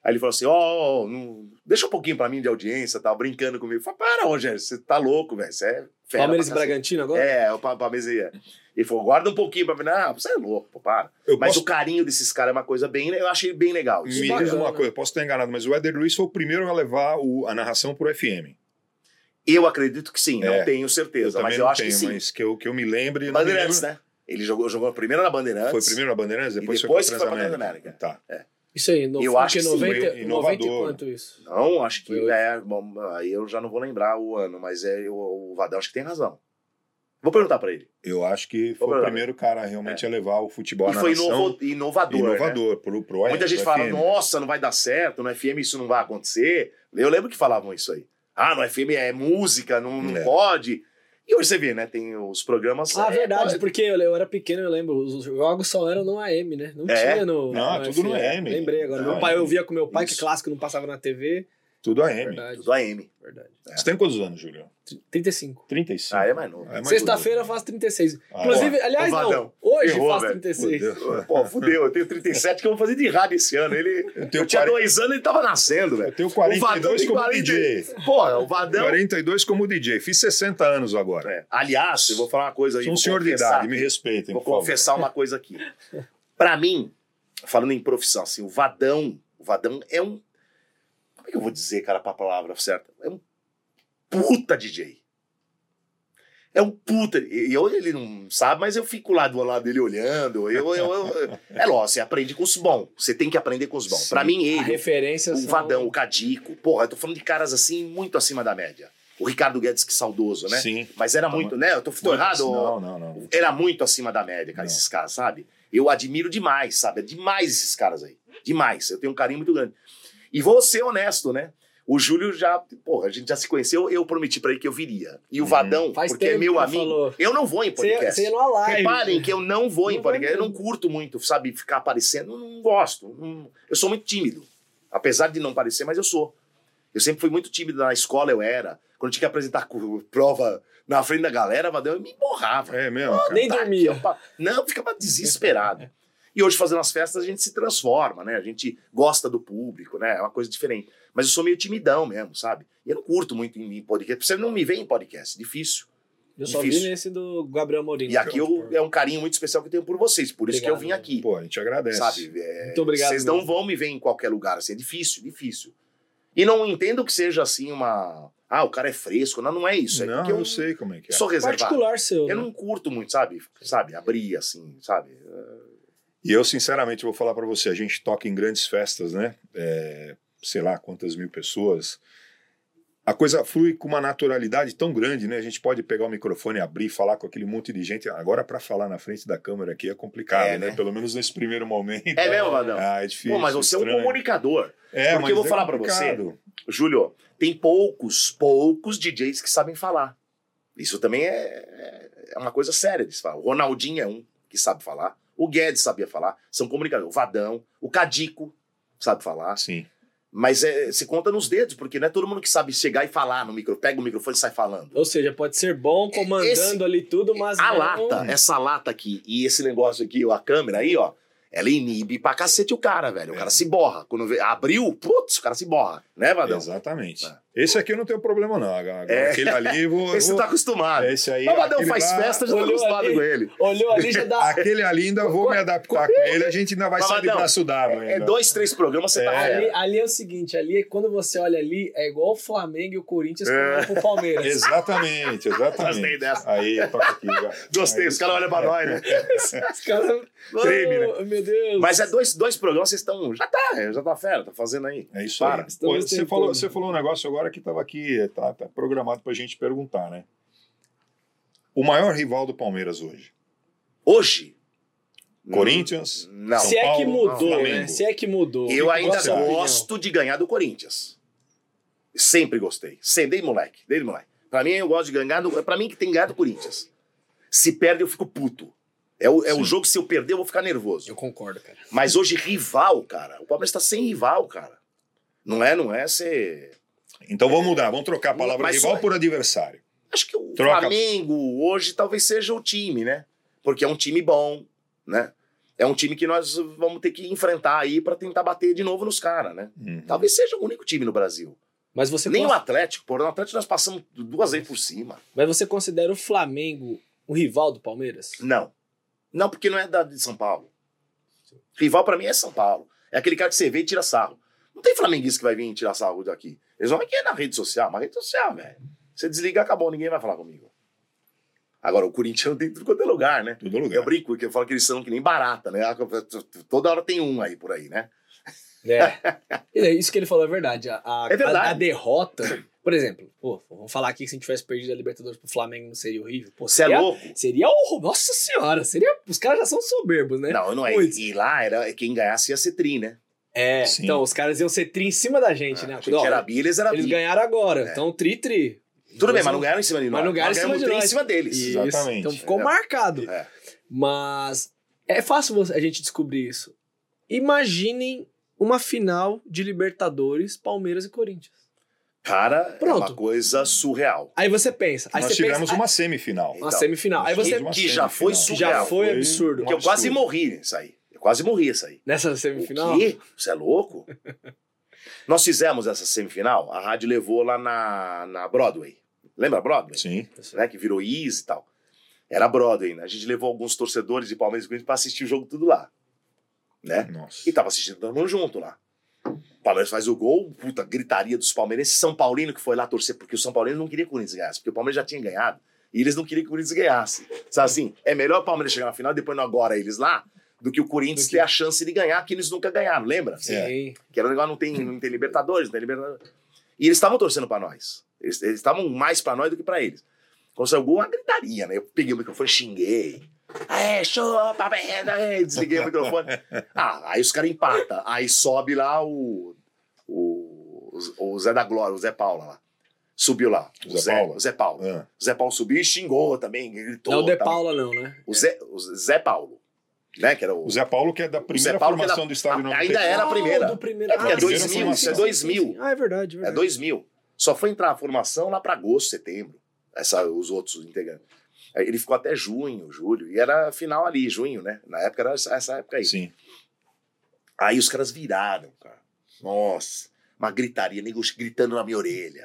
Aí ele falou assim, ó, oh, oh, deixa um pouquinho pra mim de audiência, tá brincando comigo. Eu falei, para, Rogério, você tá louco, velho, você é fera.
Palmeiras e Bragantino agora?
É, o Palmeiras ia. Ele falou, guarda um pouquinho pra mim. Não, você é louco, pô, para.
Eu
mas
posso...
o carinho desses caras é uma coisa bem, eu achei bem legal.
Me diz uma coisa, eu posso estar enganado, mas o Éder Luiz foi o primeiro a levar o, a narração pro F M.
Eu acredito que sim,
é,
não tenho certeza,
eu
mas eu
não
acho
tenho,
que sim.
Mas que eu, que eu me lembre...
Bandeirantes,
me lembro...
né? Ele jogou, jogou primeiro na Bandeirantes.
Foi primeiro na Bandeirantes, depois,
e depois
foi
pra
pra
Transamérica.
Tá.
É.
Isso aí, no,
eu acho que
noventa,
sim,
noventa e quanto isso?
Não, acho que
foi
é... Bom, aí eu já não vou lembrar o ano, mas é, o, o Vadão acho que tem razão. Vou perguntar pra ele.
Eu acho que foi o primeiro cara realmente é. a levar o futebol à
narração. E foi
inovo,
inovador,
Inovador,
né?
pro, pro
Muita gente
F
fala,
M.
nossa, não vai dar certo, no F M isso não vai acontecer. Eu lembro que falavam isso aí. Ah, no F M é música, não, não é. pode. E hoje você vê, né? Tem os programas...
Ah,
é,
verdade,
pode...
porque eu, eu era pequeno, eu lembro. Os jogos só eram no A M, né? Não
é.
tinha no...
Não,
no
tudo
F M.
no A M.
Lembrei agora.
Não,
meu pai, eu via com meu pai,
isso.
que clássico não passava na T V.
Tudo A M.
Verdade.
Tudo A M.
Verdade.
É.
Você tem quantos anos, Júlio?
trinta e cinco.
trinta e cinco.
Ah, é mais novo.
É
Sexta-feira eu faço trinta e seis.
Ah,
Inclusive,
ó,
aliás,
o
não.
Vadão.
Hoje
Errou,
faço
velho.
trinta e seis.
Fudeu.
Pô, fudeu. Eu tenho trinta e sete que eu vou fazer de rádio esse ano. Ele, eu,
tenho
eu tinha
quarenta...
dois anos e ele tava nascendo, velho.
Eu tenho quarenta e dois como
quarenta...
D J.
Porra, o Vadão...
quarenta e dois como D J. Fiz sessenta anos agora.
É. Aliás, eu vou falar uma coisa aí.
Sou um senhor
confessar,
de idade, me respeitem,
Vou
por
confessar
favor.
uma coisa aqui. Pra mim, falando em profissão, assim, o Vadão, o Vadão é um... Como é que eu vou dizer, cara, pra palavra certa? É um puta D J. É um puta. E eu, ele não sabe, mas eu fico lá do lado dele olhando. Eu, eu, eu, é lógico, você aprende com os bons. Você tem que aprender com os bons. Sim. Pra mim, ele.
A referência
o
são...
Vadão, o Cadico. Porra, eu tô falando de caras assim, muito acima da média. O Ricardo Guedes, que saudoso, né?
Sim.
Mas era muito, né? Eu tô, tô errado?
Não, não, não.
Era muito acima da média, cara, não. Esses caras, sabe? Eu admiro demais, sabe? É demais esses caras aí. Demais. Eu tenho um carinho muito grande. E vou ser honesto, né? O Júlio já, porra, a gente já se conheceu, eu prometi pra ele que eu viria. E o Vadão,
Faz
porque é meu amigo,
falou.
eu não vou em podcast.
Você ia numa live.
Reparem que eu não vou
não
em podcast, eu não curto muito, sabe, ficar aparecendo, não, não gosto. Não, eu sou muito tímido, apesar de não parecer, mas eu sou. Eu sempre fui muito tímido, na escola eu era, quando eu tinha que apresentar prova na frente da galera, Vadão, eu me borrava.
É mesmo?
Ah,
Nem
tá
dormia.
Aqui, eu, não, eu ficava desesperado. E hoje, fazendo as festas, a gente se transforma, né? A gente gosta do público, né? É uma coisa diferente. Mas eu sou meio timidão mesmo, sabe? E eu não curto muito em podcast. Você não me vê em podcast, difícil.
Eu só
difícil.
vi nesse do Gabriel Morim.
E aqui eu, é um carinho muito especial que eu tenho por vocês. Por isso
Obrigado,
que eu vim aqui.
Pô, a gente agradece.
Sabe? É,
muito obrigado.
Vocês não vão me ver em qualquer lugar, assim. É difícil, difícil. E não entendo que seja assim uma... Ah, o cara é fresco. Não, não é isso. É
não,
porque
eu,
eu
sei como é que é.
sou reservado.
Particular seu,
Eu
né?
não curto muito, sabe? Sabe? Abrir, assim, sabe?
E eu, sinceramente, vou falar pra você. A gente toca em grandes festas, né? É, sei lá quantas mil pessoas. A coisa flui com uma naturalidade tão grande, né? A gente pode pegar o microfone, abrir, falar com aquele monte de gente. Agora, para falar na frente da câmera aqui é complicado,
É,
né?
né?
Pelo menos nesse primeiro momento.
É mesmo, Vadão?
Ah, é difícil.
Pô, mas você
estranho.
é um comunicador.
É,
Porque
mas
eu vou
é
falar pra
complicado.
você, Júlio, tem poucos, poucos D Js que sabem falar. Isso também é, é uma coisa séria de se falar. O Ronaldinho é um que sabe falar. O Guedes sabia falar. São comunicadores. O Vadão, o Cadico sabe falar.
Sim.
Mas é, se conta nos dedos, porque não é todo mundo que sabe chegar e falar no microfone, pega o microfone e sai falando.
Ou seja, pode ser bom comandando
Esse,
ali tudo, mas
a
não...
lata, essa lata aqui e esse negócio aqui, a câmera aí, ó, ela inibe pra cacete o cara, velho. O
é.
cara se borra. Quando vê, abriu, putz, o cara se borra. Né, Vadão?
Exatamente.
É.
Esse aqui eu não tenho problema, não. Agora,
É.
Aquele ali, vou,
esse
vou...
tá acostumado.
Esse aí,
o Vadão
aquele
faz
lá,
festa, já tá
olhou
acostumado
ali,
com ele.
Olhou ali, já dá...
Aquele ali ainda vou me adaptar com ele. A gente ainda vai
Mas,
sair de
Vadão,
braço dado.
É
ainda.
dois, três programas, você tá
É.
Ali,
fora.
ali é o seguinte, ali, quando você olha ali, é igual o Flamengo e o Corinthians
É.
com o Palmeiras.
Exatamente, exatamente.
Gostei dessa.
Aí, toca aqui. Vai.
Gostei,
Aí,
os caras olham pra nós, né?
Os caras...
Treme, né?
Oh, meu Deus.
Mas é dois, dois programas, vocês estão... Já tá, já tá fera, tá fazendo aí.
É isso
Para.
aí.
Estamos
Pô, você,
tentando.
falou, você falou um negócio agora que estava aqui, tá, tá programado pra gente perguntar, né? O maior rival do Palmeiras hoje?
Hoje?
Corinthians?
Não.
São
Se é que
Paulo,
mudou,
Flamengo.
né? Se é que mudou.
Eu
Qual
ainda
a sua opinião?
gosto de ganhar do Corinthians. Sempre gostei. Sempre, desde moleque. Desde moleque. Pra mim, eu gosto de ganhar do... Pra mim, que tem que ganhar do Corinthians. Se perde, eu fico puto. É o, é o jogo que, se eu perder, eu vou ficar nervoso.
Eu concordo, cara.
Mas hoje, rival, cara. O Palmeiras tá sem rival, cara. Não é, não é ser...
Então vamos mudar, vamos trocar a palavra
Mas
rival
só-
por adversário.
Acho que o
Troca.
Flamengo hoje talvez seja o time, né? Porque é um time bom, né? é um time que nós vamos ter que enfrentar aí pra tentar bater de novo nos caras, né?
Uhum.
Talvez seja o único time no Brasil.
Mas você,
Nem
cons-
o Atlético, porra, no Atlético nós passamos duas vezes por cima.
Mas você considera o Flamengo um rival do Palmeiras?
Não. Não, porque não é da, de São Paulo. Rival pra mim é São Paulo. É aquele cara que você vê e tira sarro. Não tem flamenguista que vai vir tirar sarro daqui. Eles vão aqui na rede social, mas rede social, velho. Você desliga, acabou, ninguém vai falar comigo. Agora, o Corinthians tem tudo quanto é lugar, né?
Todo lugar.
Eu brinco, porque eu falo que eles são que nem barata, né? Toda hora tem um aí por aí, né?
É. É, isso que ele falou é verdade. A, a,
É verdade.
a, a derrota, por exemplo, pô, vamos falar aqui que se a gente tivesse perdido a Libertadores pro Flamengo não seria horrível. Pô,
Você é
seria,
louco?
Seria horror. Nossa senhora, seria. Os caras já são soberbos, né?
Não, não é.
Muitos.
E lá era quem ganhasse ia ser tri, né?
É,
Sim.
então os caras iam ser tri em cima da gente, né?
A gente
Ó,
era bi, eles eram
eles
bi.
ganharam agora,
É.
então tri-tri.
Tudo bem,
Nós
mas não ganharam em cima de nós.
Mas não ganharam em
Nós
cima de
ganhamos tri
nós.
em cima deles.
Isso.
Exatamente.
Então ficou
É.
marcado.
É.
Mas é fácil você- a gente descobrir isso. Imaginem uma final de Libertadores, Palmeiras e Corinthians.
Cara,
Pronto.
é uma coisa surreal.
Aí você pensa. Aí
Nós
você
tivemos
pensa,
uma semifinal.
uma
Então,
semifinal. Aí
nós
você.
tivemos uma
que já foi
semifinal.
Já
surreal.
foi
Foi
absurdo.
Porque eu
absurdo.
quase morri nisso aí. Eu quase morri isso aí.
Nessa
O
semifinal.
quê? Você é louco? Nós fizemos essa semifinal, a rádio levou lá na, na Broadway. Lembra a Broadway?
Sim.
Né, que virou Easy e tal. Era Broadway, né? A gente levou alguns torcedores de Palmeiras e Corinthians pra assistir o jogo tudo lá. Né?
Nossa.
E tava assistindo todo mundo junto lá. O Palmeiras faz o gol, puta, gritaria dos palmeirenses. São Paulino que foi lá torcer, porque o São Paulino não queria que o Corinthians ganhasse, porque o Palmeiras já tinha ganhado. E eles não queriam que o Corinthians ganhasse. Sabe assim? É melhor o Palmeiras chegar na final e depois não agora eles lá, do que o Corinthians
Do que-
ter a chance de ganhar, que eles nunca ganharam, lembra?
Sim.
Que era um negócio, não tem, não tem Libertadores, não tem Libertadores. E eles estavam torcendo pra nós. Eles eles estavam mais pra nós do que pra eles. Quando saiu o gol, uma gritaria, né? Eu peguei o microfone, xinguei. É, chupa, merda, é, desliguei o microfone. Ah, aí os caras empatam. Aí sobe lá o, o, o Zé da Glória, o Zé Paulo lá. Subiu lá.
O Zé Paulo?
O Zé Paulo.
Ah.
O Zé Paulo subiu e xingou também, gritou.
Não é o De
também.
Paula, não, né?
O Zé, o Zé Paulo. Né? Que era o,
O Zé Paulo, que é da
Zé
primeira
Paulo que é
formação
da-
do estádio
ainda
noventa e quatro.
era a primeira.
Ah, do primeiro.
É porque é
Ah,
dois
sim,
mil,
sim,
isso é
sim,
dois
sim,
mil.
sim. Ah, é verdade, é
É
verdade.
dois mil. Só foi entrar a formação lá para agosto, setembro. Essa, os outros integrantes. Aí ele ficou até junho, julho. E era final ali, junho, né? Na época era essa, essa época aí.
Sim.
Aí os caras viraram, cara. Nossa. Uma gritaria, nego gritando na minha orelha.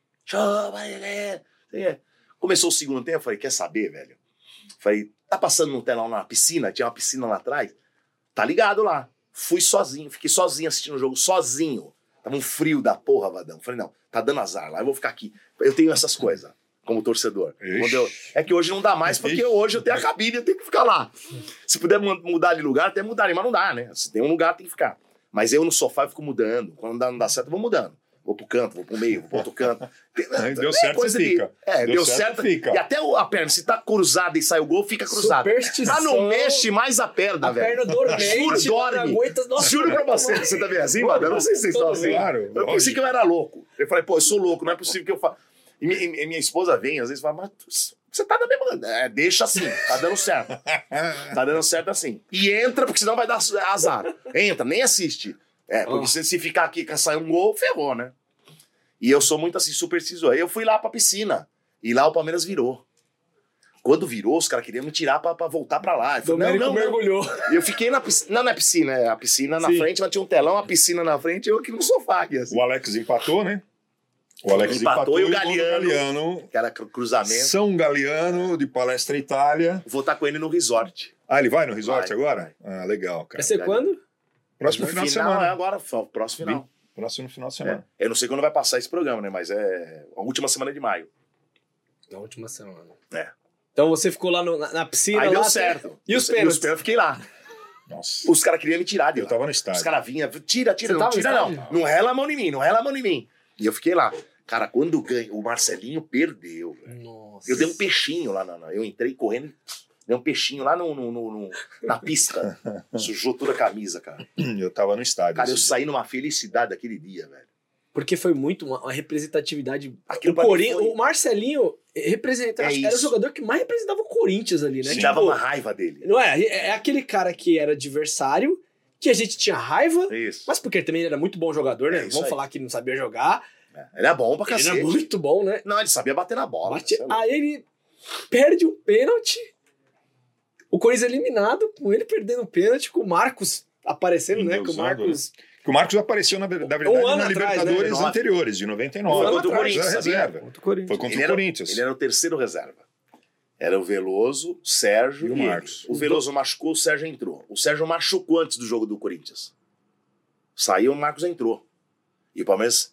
Chama, é, é. Começou o segundo tempo, eu falei, quer saber, velho? Falei, tá passando no telão na piscina? Tinha uma piscina lá atrás. Tá ligado lá. Fui sozinho, fiquei sozinho assistindo o jogo, sozinho. Tava um frio da porra, Vadão. Falei, não, tá dando azar lá, eu vou ficar aqui. Eu tenho essas coisas, como torcedor.
Ixi.
Quando eu- é que hoje não dá mais, porque
Ixi.
hoje eu tenho a cabine e eu tenho que ficar lá. Se puder mu- mudar de lugar, até mudaria, mas não dá, né? Se tem um lugar, tem que ficar. Mas eu no sofá eu fico mudando. Quando não dá, não dá certo, eu vou mudando. Vou pro canto, vou pro meio, vou pro outro canto. Tem-
Aí deu
é
certo,
coisa
você
de-
fica.
É,
Deu
deu,
certo,
certo.
fica.
E até o- a perna, se tá cruzada e sai o gol, fica cruzada.
Superstição.
Ah, não mexe mais a perna,
A
velho.
perna dormente,
Juro, dorme.
não aguenta- nossa,
Juro pra você, você tá bem assim, mano? Eu não sei se vocês estão assim.
Claro,
Eu pensei
lógico.
que eu era louco. Eu falei, pô, eu sou louco, não é possível que eu faça. E minha, e minha esposa vem, às vezes, fala, mas tu- você tá na mesma. É, deixa assim, tá dando certo. Tá dando certo assim. E entra, porque senão vai dar azar. Entra, nem assiste. É, porque
Oh.
se, se ficar aqui e sair um gol, ferrou, né? E eu sou muito assim, supersticioso. Aí eu fui lá pra piscina. E lá o Palmeiras virou. Quando virou, os caras queriam me tirar pra, pra voltar pra lá. Eu falei,
Domênico
não, não, não.
mergulhou.
E eu fiquei na piscina. Não, não é piscina, é a piscina na
Sim.
frente, mas tinha um telão, a piscina na frente e eu aqui no sofá. Aqui, assim.
O Alex empatou, né? O Alex
Empatou
empatou,
e o
gol do
Galeano.
Galeano.
Que era cru- cruzamento.
São Galeano, de Palestra Itália.
Vou estar com ele no resort.
Ah, ele vai no resort
Vai,
agora? Ah, legal,
Vai
cara.
ser quando?
Próximo final, de semana.
É agora, f- próximo final.
Próximo final de
É.
semana.
Eu não sei quando vai passar esse programa, né? Mas é a última semana de maio.
Na última semana.
É.
Então você ficou lá no- na, na piscina.
Aí
lá
deu
até-
certo.
E os
Eu-
pênaltis?
os pênaltis eu fiquei lá.
Nossa.
Os caras queriam me tirar de
Eu
lá.
tava no estádio.
Os caras vinham, tira, tira,
Você
não
tava no
tira não.
estádio?
Não rela a mão em mim, não rela a mão em mim. E eu fiquei lá. Cara, quando ganha, o Marcelinho perdeu, velho.
Nossa.
Eu dei um peixinho lá, na, na- eu entrei correndo, dei um peixinho lá no, no- no- no- na pista. Sujou toda a camisa, cara.
Eu tava no estádio.
Cara, eu
esse
saí numa felicidade daquele dia, velho.
Porque foi muito uma, uma representatividade.
Aquilo
O,
pra mim
Corin...
foi-
o Marcelinho representa,
É
acho que era o
isso.
jogador que mais representava o Corinthians ali, né?
Me
Tipo,
dava uma raiva dele.
não é? É aquele cara que era adversário, que a gente tinha raiva,
Isso.
mas porque ele também era muito bom jogador, né?
É isso
Vamos
aí.
falar que ele não sabia jogar.
É, ele é bom pra
Ele
cacete.
era muito bom, né?
Não, ele sabia bater na bola.
Bate-
você é louco.
Aí ele perde um pênalti. O Corinthians eliminado, com ele perdendo o pênalti, com o Marcos aparecendo, né? Que o
Endeusado,
Marcos...
Que o Marcos apareceu, na, na verdade,
Um ano
na
atrás,
Libertadores
né?
anteriores, de noventa e nove.
Foi contra o
Atrás,
Corinthians,
da
sabia?
reserva.
Contra o Corinthians.
Foi contra
Ele
o
era,
Corinthians.
ele era o terceiro reserva. Era o Veloso, o Sérgio
E o
e,
Marcos.
ele. O Veloso machucou, o Sérgio entrou. O Sérgio machucou antes do jogo do Corinthians. Saiu, o Marcos entrou. E o Palmeiras,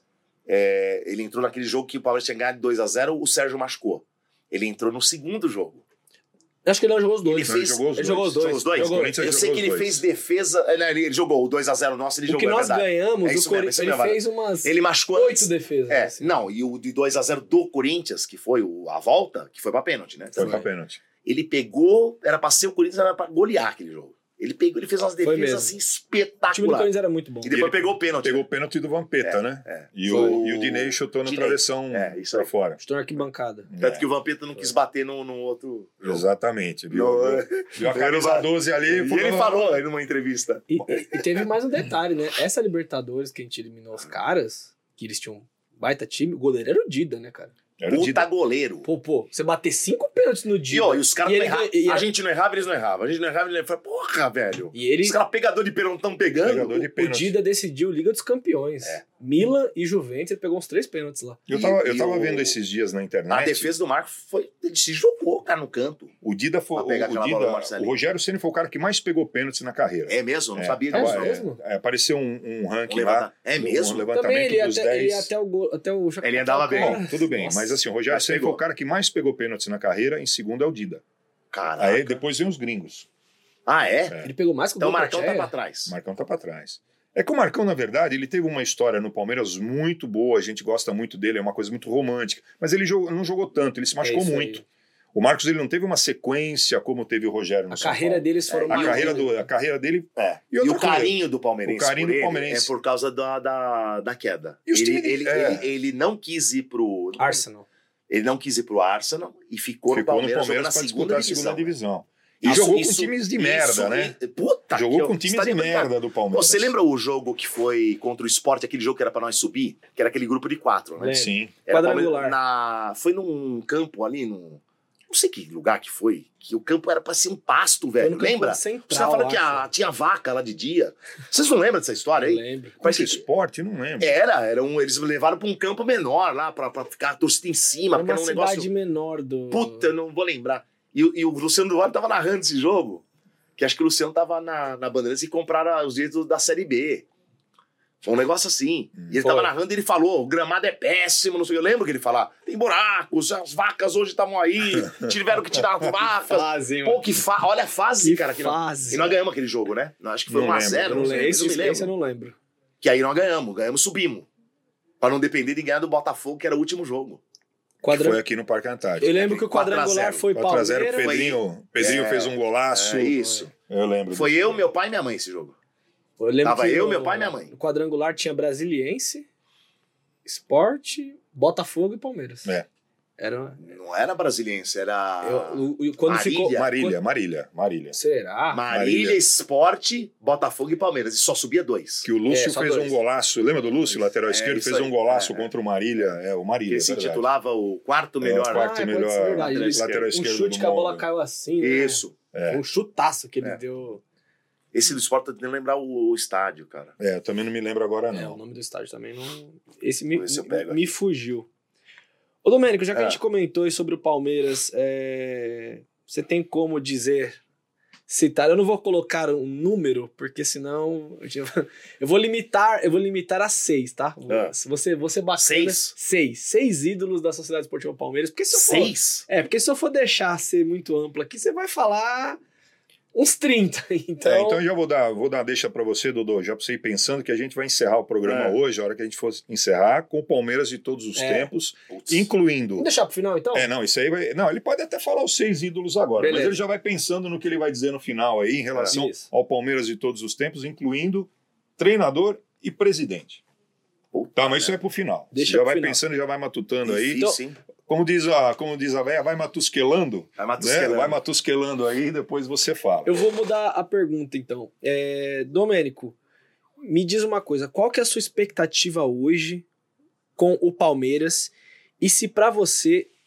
é, ele entrou naquele jogo que o Palmeiras tinha ganhado de dois a zero, o Sérgio machucou. Ele entrou no segundo jogo.
Acho que ele não jogou os dois.
Ele fez-
Ele jogou os
Ele
dois.
jogou os dois.
Jogou os dois?
Jogou.
Corinthians
Eu sei
jogou
que
os
ele
dois.
fez defesa. Ele, ele jogou o dois a zero nosso, ele
O
jogou.
que
é
nós
verdade.
ganhamos,
É
o
isso mesmo,
Corinthians,
isso
ele
mesmo.
fez umas
Ele machucou
oito
antes.
defesas.
É,
assim.
não, e o de dois a zero do Corinthians, que foi o, a volta, que foi pra pênalti, né?
Foi
Foi.
pra pênalti.
Ele pegou, era pra ser o Corinthians, era pra golear aquele jogo. Ele pegou, ele fez umas
Foi
defesas
mesmo.
assim
O time do
espetaculares.
Corinthians era muito bom.
E depois pegou o pênalti.
Pegou o pênalti do Vampeta, né?
É.
E
Foi
o,
o-
e o Dinei chutou na
Dinei.
travessão
É, isso
pra
aí.
fora.
Estou na arquibancada.
Tanto
É,
que o Vampeta não quis bater no, no outro jogo.
Exatamente. Viu,
Não,
viu, viu a
ele
camisa
vai-
doze ali.
E ele falou aí numa entrevista.
E, e- e teve mais um detalhe, né? Essa Libertadores que a gente eliminou os caras, que eles tinham um baita time, o goleiro era o Dida, né, cara?
Era o
Puta
Dida.
goleiro.
Pô, pô, você bater cinco pênaltis no
E,
Dida.
ó, e os caras
e
não
ele
erravam.
ganha- e
A
a-
gente não errava, eles não erravam. A gente não errava, eles falavam, porra, velho.
E ele,
Os caras pegador de pênalti não estão pegando.
Pegador de
o
pênalti.
Dida decidiu Liga dos Campeões.
É.
Milan e Juventus, ele pegou uns três pênaltis lá.
Eu tava, eu
E
tava
o-
vendo esses dias na internet.
A defesa do Marco foi. Ele se jogou, cara, no canto.
O Dida foi.
Pra
O,
pegar
o
aquela bola do
Dida,
Marcelinho.
o Rogério Ceni foi o cara que mais pegou pênaltis na carreira.
É mesmo? Eu não
É,
sabia
tava-
disso.
É
é,
mesmo?
é, apareceu um, um
Um
ranking
levanta-
lá.
É
Um
mesmo?
levantamento
Também ele ia,
dos
até, ele ia
dez.
até o gol. Até o
Ele andava bem.
Bom, tudo bem,
Nossa.
mas assim, o Rogério
Mas
Ceni foi
pegou.
o cara que mais pegou pênaltis na carreira, em segundo é o Dida.
Caraca.
Aí depois vem os gringos.
Ah, é?
É.
Ele pegou mais que o
Então o
gol
Marcão tá
Tchê.
pra trás.
O Marcão tá pra trás. É que o Marcão, na verdade, ele teve uma história no Palmeiras muito boa, a gente gosta muito dele, é uma coisa muito romântica, mas ele jogou- não jogou tanto, ele se machucou
É isso aí.
muito. O Marcos ele não teve uma sequência como teve o Rogério no
A
São
carreira
Paulo.
deles foram
É,
A
mil-
carreira, do, a carreira dele...
É.
E
E,
outra
o
coisa,
carinho do palmeirense
o carinho
por
do
ele
palmeirense.
é por causa da, da, da queda.
E os
ele,
times-
ele,
é.
ele, ele não quis ir pro...
Arsenal.
Ele não quis ir pro Arsenal e ficou,
Ficou
no Palmeiras,
no Palmeiras
jogando
para
na
disputar
segunda
a segunda
divisão.
divisão. E
Isso-
jogou
isso-
com times de
isso-
merda, né?
e- Puta
Jogou
que
com
eu-
times
você
de
tá ligado?
merda do Palmeiras.
Você lembra o jogo que foi contra o Sport, aquele jogo que era pra nós subir? Que era aquele grupo de quatro, né?
Lembro.
Sim.
Era
Quadrangular.
Palmeiras- Na, foi num campo ali, num, não sei que lugar que foi, que o campo era pra ser um pasto,
Foi
velho.
no campo
Lembra?
central,
Os caras falaram que a-
acho.
tinha vaca lá de dia. Vocês não lembram dessa história
Eu
aí?
lembro.
Parece
Parece que-
esporte, não lembro.
Era, era um, eles levaram pra um campo menor lá, pra, pra ficar a torcida em cima,
Era
porque
uma
era um
cidade
negócio...
menor do...
Puta, eu não vou lembrar. E, o- e o Luciano do Vale tava narrando esse jogo, que acho que o Luciano tava na, na Bandeirantes e compraram os direitos da Série B. Foi um negócio assim.
Hum,
e ele
foi.
tava narrando e ele falou: o gramado é péssimo, não sei o que. Eu lembro que ele falava: tem buracos, as vacas hoje estavam aí, tiveram que tirar as vacas.
Fase,
Pô, que fa... Olha a fase,
Que
cara. Que nós...
fase.
E nós ganhamos aquele jogo, né? Acho que foi
Não
um a
lembro,
zero,
Eu
não
não
sei,
lembro.
mas eu me
Esse,
lembro.
esse eu não lembro.
Que aí nós ganhamos, ganhamos, subimos. Pra não depender de ganhar do Botafogo, que era o último jogo.
Quadran...
Foi aqui no Parque Antártico.
Eu lembro que o
quatro a
quadrangular
zero.
foi
quatro a zero,
Palmeiras.
Pedrinho, Pedrinho
É,
fez um golaço.
É isso.
Eu lembro.
Foi
disso.
eu, meu pai e minha mãe esse jogo.
Eu lembro
Tava
que
eu,
no-
meu pai e minha mãe.
No quadrangular tinha Brasiliense, Sport, Botafogo e Palmeiras.
É.
Era...
Não era brasiliense, era
Eu, o- o- quando
Marília.
ficou...
Marília,
quando-
Marília, Marília.
Será?
Marília,
Marília.
Esporte, Botafogo e Palmeiras. E só subia dois.
Que o Lúcio
É, só
fez
dois.
um golaço. Lembra do Lúcio, lateral
É,
esquerdo?
isso
Fez
aí.
um golaço
É, é.
contra o Marília. É, o Marília.
Ele
é
se
verdade.
intitulava o quarto
É, o
melhor.
quarto
Ah, pode
melhor
ser verdade.
lateral,
Ele-
lateral
Um
esquerdo
chute
do
que a bola
mundo.
caiu assim, né?
Isso.
É.
Um chutaço que ele
É.
deu.
Esse do Sport eu tenho que lembrar o, o estádio, cara.
É, eu também não me lembro agora,
É, o
não.
nome do estádio também não... Esse me,
Vamos ver se eu
me,
pego
me fugiu. Ô, Domênico, já que a
Ah.
gente comentou aí sobre o Palmeiras, é, você tem como dizer, citar, eu não vou colocar um número, porque senão eu vou limitar, eu vou limitar a seis, tá?
Ah.
Se você, você bacana,
Seis?
Seis. Seis ídolos da Sociedade Esportiva Palmeiras. Porque se eu for,
Seis?
é, porque se eu for deixar ser muito amplo aqui, você vai falar uns trinta. Então,
É, então eu já vou dar, vou dar uma deixa pra você, Dodô, já pra você ir pensando que a gente vai encerrar o programa
É.
hoje, a hora que a gente for encerrar, com o Palmeiras de todos os
É.
tempos,
Putz.
incluindo...
vamos deixar pro final, então?
É, não, isso aí vai... Não, ele pode até falar os seis ídolos agora,
Beleza.
mas ele já vai pensando no que ele vai dizer no final aí, em relação
Isso.
ao Palmeiras de todos os tempos, incluindo treinador e presidente.
Puta,
Tá, mas isso
né?
é pro final.
Deixa
Você já
pro
vai
final.
pensando, já vai matutando aí.
Difícil, hein?
Como diz a, como diz a véia, vai matusquelando,
Vai
né?
matusquelando.
Vai matusquelando aí, depois você fala.
Eu vou mudar a pergunta, então. É, Domênico, me diz uma coisa. Qual que é a sua expectativa hoje com o Palmeiras? E se pra você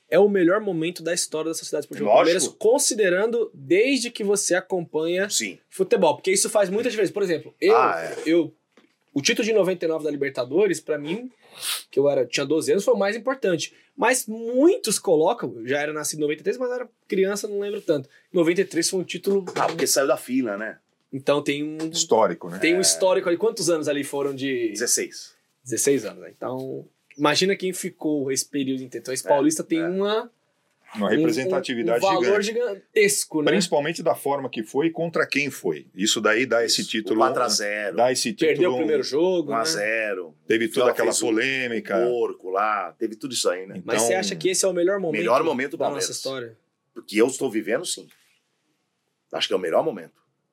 é o melhor momento da história da Sociedade Esportiva
Lógico.
Palmeiras, considerando desde que você acompanha
Sim.
futebol. Porque isso faz muita diferença. Por exemplo, eu,
Ah, é.
eu o título de noventa e nove da Libertadores, pra mim, que eu era, tinha doze anos, foi o mais importante. Mas muitos colocam, eu já era nascido em noventa e três, mas era criança, não lembro tanto. noventa e três foi um título...
Ah, porque saiu da fila, né?
Então tem um,
Histórico, né?
tem um histórico ali. Quantos anos ali foram de...
dezesseis.
dezesseis anos, né? Então, imagina quem ficou esse período inteiro. Então, esse paulista tem
é.
uma...
Uma representatividade
um, um valor
gigante.
gigantesco, né?
Principalmente da forma que foi e contra quem foi. Isso daí dá esse título...
quatro a zero.
Dá esse título...
Perdeu o primeiro jogo,
um a
né?
zero.
Teve toda
Ela
aquela
fez o
polêmica.
Porco lá. Teve tudo isso aí, né?
Mas
Então,
você acha que esse é o melhor momento,
Melhor momento do
da
Palmeiras.
nossa história?
Porque eu estou vivendo, sim. Acho que é o melhor momento.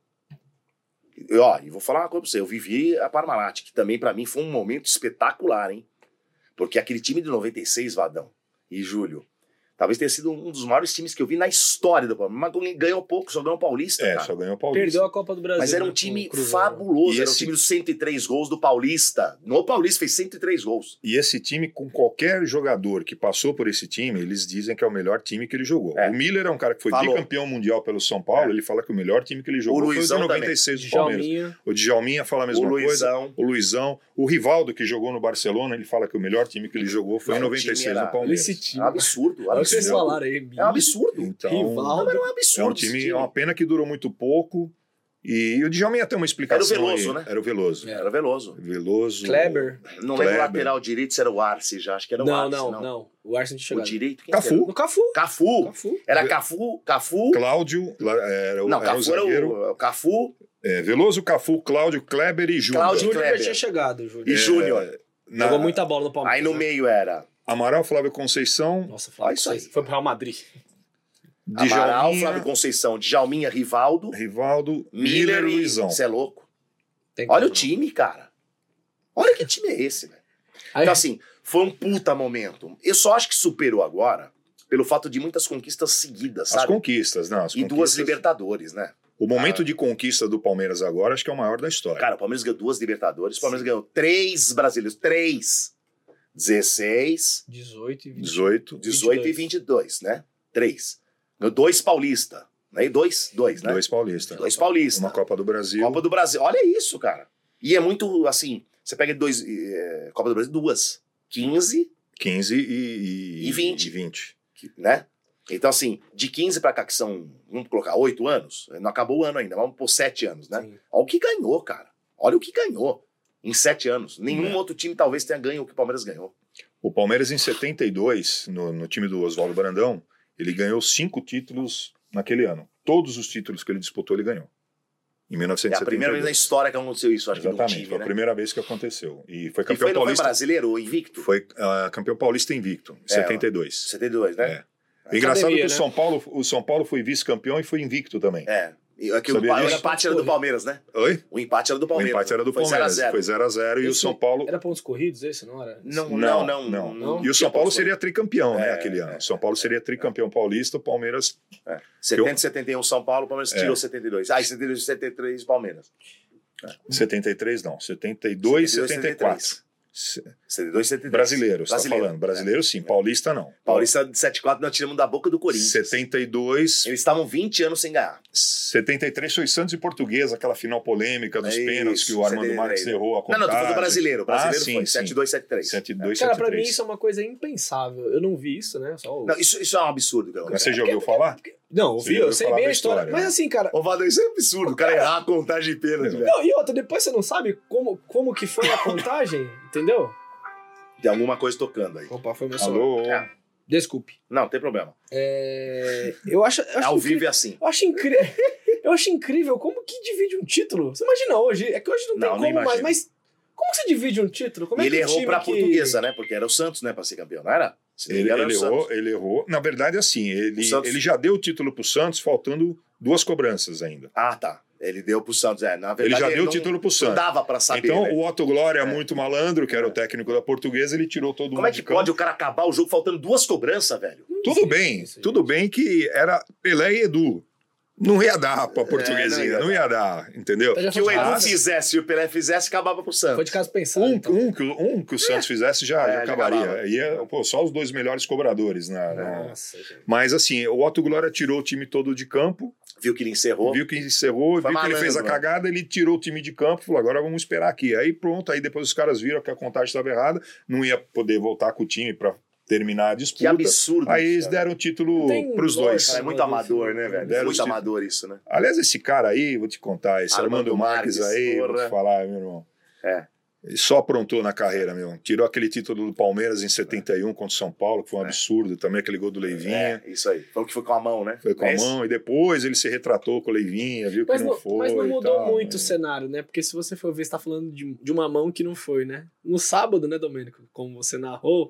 E, ó, e vou falar uma coisa pra você. Eu vivi a Parmalat, que também pra mim foi um momento espetacular, hein? Porque aquele time de noventa e seis, Vadão e Júlio, talvez tenha sido um dos maiores times que eu vi na história do Palmeiras. Mas ganhou pouco, só ganhou o Paulista,
É,
cara.
só ganhou o Paulista.
Perdeu a Copa do Brasil.
Mas era um
né,
time
com o Cruzeiro.
fabuloso.
E
Era um
esse-
time dos cento e três gols do Paulista. No Paulista fez cento e três gols.
E esse time, com qualquer jogador que passou por esse time, eles dizem que é o melhor time que ele jogou.
É.
O Miller é um cara que foi
Falou.
bicampeão mundial pelo São Paulo,
É.
ele fala que o melhor time que ele jogou
O
foi o de
Luizão
noventa e seis do Palmeiras.
Djalminha.
O Djalminha fala a mesma
o
coisa.
Luizão.
O Luizão. O Rivaldo, que jogou no Barcelona, ele fala que o melhor time que ele jogou foi
Não,
em
o
noventa e
time
seis
era-
no Palmeiras.
Esse
É
time.
um absurdo.
Olha o que vocês
absurdo.
falaram aí.
É um absurdo.
Então,
Rivaldo.
Não, era um
é
absurdo.
um
esse
time,
time.
é uma pena que durou muito pouco. E o Djalminha tem uma explicação.
Era o Veloso,
aí.
né?
Era o Veloso.
É.
Era Veloso.
Veloso.
Kleber.
Não
Kleber.
lembro o lateral direito se era o Arce já. Acho que era o
Não,
Arce.
não, não, O Arsenal tinha
O
chegado.
direito? Quem
Cafu.
que era?
No Cafu.
Cafu.
Cafu.
Era Cafu. Cafu.
Cláudio, lá, era, o-
Não,
era o
Cafu era
zagueiro.
o, o Cafu
É, Veloso, Cafu, Cláudio, Kleber e Júnior.
Cláudio
Júnior já
Kleber.
tinha chegado, Júnior.
e Júnior.
Na-
Jogou muita bola no Palmeiras.
Aí no
né?
meio era
Amaral, Flávio Conceição,
Nossa, Flávio,
Olha isso aí.
foi pro Real Madrid.
Amaral,
Djalminha,
Flávio Conceição, Djalminha, Rivaldo,
Rivaldo,
Miller
Miller e
e
Luizão.
Você é louco?
Tem
Olha
como
o time, cara. Olha que time é esse, velho.
Aí,
Então, assim, foi um puta momento. Eu só acho que superou agora pelo fato de muitas conquistas seguidas,
As
sabe?
conquistas, não, as
E duas
conquistas.
Libertadores, né?
O momento
Ah.
de conquista do Palmeiras agora acho que é o maior da história.
Cara, o Palmeiras ganhou duas Libertadores, o Palmeiras ganhou três brasileiros. Três. dezesseis,
dezoito e vinte.
dezoito,
dezoito e vinte e dois, né? Três. Ganhou dois paulista. Né? E dois, dois, né?
dois paulistas.
Dois paulistas.
Uma Copa do Brasil.
Copa do Brasil. Olha isso, cara. E é muito, assim, você pega dois... é, Copa do Brasil, duas. quinze,
quinze e,
E vinte.
E vinte.
né? Então, assim, de quinze pra cá, que são, vamos colocar, oito anos, não acabou o ano ainda, vamos pôr sete anos, né?
Sim.
Olha o que ganhou, cara. Olha o que ganhou em sete anos. Nenhum
É.
outro time talvez tenha ganho o que o Palmeiras ganhou.
O Palmeiras em setenta e dois, no, no time do Oswaldo Brandão, ele ganhou cinco títulos naquele ano. Todos os títulos que ele disputou, ele ganhou. Em mil
É
novecentos e
a
setenta e dois.
primeira vez na história que aconteceu isso, acho
Exatamente,
que no time,
foi a
né?
primeira vez que aconteceu. E foi
E
campeão
foi, não foi
paulista.
brasileiro, o invicto?
Foi ah, campeão paulista invicto, em
É,
setenta e dois.
setenta e dois, né?
É. O engraçado
Academia,
é que
né?
o São Paulo, o São Paulo foi vice-campeão e foi invicto também.
É. E aqui o,
Sabia
pa- o
disso?
empate era do Palmeiras, né?
Oi?
O empate era do
O
Palmeiras.
empate era do
Foi
Palmeiras.
zero a zero.
Foi zero a zero e o
Esse
São Paulo.
Era pontos corridos esse, não era?
Não, não, não.
não.
não.
E o São
tinha
Paulo
pontos
seria tricampeão, né,
É,
aquele ano.
é,
O São Paulo seria tricampeão paulista, o Palmeiras.
É. setenta e setenta e um São Paulo, o Palmeiras
É.
tirou setenta e dois. Ah, e setenta e dois, setenta e três Palmeiras.
setenta e três não, setenta e dois,
setenta e dois,
setenta e quatro. Se-
setenta e dois, setenta e três.
Brasileiro, você tá
Brasileiro.
falando. Brasileiro sim, paulista não.
Paulista de setenta e quatro nós tiramos da boca do Corinthians.
setenta e dois,
Eles estavam vinte anos sem ganhar.
setenta e três foi Santos e Portuguesa, aquela final polêmica dos
É isso,
pênaltis que o Armando
setenta e três.
Marques errou a
Não,
contagem.
não, tô falando do brasileiro. O brasileiro
Ah, sim,
foi
sim.
setenta e dois, setenta e três.
setenta e dois,
Cara,
setenta e
pra mim
três.
isso é uma coisa impensável. Eu não vi isso, né? Só o...
Não, isso, isso é um absurdo, cara.
Mas você já ouviu falar?
Não, eu
Você
vi,
já
eu
ouviu
sei
falar
bem
da
a história.
história,
Mas
né?
assim, cara...
Ô, Valdo, isso é absurdo. O cara errar a contagem de pênalti, velho.
Não, e outra, depois você não sabe como, como que foi a contagem, entendeu?
Tem alguma coisa tocando aí.
Opa, foi meu celular.
Alô?
É.
Desculpe.
Não, tem problema.
É... Eu acho, eu acho
Ao
incrível.
vivo é assim.
Eu acho incrível. Eu acho incrível como que divide um título. Você imagina hoje, é que hoje não tem
Não, nem
como mais,
imagino.
mas como que você divide um título? Como
E
é
ele
que o
errou
time
pra
que...
portuguesa, né? Porque era o Santos, né, pra ser campeão, não era? Se não me
Ele,
engano, era
ele
o
errou,
Santos.
ele errou. Na verdade, assim, ele,
O Santos-
ele já deu o título pro Santos, faltando duas cobranças ainda.
Ah, tá. Ele deu pro Santos. É, na
Ele
verdade,
já deu o
não-
título pro
Não
Santos.
dava pra saber,
Então,
né?
o Otto Glória, muito malandro, que era o técnico da Portuguesa, ele tirou todo mundo
Como é que
de campo.
pode o cara acabar o jogo faltando duas cobranças, velho?
Tudo bem,
Isso,
tudo bem que era Pelé e Edu. Não ia dar pra portuguesinha, é, não, ia não ia dar, entendeu?
Que o Edu fizesse e o Pelé fizesse, acabava pro Santos.
Foi de caso pensado.
Um,
então.
um, que, um que o Santos fizesse já, é, já acabaria. Ia, pô, só os dois melhores cobradores. Na,
Nossa,
na... Mas assim, o Otto Glória tirou o time todo de campo.
Viu que ele encerrou.
Viu que encerrou, Foi viu malandro, que ele fez a cagada, ele tirou o time de campo e falou, agora vamos esperar aqui. Aí pronto, aí depois os caras viram que a contagem estava errada, não ia poder voltar com o time pra terminar a disputa.
Que absurdo.
Aí eles deram o título pros dois.
Cara, é muito amador, né, velho? É muito amador isso, né?
Aliás, esse cara aí, vou te contar, esse Armando, Armando Marques, Marques aí, porra. Vou te falar, meu irmão.
É.
Ele só aprontou na carreira, meu. Tirou aquele título do Palmeiras em setenta e um contra o São Paulo, que foi um é. absurdo. Também aquele gol do Leivinha.
É, isso aí. Foi o que foi com a mão, né?
Foi com é a mão. E depois ele se retratou com o Leivinha, viu
mas
que não,
não
foi.
Mas não mudou
tal,
muito
né?
o cenário, né? Porque se você for ver, você tá falando de, de uma mão que não foi, né? No sábado, né, Domênico? Como você narrou,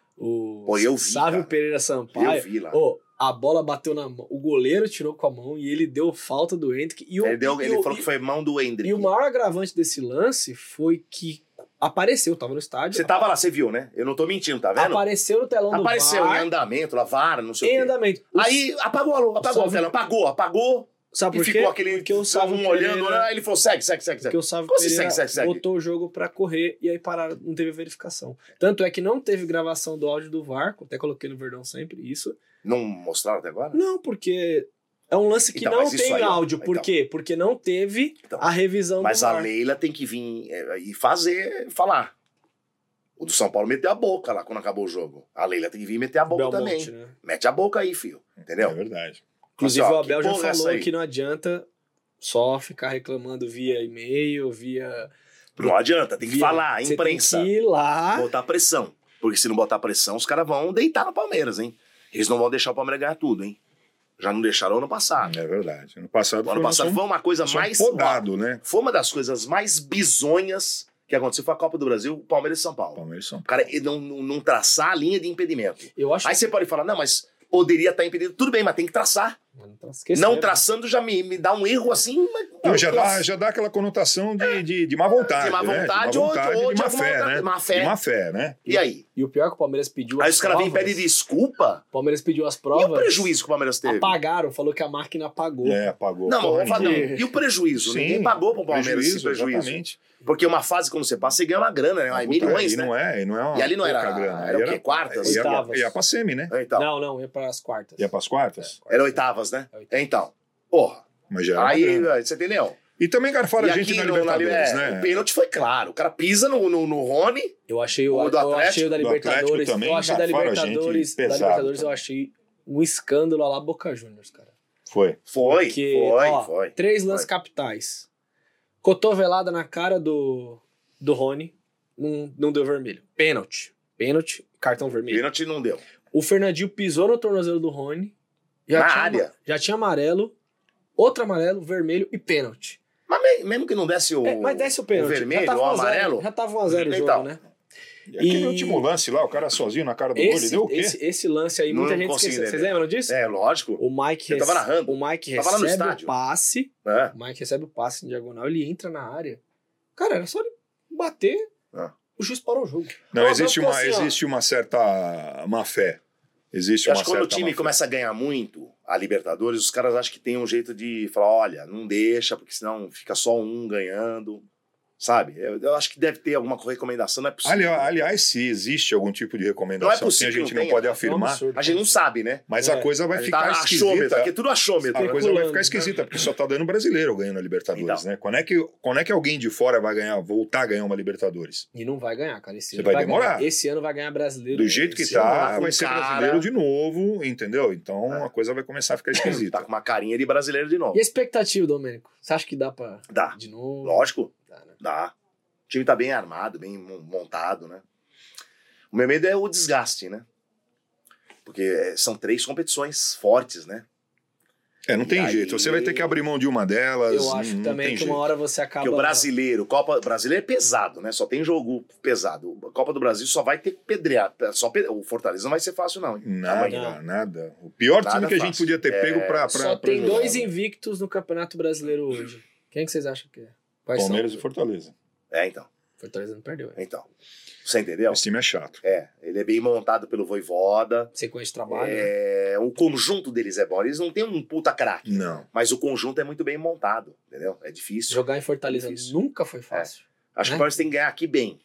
o
Pô, eu vi,
Sávio
cara.
Pereira Sampaio.
Eu vi lá.
Oh, a bola bateu na mão. O goleiro tirou com a mão e ele deu falta do Hendrick. E o,
ele deu,
e
ele
o,
falou
e,
que foi mão do Hendrick.
E o maior agravante desse lance foi que apareceu, tava no estádio.
Você tava lá, você viu, né? Eu não tô mentindo, tá vendo?
Apareceu no telão
Apareceu
do V A R.
em andamento, lá, V A R, não sei
em
o quê.
andamento.
Aí apagou a luz, apagou o telão, apagou, apagou.
Sabe
e
por quê?
ficou aquele
Porque o Sávio
um olhando,
Pereira...
né? Ele falou, segue, segue, segue, segue.
Porque o Sávio
Como
Pereira
segue, segue, segue?
botou o jogo pra correr e aí pararam, não teve verificação. Tanto é que não teve gravação do áudio do V A R, até coloquei no Verdão sempre isso.
Não mostraram até agora?
Não, porque é um lance que
então,
não tem
aí,
áudio. Por
então.
quê? Porque não teve
então,
a revisão
mas
do V A R.
Mas a Leila tem que vir é, e fazer, falar. O do São Paulo meteu a boca lá quando acabou o jogo. A Leila tem que vir e meter a boca
Belmonte,
também.
né?
Mete a boca aí, filho. Entendeu?
É verdade.
Inclusive
assim, ó,
o Abel já
porra
falou que não adianta só ficar reclamando via e-mail, via...
Não adianta, tem que
via...
falar,
Você
imprensa.
Tem que ir lá...
Botar pressão. Porque se não botar pressão, os caras vão deitar no Palmeiras, hein? Eles não vão deixar o Palmeiras ganhar tudo, hein? Já não deixaram ano passado.
É verdade. Ano passado,
o ano
foi,
passado
um,
foi uma coisa mais...
podado, né?
Foi uma das coisas mais bizonhas que aconteceu. Foi a Copa do Brasil, Palmeiras e São Paulo.
Palmeiras e São Paulo.
O cara não, não, não traçar a linha de impedimento.
Eu acho
Aí você pode falar, não, mas poderia estar impedido. Tudo bem, mas tem que traçar.
Esqueci,
não
né?
traçando já me, me dá um erro assim. Mas,
não, já, dá, já dá aquela conotação de, de, de má vontade.
De má vontade,
né? de, má vontade
ou, ou
de,
de
má fé,
outra,
né?
Má fé.
De má fé, né?
E aí?
E o pior é que o Palmeiras pediu
Aí
as
os caras vêm e
provas.
pedem desculpa.
O Palmeiras pediu as provas.
E o prejuízo que o Palmeiras teve?
Apagaram, falou que a máquina apagou.
É, apagou.
Não,
Porra,
mas não.
ninguém.
E o prejuízo?
Sim,
Ninguém pagou pro Palmeiras
prejuízo,
esse prejuízo.
Exatamente.
Porque uma fase, quando você passa, você ganha uma grana, né? Uma milhões,
e
né?
não é, e não é uma
E ali não era,
pouca grana.
era o quê?
Era,
Quartas?
ia,
Oitavas.
ia pra semi, né?
Então,
Não, não, ia para as quartas.
Ia pras quartas?
É,
era oitavas, né?
Oitavas.
Então, porra.
Mas já era uma
Aí,
grana.
você entendeu?
E também garfaram
E
a gente
aqui
na
no-
Libertadores,
é,
né?
O pênalti foi claro. O cara pisa no, no, no Rony.
Eu achei o,
O do
eu
Atlético,
achei o da
do
Libertadores.
Atlético também
Eu achei da
garfaram a gente
Libertadores. Da
pesado
Libertadores eu
também.
achei um escândalo lá Boca Juniors, cara.
Foi.
Foi,
Porque,
foi,
ó,
foi.
Três lances
Foi.
capitais. Cotovelada na cara do, do Rony. Não, não deu vermelho. Pênalti. Pênalti, cartão vermelho.
Pênalti não deu.
O Fernandinho pisou no tornozelo do Rony. Já
Na
tinha,
área.
Já tinha amarelo. Outro amarelo, vermelho e pênalti.
Mas me- mesmo que não desse o,
É, mas desce o pênalti.
o vermelho
já tava
ou o
um a zero,
amarelo,
Já tava um a zero o
Então.
jogo, né?
E aquele
E-
último lance lá, o cara sozinho na cara do gol, ele
Esse,
deu o quê?
esse, esse lance aí,
Não
muita gente
consegui
esqueceu. Vocês
entender.
lembram disso?
é lógico.
O Mike,
Eu tava
rece-
narrando.
o Mike
Tava lá no
recebe o
estádio.
passe.
É.
O Mike recebe o passe em diagonal, ele entra na área. Cara, era só ele bater,
Ah.
o juiz parou o jogo.
Não,
Não,
existe,
não
uma,
ficou assim, ó.
existe uma certa má fé. Existe
Eu
uma
acho que quando o
certa
time
má fé.
começa a ganhar muito a Libertadores, os caras acham que tem um jeito de falar, olha, não deixa, porque senão fica só um ganhando. Sabe? Eu, eu acho que deve ter alguma recomendação, não é possível.
Ali- aliás, se existe algum tipo de recomendação,
Não é
assim,
possível
a gente
que
não
não
pode
tenha.
afirmar,
absurdo.
A gente não sabe, né?
mas
É.
a coisa vai
A gente
ficar
tá achômetro,
esquisita.
aqui é tudo achômetro.
A
né?
coisa vai
Especulando,
ficar esquisita, porque só tá dando brasileiro ganhando a Libertadores,
Então.
né? Quando é, que, quando é que alguém de fora vai ganhar, voltar a ganhar uma Libertadores?
E não vai ganhar, cara. Esse
Você
ano
vai
ganhar.
demorar.
Esse ano vai ganhar brasileiro.
Do jeito que
Esse ano
tá,
lá,
vai
um
ser
cara-
brasileiro de novo, entendeu? Então
É.
a coisa vai começar a ficar
Tá
esquisita.
com uma carinha de brasileiro de novo.
E a expectativa, Domênico? Você acha que dá pra.
Dá.
De novo?
Lógico,
Dá, né?
dá. O time tá bem armado, bem mon- montado, né? O meu medo é o desgaste, né? Porque é, são três competições fortes, né?
É, não tem
E aí-
jeito. Você vai ter que abrir mão de uma delas.
Eu acho
não
também
tem
que
jeito.
uma hora você acaba.
Porque o brasileiro, Copa brasileiro é pesado, né? Só tem jogo pesado. A Copa do Brasil só vai ter pedreada. Só pe- O Fortaleza não vai ser fácil, não.
Nada,
Amanhã.
nada. O pior
Nada
time que a gente
fácil.
podia ter
É,
pego pra, pra
Só
pra
tem
jogar,
dois
né?
invictos no Campeonato Brasileiro hoje. Quem que vocês acham que é? Quais
Palmeiras
são?
e Fortaleza.
É, então.
Fortaleza não perdeu. É.
Então, você entendeu?
Esse time é chato.
É, ele é bem montado pelo Vojvoda.
Sequência de trabalho.
É, né? O conjunto deles é bom. Eles não têm um puta craque.
Não.
Mas o conjunto é muito bem montado, entendeu? É difícil.
Jogar em Fortaleza
difícil.
nunca foi fácil.
É. Acho
né?
que o Palmeiras tem que ganhar aqui bem.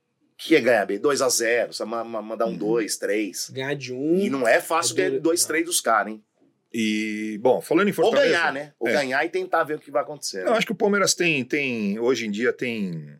O que é ganhar bem? dois a zero, só mandar um
Uhum.
dois, três.
Ganhar de um...
E não é fácil
é
ganhar
duro,
dois,
não.
três dos caras, hein?
E, bom, falando em
Ou
Fortaleza...
ganhar, né? Ou
é.
ganhar e tentar ver o que vai acontecer.
Eu
né?
acho que o Palmeiras tem, tem hoje em dia, tem...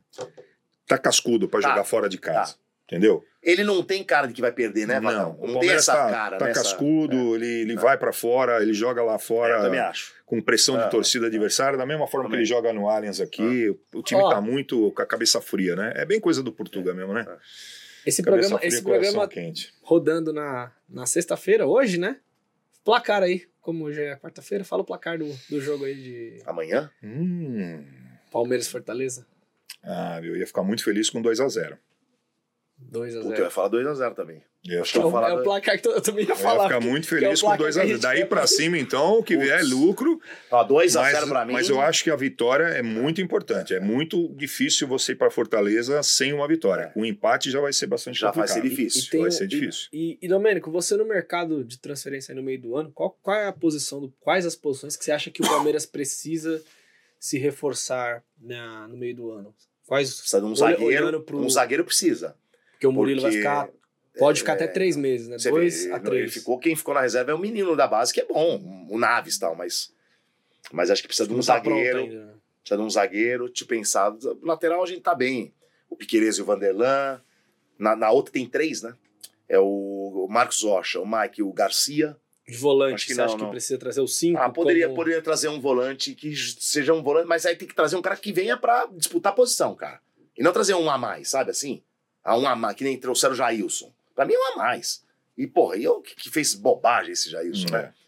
Tá cascudo pra
Tá.
jogar fora de casa.
Tá.
Entendeu?
Ele não tem cara de que vai perder, né, Vadão?
o
Não, tem
Palmeiras
essa
tá,
cara,
tá
né? essa-
cascudo, ele, ele
É.
vai pra fora, ele joga lá
É, eu
fora
também acho.
com pressão de
É.
torcida adversária, da mesma forma
Também.
que ele joga no Allianz aqui. O time
Ó.
tá muito com a cabeça fria, né? É bem coisa do Portuga mesmo, né?
Esse
Cabeça
programa,
fria,
esse
coração
programa
quente.
rodando na, na sexta-feira, hoje, né? Placar aí, como hoje é quarta-feira, fala o placar do, do jogo aí de
Amanhã?
Hum.
Palmeiras e Fortaleza.
Ah, eu ia ficar muito feliz com dois a zero.
dois a
Puta, eu
zero.
ia falar dois a zero também.
Eu ia
Acho que
É
eu
ficar,
vou
o,
falar
é o
do-
placar que eu também ia
eu ia
falar.
ficar
que-
muito
que é o
feliz com
placar
dois
que
a
a
zero.
gente
Daí
quer
pra
pra-
cima, então, o que vier é lucro.
Ó, dois a
Mas,
zero pra mim.
mas eu acho que a vitória é muito importante. É muito difícil você ir para Fortaleza sem uma vitória.
É.
Com um empate já vai ser bastante
Já vai
complicado.
ser difícil.
E tem
vai
um-
ser
e-
difícil.
E, e, Domênico, você no mercado de transferência aí no meio do ano, qual, qual é a posição, do, quais as posições que você acha que o Palmeiras precisa se reforçar na, no meio do ano? Quais?
Precisa de um
olha-
zagueiro.
olhando pro-
Um zagueiro precisa.
Porque o Murilo vai
porque-
ficar, pode ficar
é,
até três meses, né?
Você
Dois
vê,
a
ele-
três.
Ele ficou, quem ficou na reserva é o menino da base, que é bom, o Naves e tal, mas, mas acho que precisa de um
Não tá pronto
zagueiro.
ainda, né?
Precisa de um zagueiro, te pensar. No lateral a gente tá bem. O Piquerez e o Vanderlan. Na, na outra tem três, né? É o, o Marcos Rocha, o Mike e o Garcia.
De volante,
Acho que
você
não,
acha que
não.
precisa trazer os cinco?
Ah, poderia,
como-
poderia trazer um volante que j- seja um volante, mas aí tem que trazer um cara que venha pra disputar a posição, cara. E não trazer um a mais, sabe assim? Ah, um a mais, que nem trouxeram o Jailson. Pra mim é um a mais. E, porra, e eu que, que fez bobagem esse Jailson,
Hum,
né?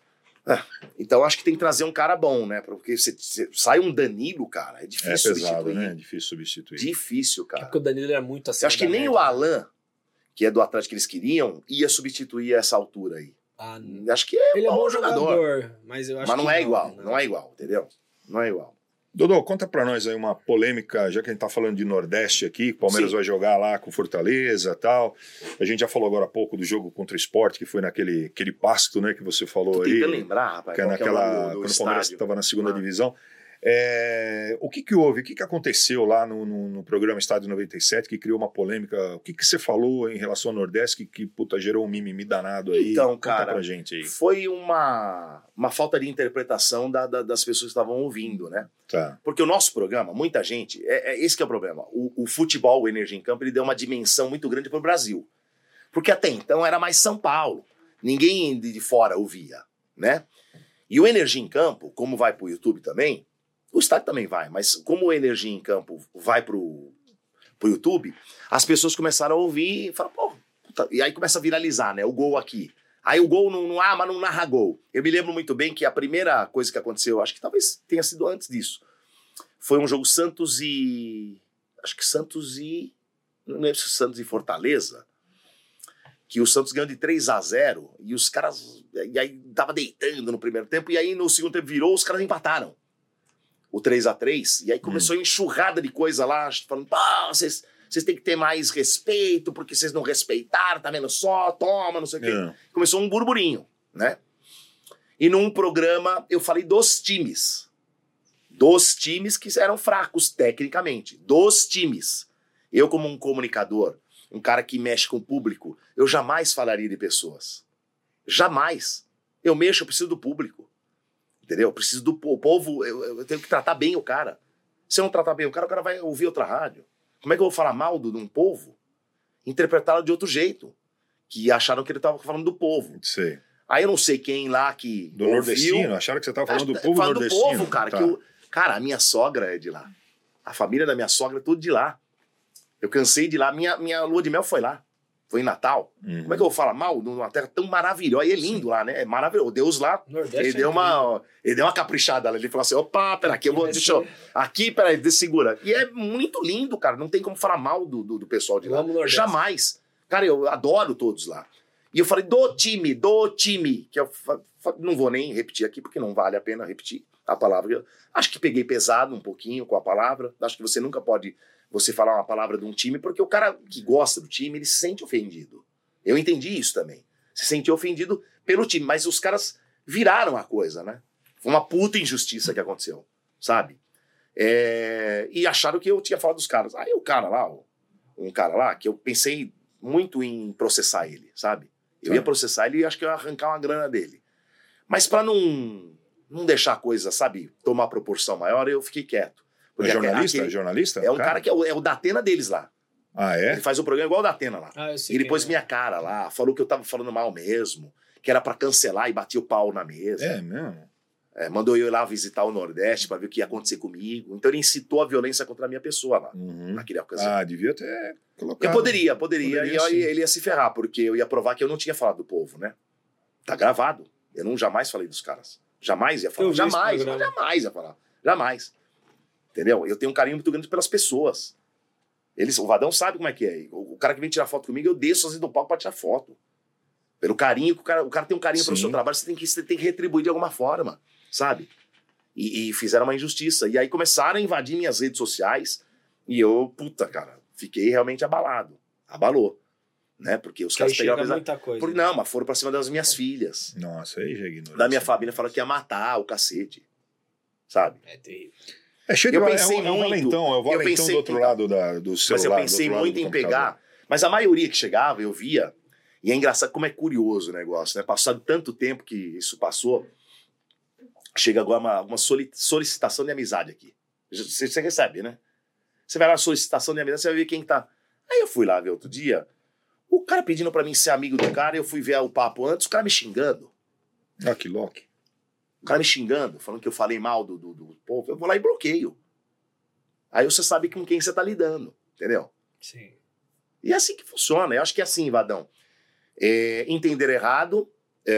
Então acho que tem que trazer um cara bom, né? Porque se, se sai um Danilo, cara, é
É
difícil
pesado,
substituir.
né? É difícil substituir.
Difícil,
É
cara.
porque o Danilo era muito assim.
Eu acho que nem o Alan, que é do Atlético que eles queriam, ia substituir essa altura aí.
Ah,
Acho que é
ele é
um
bom
bom
jogador, mas eu acho
Mas não
que
é igual, não é igual, entendeu? Não é igual.
Dodô, conta pra nós aí uma polêmica, já que a gente tá falando de Nordeste aqui, o Palmeiras
Sim.
vai jogar lá com Fortaleza e tal. A gente já falou agora há pouco do jogo contra o Sport, que foi naquele aquele pasto, né, que você falou
Tô
aí.
tentando lembrar, rapaz.
Que é
qual que é o
naquela,
nome do- do
quando o Palmeiras
estádio.
estava na segunda
Ah.
divisão. É, o que que houve? O que que aconteceu lá no, no, no programa Estádio noventa e sete que criou uma polêmica? O que que você falou em relação ao Nordeste que, que puta, gerou um mimimi danado aí?
Então,
Conta
cara,
pra gente aí.
Foi uma, uma falta de interpretação da- da- das pessoas que estavam ouvindo, né?
Tá.
Porque o nosso programa, muita gente, é, é esse que é o problema. O, o futebol, o Energia em Campo, ele deu uma dimensão muito grande para o Brasil. Porque até então era mais São Paulo. Ninguém de de fora ouvia, né? E o Energia em Campo, como vai para o YouTube também, o estádio também vai, mas como o Energia em Campo vai para o YouTube, as pessoas começaram a ouvir e falaram, pô, puta, e aí começa a viralizar, né? O gol aqui. Aí o gol não, não, ah, mas não narra gol. Eu me lembro muito bem que a primeira coisa que aconteceu, acho que talvez tenha sido antes disso, foi um jogo Santos e... Acho que Santos e... Não lembro se Santos e Fortaleza, que o Santos ganhou de três a zero e os caras... E aí tava deitando no primeiro tempo e aí no segundo tempo virou, os caras empataram o três a três, e aí começou uma enxurrada de coisa lá, falando, pá, vocês... Vocês têm que ter mais respeito, porque vocês não respeitaram, tá vendo só, toma, não sei o quê.
É.
Começou um burburinho, né? E num programa eu falei dos times. Dos times que eram fracos tecnicamente. Dos times. Eu, como um comunicador, um cara que mexe com o público, eu jamais falaria de pessoas. Jamais. Eu mexo, eu preciso do público. Entendeu? Eu preciso do po- o povo, eu, eu tenho que tratar bem o cara. Se eu não tratar bem o cara, o cara vai ouvir outra rádio. Como é que eu vou falar mal do, de um povo? Interpretá-lo de outro jeito. Que acharam que ele estava falando do povo.
Sei.
Aí eu não sei quem lá que
Do
ouviu.
nordestino? Acharam que você estava falando do
Acho-
povo
falando
nordestino?
do povo, cara.
Tá.
Que eu, cara, a minha sogra é de lá. A família da minha sogra é tudo de lá. Eu cansei de lá. Minha, minha lua de mel foi lá. Foi em Natal.
Uhum.
Como é que eu vou falar mal de uma terra tão maravilhosa? E é lindo lá, né? É maravilhoso. Deus lá,
Nordeste
ele
é
deu, uma, ele deu uma caprichada lá. Ele falou assim, opa, pera aqui, eu vou...
vai
Deixa eu,
ser-
aqui, peraí, deixa, segura. E é muito lindo, cara. Não tem como falar mal do, do, do pessoal de
Eu
lá.
amo o Nordeste.
Jamais. Cara, eu adoro todos lá. E eu falei, do time, do time. Que eu fa- fa- não vou nem repetir aqui, porque não vale a pena repetir. a palavra. Eu acho que peguei pesado um pouquinho com a palavra. Acho que você nunca pode você falar uma palavra de um time, porque o cara que gosta do time, ele se sente ofendido. Eu entendi isso também. Se sentiu ofendido pelo time, mas os caras viraram a coisa, né? Foi uma puta injustiça que aconteceu, sabe? É... E acharam que eu tinha falado dos caras. Aí o cara lá, um cara lá, que eu pensei muito em processar ele, sabe? Eu ia processar ele e acho que eu ia arrancar uma grana dele. Mas pra não, não deixar a coisa, sabe, tomar proporção maior, eu fiquei quieto.
É jornalista? Aquele, jornalista?
É um cara, cara que é o, é o Datena deles lá.
Ah, é?
Ele faz o programa igual o Datena lá.
Ah, eu sei.
Ele pôs
é.
minha cara lá, falou que eu tava falando mal mesmo, que era pra cancelar e batia o pau na mesa.
É mesmo?
É, mandou eu ir lá visitar o Nordeste pra ver o que ia acontecer comigo. Então ele incitou a violência contra a minha pessoa lá,
uhum.
naquele ocasião.
Ah, devia ter colocado.
Eu poderia, poderia, poderia e eu, ele ia se ferrar, porque eu ia provar que eu não tinha falado do povo, né? Tá gravado. Eu não jamais falei dos caras. Jamais ia falar. Jamais, jamais ia falar. Jamais. Entendeu? Eu tenho um carinho muito grande pelas pessoas. Eles, o Vadão sabe como é que é. O, o cara que vem tirar foto comigo, eu desço assim do palco pra tirar foto. Pelo carinho que o cara... O cara tem um carinho pelo seu trabalho, você tem, que, você tem que retribuir de alguma forma, sabe? E, e fizeram uma injustiça. E aí começaram a invadir minhas redes sociais e eu, puta, cara, fiquei realmente abalado. Abalou. Né? Porque os
que
caras pegaram...
muita coisa.
Por, não, mas foram pra cima das minhas filhas.
Nossa, aí já ignorou.
Da minha família, falaram que ia matar o cacete. Sabe?
É terrível.
É cheio de
eu pensei
é um, é um
muito,
valentão, é o valentão
pensei,
do outro
então,
lado da, do celular.
Mas eu pensei muito em pegar, mas a maioria que chegava, eu via, e é engraçado como é curioso o negócio, né? Passado tanto tempo que isso passou, chega agora uma, uma solicitação de amizade aqui. Você, você recebe, né? Você vai lá, solicitação de amizade, você vai ver quem tá. Aí eu fui lá ver outro dia, o cara pedindo pra mim ser amigo do cara, eu fui ver o papo antes, o cara me xingando.
Ah, que louco.
O cara me xingando, falando que eu falei mal do, do, do povo, eu vou lá e bloqueio. Aí você sabe com quem você tá lidando, entendeu?
Sim.
E é assim que funciona, eu acho que é assim, Vadão. É, entenderam errado,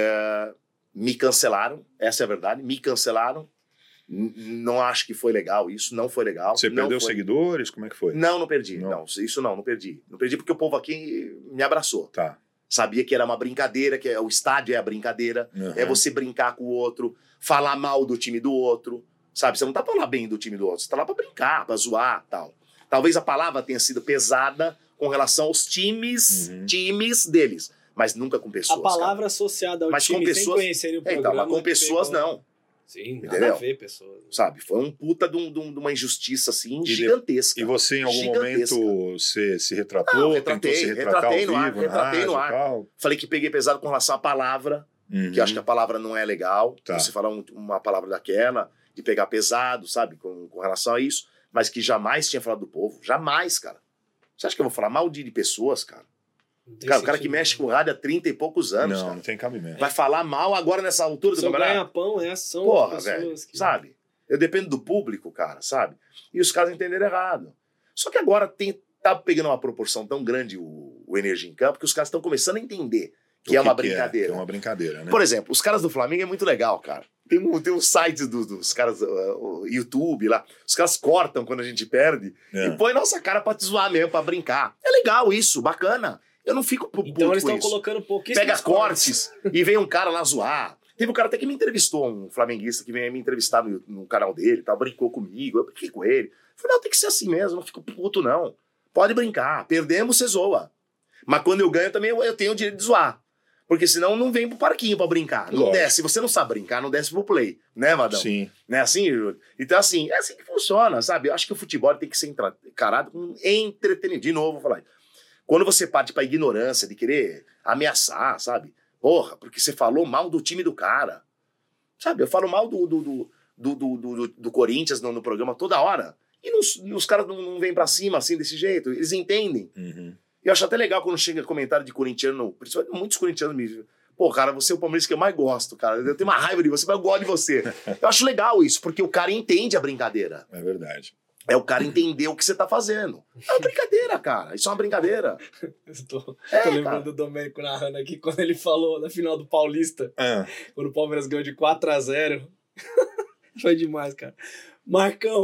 é, me cancelaram, essa é a verdade, me cancelaram. N- não acho que foi legal isso, não foi legal.
Você
não
perdeu
foi...
seguidores? Como é que foi?
Não, não perdi, não.
não.
Isso não, não perdi. Não perdi porque o povo aqui me abraçou.
Tá.
Sabia que era uma brincadeira, que é, o estádio é a brincadeira,
Uhum.
é você brincar com o outro, falar mal do time do outro, sabe? Você não tá pra falar bem do time do outro, você tá lá pra brincar, pra zoar e tal. Talvez a palavra tenha sido pesada com relação aos times, uhum. times deles, mas nunca com pessoas.
A palavra
cara.
associada ao
mas
time
com pessoas,
sem conhecerem o programa.
É, então, mas com pessoas pegou... não.
Sim, nada
entendeu?
a ver, pessoas.
Sabe? Foi um puta de, um, de uma injustiça, assim,
e
gigantesca.
De... E você, em algum momento, você se retratou?
Não, retratei,
tentou se retratar
retratei
ao
no
vivo,
ar, retratei no ar.
Tal.
Falei que peguei pesado com relação à palavra, uhum. que eu acho que a palavra não é legal. Tá. Você falar um, uma palavra daquela, de pegar pesado, sabe? Com, com relação a isso. Mas que jamais tinha falado do povo. Jamais, cara. Você acha que eu vou falar mal de pessoas, cara? Cara, o cara que mexe com rádio há trinta e poucos anos,
não,
cara.
Não tem cabimento.
Vai falar mal agora nessa altura do campeonato?
ganha-pão é ação.
Porra, velho, que... sabe? Eu dependo do público, cara, sabe? E os caras entenderam errado. Só que agora tem, tá pegando uma proporção tão grande o, o Energia em Campo que os caras estão começando a entender que, que é uma que brincadeira.
É, que é uma brincadeira, né?
Por exemplo, os caras do Flamengo é muito legal, cara. Tem um, tem um site do, dos caras, uh, o YouTube lá, os caras cortam quando a gente perde é. e põe nossa cara pra te zoar mesmo, pra brincar. É legal isso, bacana. Eu não fico puto
Então eles estão
isso.
colocando pouquíssimos
Pega cortes e vem um cara lá zoar. Teve um cara até que me entrevistou, um flamenguista que veio me entrevistar no, no canal dele, tá, brincou comigo, eu brinquei com ele. Falei, não, tem que ser assim mesmo, não fico puto não. Pode brincar, perdemos, você zoa. Mas quando eu ganho também eu, eu tenho o direito de zoar. Porque senão não vem pro parquinho pra brincar. Não
Lógico.
desce, se você não sabe brincar, não desce pro play. Né, Vadão?
Sim.
Não é assim, Júlio? Então assim, é assim que funciona, sabe? Eu acho que o futebol tem que ser encarado com entretenimento. De novo, vou falar isso. Quando você parte pra ignorância de querer ameaçar, sabe? Porra, porque você falou mal do time do cara. Sabe, eu falo mal do, do, do, do, do, do, do Corinthians no, no programa toda hora. E nos, os caras não, não vêm pra cima assim, desse jeito. Eles entendem.
Uhum.
Eu acho até legal quando chega comentário de corintiano, principalmente muitos corintianos me dizem, pô, cara, você é o Palmeiras que eu mais gosto, cara. Eu tenho uma raiva de você, mas eu gosto de você. Eu acho legal isso, porque o cara entende a brincadeira.
É verdade.
É o cara entender o que você tá fazendo. É uma brincadeira, cara. Isso é uma brincadeira.
Eu tô,
é,
tô lembrando
cara.
do Domênico narrando aqui quando ele falou na final do Paulista.
Ah.
Quando o Palmeiras ganhou de quatro a zero. Foi demais, cara. Marcão,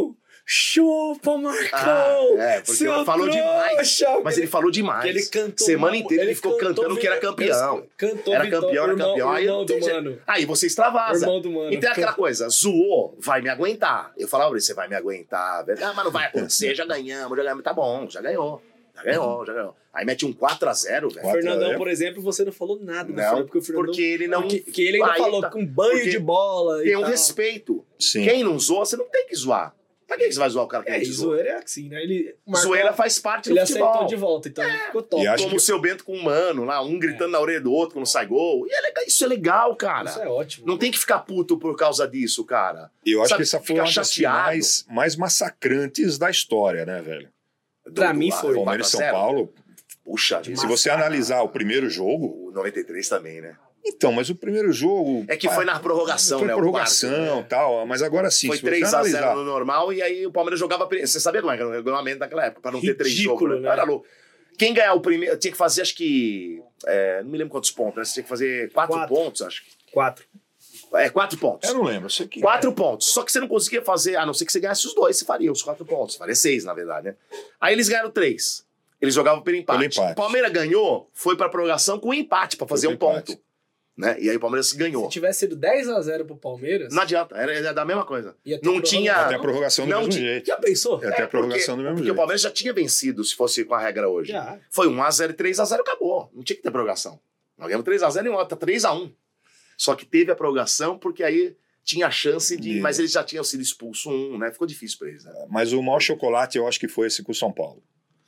Chupa, Marcão!
Ah, é, porque
Seu
ele falou demais.
trouxa!
Mas ele falou demais.
Ele cantou
Semana
uma-
inteira ele, ficou
cantou
cantando que era
Vitor-
campeão.
Cantou
Era
Vitor-
campeão, era
irmão-
campeão. Aí,
irmão
não
do
tem jeito.
mano.
Aí você extravasa.
Irmão do mano.
Então é aquela coisa, zoou, vai me aguentar. Eu falava pra ele, você vai me aguentar. velho. Ah, mas não vai acontecer, já ganhamos, já ganhamos. Tá bom, já ganhou. Já ganhou, já ganhou. Aí mete um quatro a zero, velho.
quatro a zero.
Fernandão, por exemplo, você não falou nada do
Não,
Fernando, porque o Fernandão...
porque ele não...
Que, que ele ainda
Aí
falou
tá.
com banho
Porque
de bola e
Tem um
tal.
respeito.
Sim.
Quem não zoa, você não tem que zoar. Pra que você vai zoar o cara que
É,
não
e
te zoa?
zoeira é assim, né? Ele, o Marcão,
Zoeira faz parte
ele
do futebol.
aceitou de volta, então ele ficou top.
E acho
Como
que-
o seu Bento com o mano lá, um gritando na orelha do outro quando sai gol. E é legal, isso é legal, cara.
Isso é ótimo.
Não tem que ficar puto por causa disso, cara.
Eu acho
Sabe,
que essa foi
fica
uma das
chateado.
finais mais massacrantes da história, né, velho?
Pra
Do-
mim
do-
foi.
Palmeiras e São
quatro a zero.
Paulo.
Puxa vida.
Se você analisar o primeiro jogo.
O noventa e três também, né?
Então, mas o primeiro jogo.
É que
pá,
foi na prorrogação,
Foi
né? o
prorrogação e
quarto, né?
tal. Mas agora sim,
Foi
se você
três a zero
analisar.
no normal e aí o Palmeiras jogava. pre- Você sabia como é que era o regulamento naquela época? Pra não ter três
Ridículo,
jogos.
né?
Era louco. Quem ganhar o primeiro. Tinha que fazer, acho que. é, não me lembro quantos pontos, né? Você tinha que fazer quatro,
Quatro.
pontos, acho que.
Quatro.
É, quatro pontos.
Eu não lembro. Eu sei que...
Quatro pontos. Só que você não conseguia fazer, a não ser que você ganhasse os dois, você faria os quatro pontos. Faria seis, na verdade, né? Aí eles ganharam três. Eles jogavam pelo empate.
Pelo empate.
O Palmeiras ganhou, foi pra prorrogação com um empate pra fazer
Foi
um
pro empate.
ponto. Né? E aí o Palmeiras ganhou.
Se tivesse sido dez a zero pro Palmeiras,
Não adianta, era, era da mesma coisa.
ia ter
Não
prorrogação.
tinha.
Até a prorrogação do
Não
mesmo
tinha-
jeito.
Já pensou?
É, até a prorrogação
porque,
do mesmo
porque
jeito.
o Palmeiras já tinha vencido se fosse com a regra hoje.
Já.
Foi um a zero e três a zero, acabou. Não tinha que ter prorrogação. Nós ganhamos três a zero e uma outra três a um. Só que teve a prorrogação porque aí tinha a chance de.
Isso.
Mas eles já tinham sido expulsos um, né? Ficou difícil pra eles, né?
Mas o maior chocolate eu acho que foi esse com o São Paulo.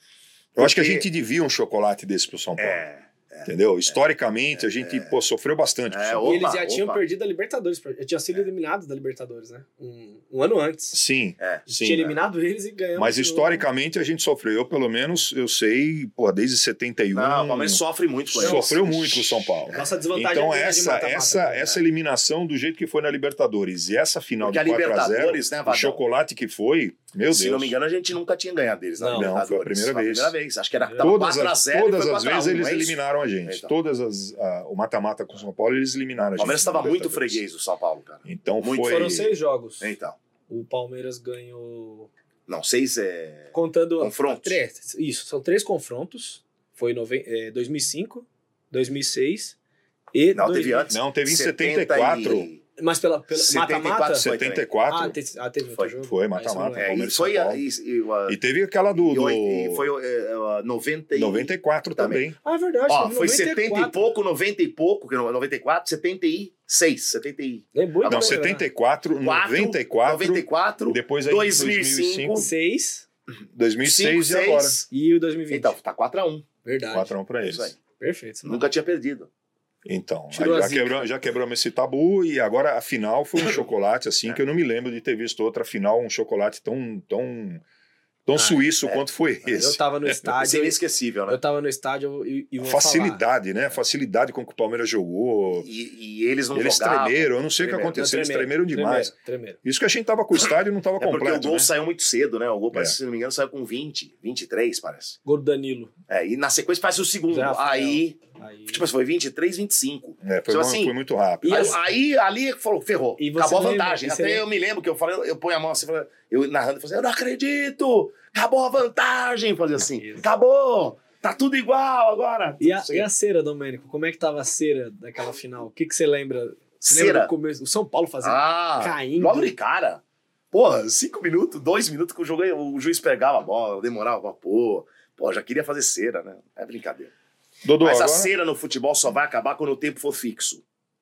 Eu acho que a
Porque-
gente devia um chocolate desse pro São Paulo.
É.
Entendeu? Historicamente, a gente pô, sofreu bastante com o
É,
São
o-
Paulo.
E eles já
Opa,
tinham
opa.
perdido a Libertadores. Já tinham sido eliminados da Libertadores, né? Um, um ano antes.
Sim,
É.
A gente
sim.
tinha eliminado eles e ganhamos.
Mas
de novo.
historicamente a gente sofreu. Eu, pelo menos, eu sei, pô, desde setenta e um.
Não, o Palmeiras sofre muito com eles.
sofreu muito com o São Paulo.
Nossa desvantagem
Então,
é ganhar de
essa,
mata-mata
essa,
também, né?
essa eliminação do jeito que foi na Libertadores e essa final
Porque a
de quatro a zero,
Libertadores, né,
o
Vadão?
chocolate que foi, meu
Se
Deus.
não me engano, a gente nunca tinha ganhado deles. na
Não,
Libertadores.
foi a primeira vez.
primeira vez. Acho que era tava
Todas
quatro a
as,
zero e
todas
foi
as
quatro a um,
vezes eles
não é isso?
eliminaram a gente.
Então.
Todas as. a- o mata-mata com o São Paulo, eles eliminaram a
O
gente.
Palmeiras estava
na
muito
Libertadores.
freguês do São Paulo, cara.
Então
Muito.
foi.
Foram seis jogos.
Então.
O Palmeiras ganhou.
Não, seis é.
Contando.
Confrontos.
Três, isso, são três confrontos. Foi nove, é, dois mil e cinco, dois mil e seis e.
Não,
dois
teve
mil.
antes.
Não, teve em
setenta
setenta e quatro.
e-
Mas pela pela-
setenta e quatro,
mata-mata?
foi.
setenta e quatro.
Ah, teve, ah, teve outro
Foi,
jogo?
foi,
Ah,
mata-mata.
isso eu não lembro.
É, e
Palmeiras e
foi,
São
a,
Paulo.
e, e, a-
E teve aquela do.
e
do...
oito- e foi é, a noventa e...
noventa e quatro também.
Ah, é verdade.
Ó,
teve
foi
noventa e
setenta e
quatro.
pouco, noventa e pouco, que não- noventa e quatro, setenta e seis, setenta e
Lembrou
Não,
bem,
setenta e quatro,
quatro,
noventa e quatro.
noventa e quatro,
Depois aí
dois mil e
dois mil e cinco,
né? seis
dois mil e seis
cinco,
e agora.
seis.
e o dois mil e vinte.
Então, tá quatro a um.
Verdade.
quatro a um pra
Isso aí.
eles.
Perfeito. senão-
Nunca tinha perdido.
Então,
Tirou
aí
a
já,
zica.
quebramos, já quebramos esse tabu e agora a final foi um chocolate assim que eu não me lembro de ter visto outra final, um chocolate tão tão tão
Ah,
suíço
é.
quanto foi
Eu
esse.
tava no
Isso é
estádio.
inesquecível, né?
Eu tava no estádio e, e vou falar.
Facilidade, né? Facilidade com que o Palmeiras jogou.
E, e eles não
Eles
jogavam.
tremeram, eu não sei o que
Tremeram.
aconteceu, eles
Tremeram,
tremeram demais.
Tremeram, tremeram.
Isso que a gente tava com o estádio não tava
É porque
completo,
o gol
né?
saiu muito cedo, né? O gol, parece,
É.
se não me engano, saiu com vinte, vinte e três, parece.
Gol do Danilo.
É, e na sequência faz o segundo.
Zé Rafael.
Aí,
Aí...
tipo assim, foi vinte e três, vinte e cinco.
É, foi,
Tipo
bom-
assim,
foi muito rápido.
E
Aí,
as-
aí, ali falou, ferrou.
E você
Acabou a
lembra-
vantagem.
e você
Até
lembra-
eu me lembro que eu falei, eu ponho a mão assim, falei- eu narrando, eu falei assim, eu não acredito! Acabou a vantagem! Fazer assim,
Isso.
acabou! Tá tudo igual agora!
E a,
Tudo
e a cera, Domênico? Como é que tava a cera daquela final? O que, que você lembra? Você
Cera?
lembra do começo? O São Paulo fazendo.
Ah,
caindo.
logo de cara. Porra, cinco minutos, dois minutos que o, jogo, o juiz pegava a bola, demorava, pô. Pô, já queria fazer cera, né? É brincadeira.
Dodô,
Mas
agora...
a cera no futebol só vai acabar quando o tempo for fixo.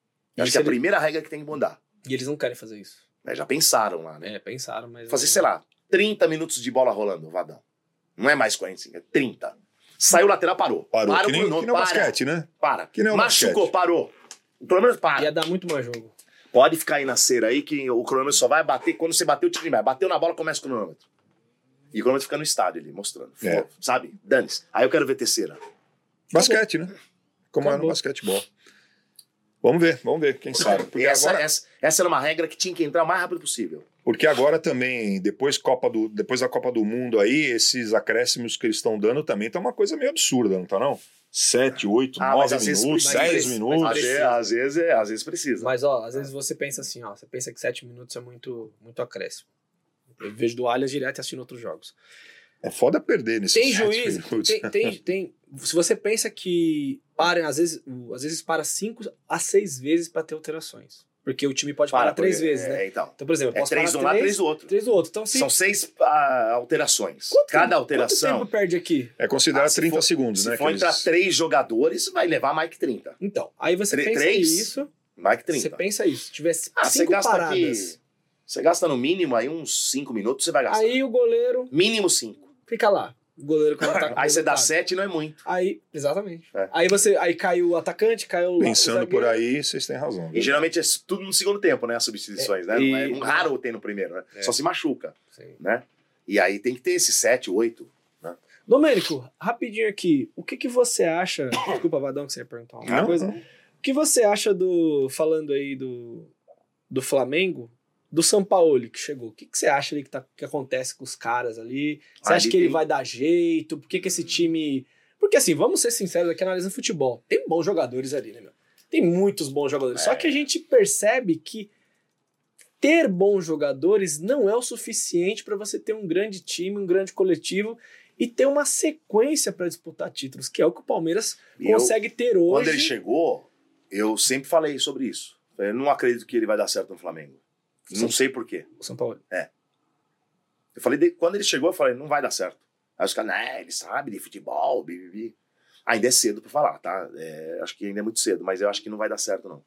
E
Acho
se
que é a
ele-
primeira regra que tem que mudar.
E eles não querem fazer isso.
Né? Já pensaram lá, né?
É, pensaram, mas.
Fazer, sei lá, trinta minutos de bola rolando, Vadão. Não é mais quarenta e cinco, é trinta. Saiu o lateral, parou.
Parou,
Para
que
o
nem,
Bruno,
que nem o
para,
basquete, né?
para.
Que nem o
Machucou,
basquete.
parou. O cronômetro para.
Ia dar muito mais jogo.
Pode ficar aí na cera aí que o cronômetro só vai bater quando você bater o tiro de meta. Bateu na bola, começa o cronômetro. E o cronômetro fica no estádio ali, mostrando.
É.
Sabe? Dane-se. Aí eu quero ver terceira.
Basquete, né? Como era no
Acabou.
basquetebol. Vamos ver, vamos ver, quem sabe.
E
Porque
essa,
agora,
essa, essa era uma regra que tinha que entrar o mais rápido possível.
porque agora também, depois, Copa do, depois da Copa do Mundo aí, esses acréscimos que eles estão dando também tá uma coisa meio absurda, não tá não? Sete, oito,
Ah, mas
nove
às vezes
minutos,
precisa.
dez
Mas
minutos.
Às vezes, às vezes, é, às vezes precisa.
Mas, ó, às vezes você pensa assim, ó. Você pensa que sete minutos é muito, muito acréscimo. Eu vejo do Allianz direto e assistindo outros jogos.
É foda perder nesse
Tem juiz, tem, tem, tem. Se você pensa que para, às vezes, às vezes para cinco a seis vezes para ter alterações. Porque o time pode
Para,
parar três
porque-
vezes,
é,
né?
Então,
Então, por exemplo, eu
é
posso
três de
parar
um lado,
três,
três do outro.
três do outro. Então, se,
São seis ah, alterações.
quanto
Cada
tempo-
alteração.
Quanto tempo perde aqui?
É considerado
Ah, se
trinta
for-
segundos,
Se
né?
for
que
entrar
eles-
três jogadores, vai levar mais que trinta.
Então, aí você
Tre-
pensa
três?
isso,
Mais que
você
trinta.
pensa isso. Se tivesse
Ah, você
cinco
gasta
paradas,
aqui. Você gasta no mínimo aí uns cinco minutos, você vai gastar.
aí o goleiro
Mínimo cinco.
fica lá. O goleiro quando tá com
Aí você dá
resultado.
sete, não é muito.
Aí, exatamente.
É.
Aí você, aí caiu o atacante, caiu o
Pensando
o
por
zagueiro.
aí, vocês têm razão.
E geralmente é tudo no segundo tempo, né? As substituições, né?
É,
Não é,
e-
um raro tem no primeiro, né?
É.
Só se machuca,
Sim.
né? E aí tem que ter esses sete, oito.
Domênico, rapidinho aqui, o que que você acha... Desculpa, Vadão, que você ia perguntar uma
Não,
coisa.
não.
O que você acha do... Falando aí do, do Flamengo, do Sampaoli que chegou. O que, que você acha ali que, tá, que acontece com os caras ali? Você
Ah,
acha
ele
que ele
tem-
vai dar jeito? Por que que esse time... Porque assim, vamos ser sinceros aqui analisando futebol. Tem bons jogadores ali, né, meu? Tem muitos bons jogadores.
É.
Só que a gente percebe que ter bons jogadores não é o suficiente para você ter um grande time, um grande coletivo e ter uma sequência para disputar títulos, que é o que o Palmeiras
E eu-
consegue ter hoje.
Quando ele chegou, eu sempre falei sobre isso. Eu não acredito que ele vai dar certo no Flamengo. Não sei por quê.
O São Paulo.
Eu falei, de- quando ele chegou, eu falei, não vai dar certo. Aí os caras, né, ele sabe de futebol, bibibi. Ainda é cedo pra falar, tá? É, acho que ainda é muito cedo, mas eu acho que não vai dar certo, não.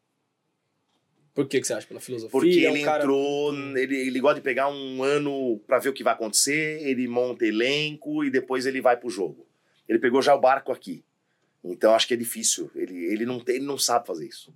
Por que, que você acha? Pela filosofia?
Porque
é um
ele
cara-
entrou, ele, ele gosta de pegar um ano pra ver o que vai acontecer, ele monta elenco e depois ele vai pro jogo. Ele pegou já o barco aqui. Então acho que é difícil. Ele, ele, não, tem, ele não sabe fazer isso.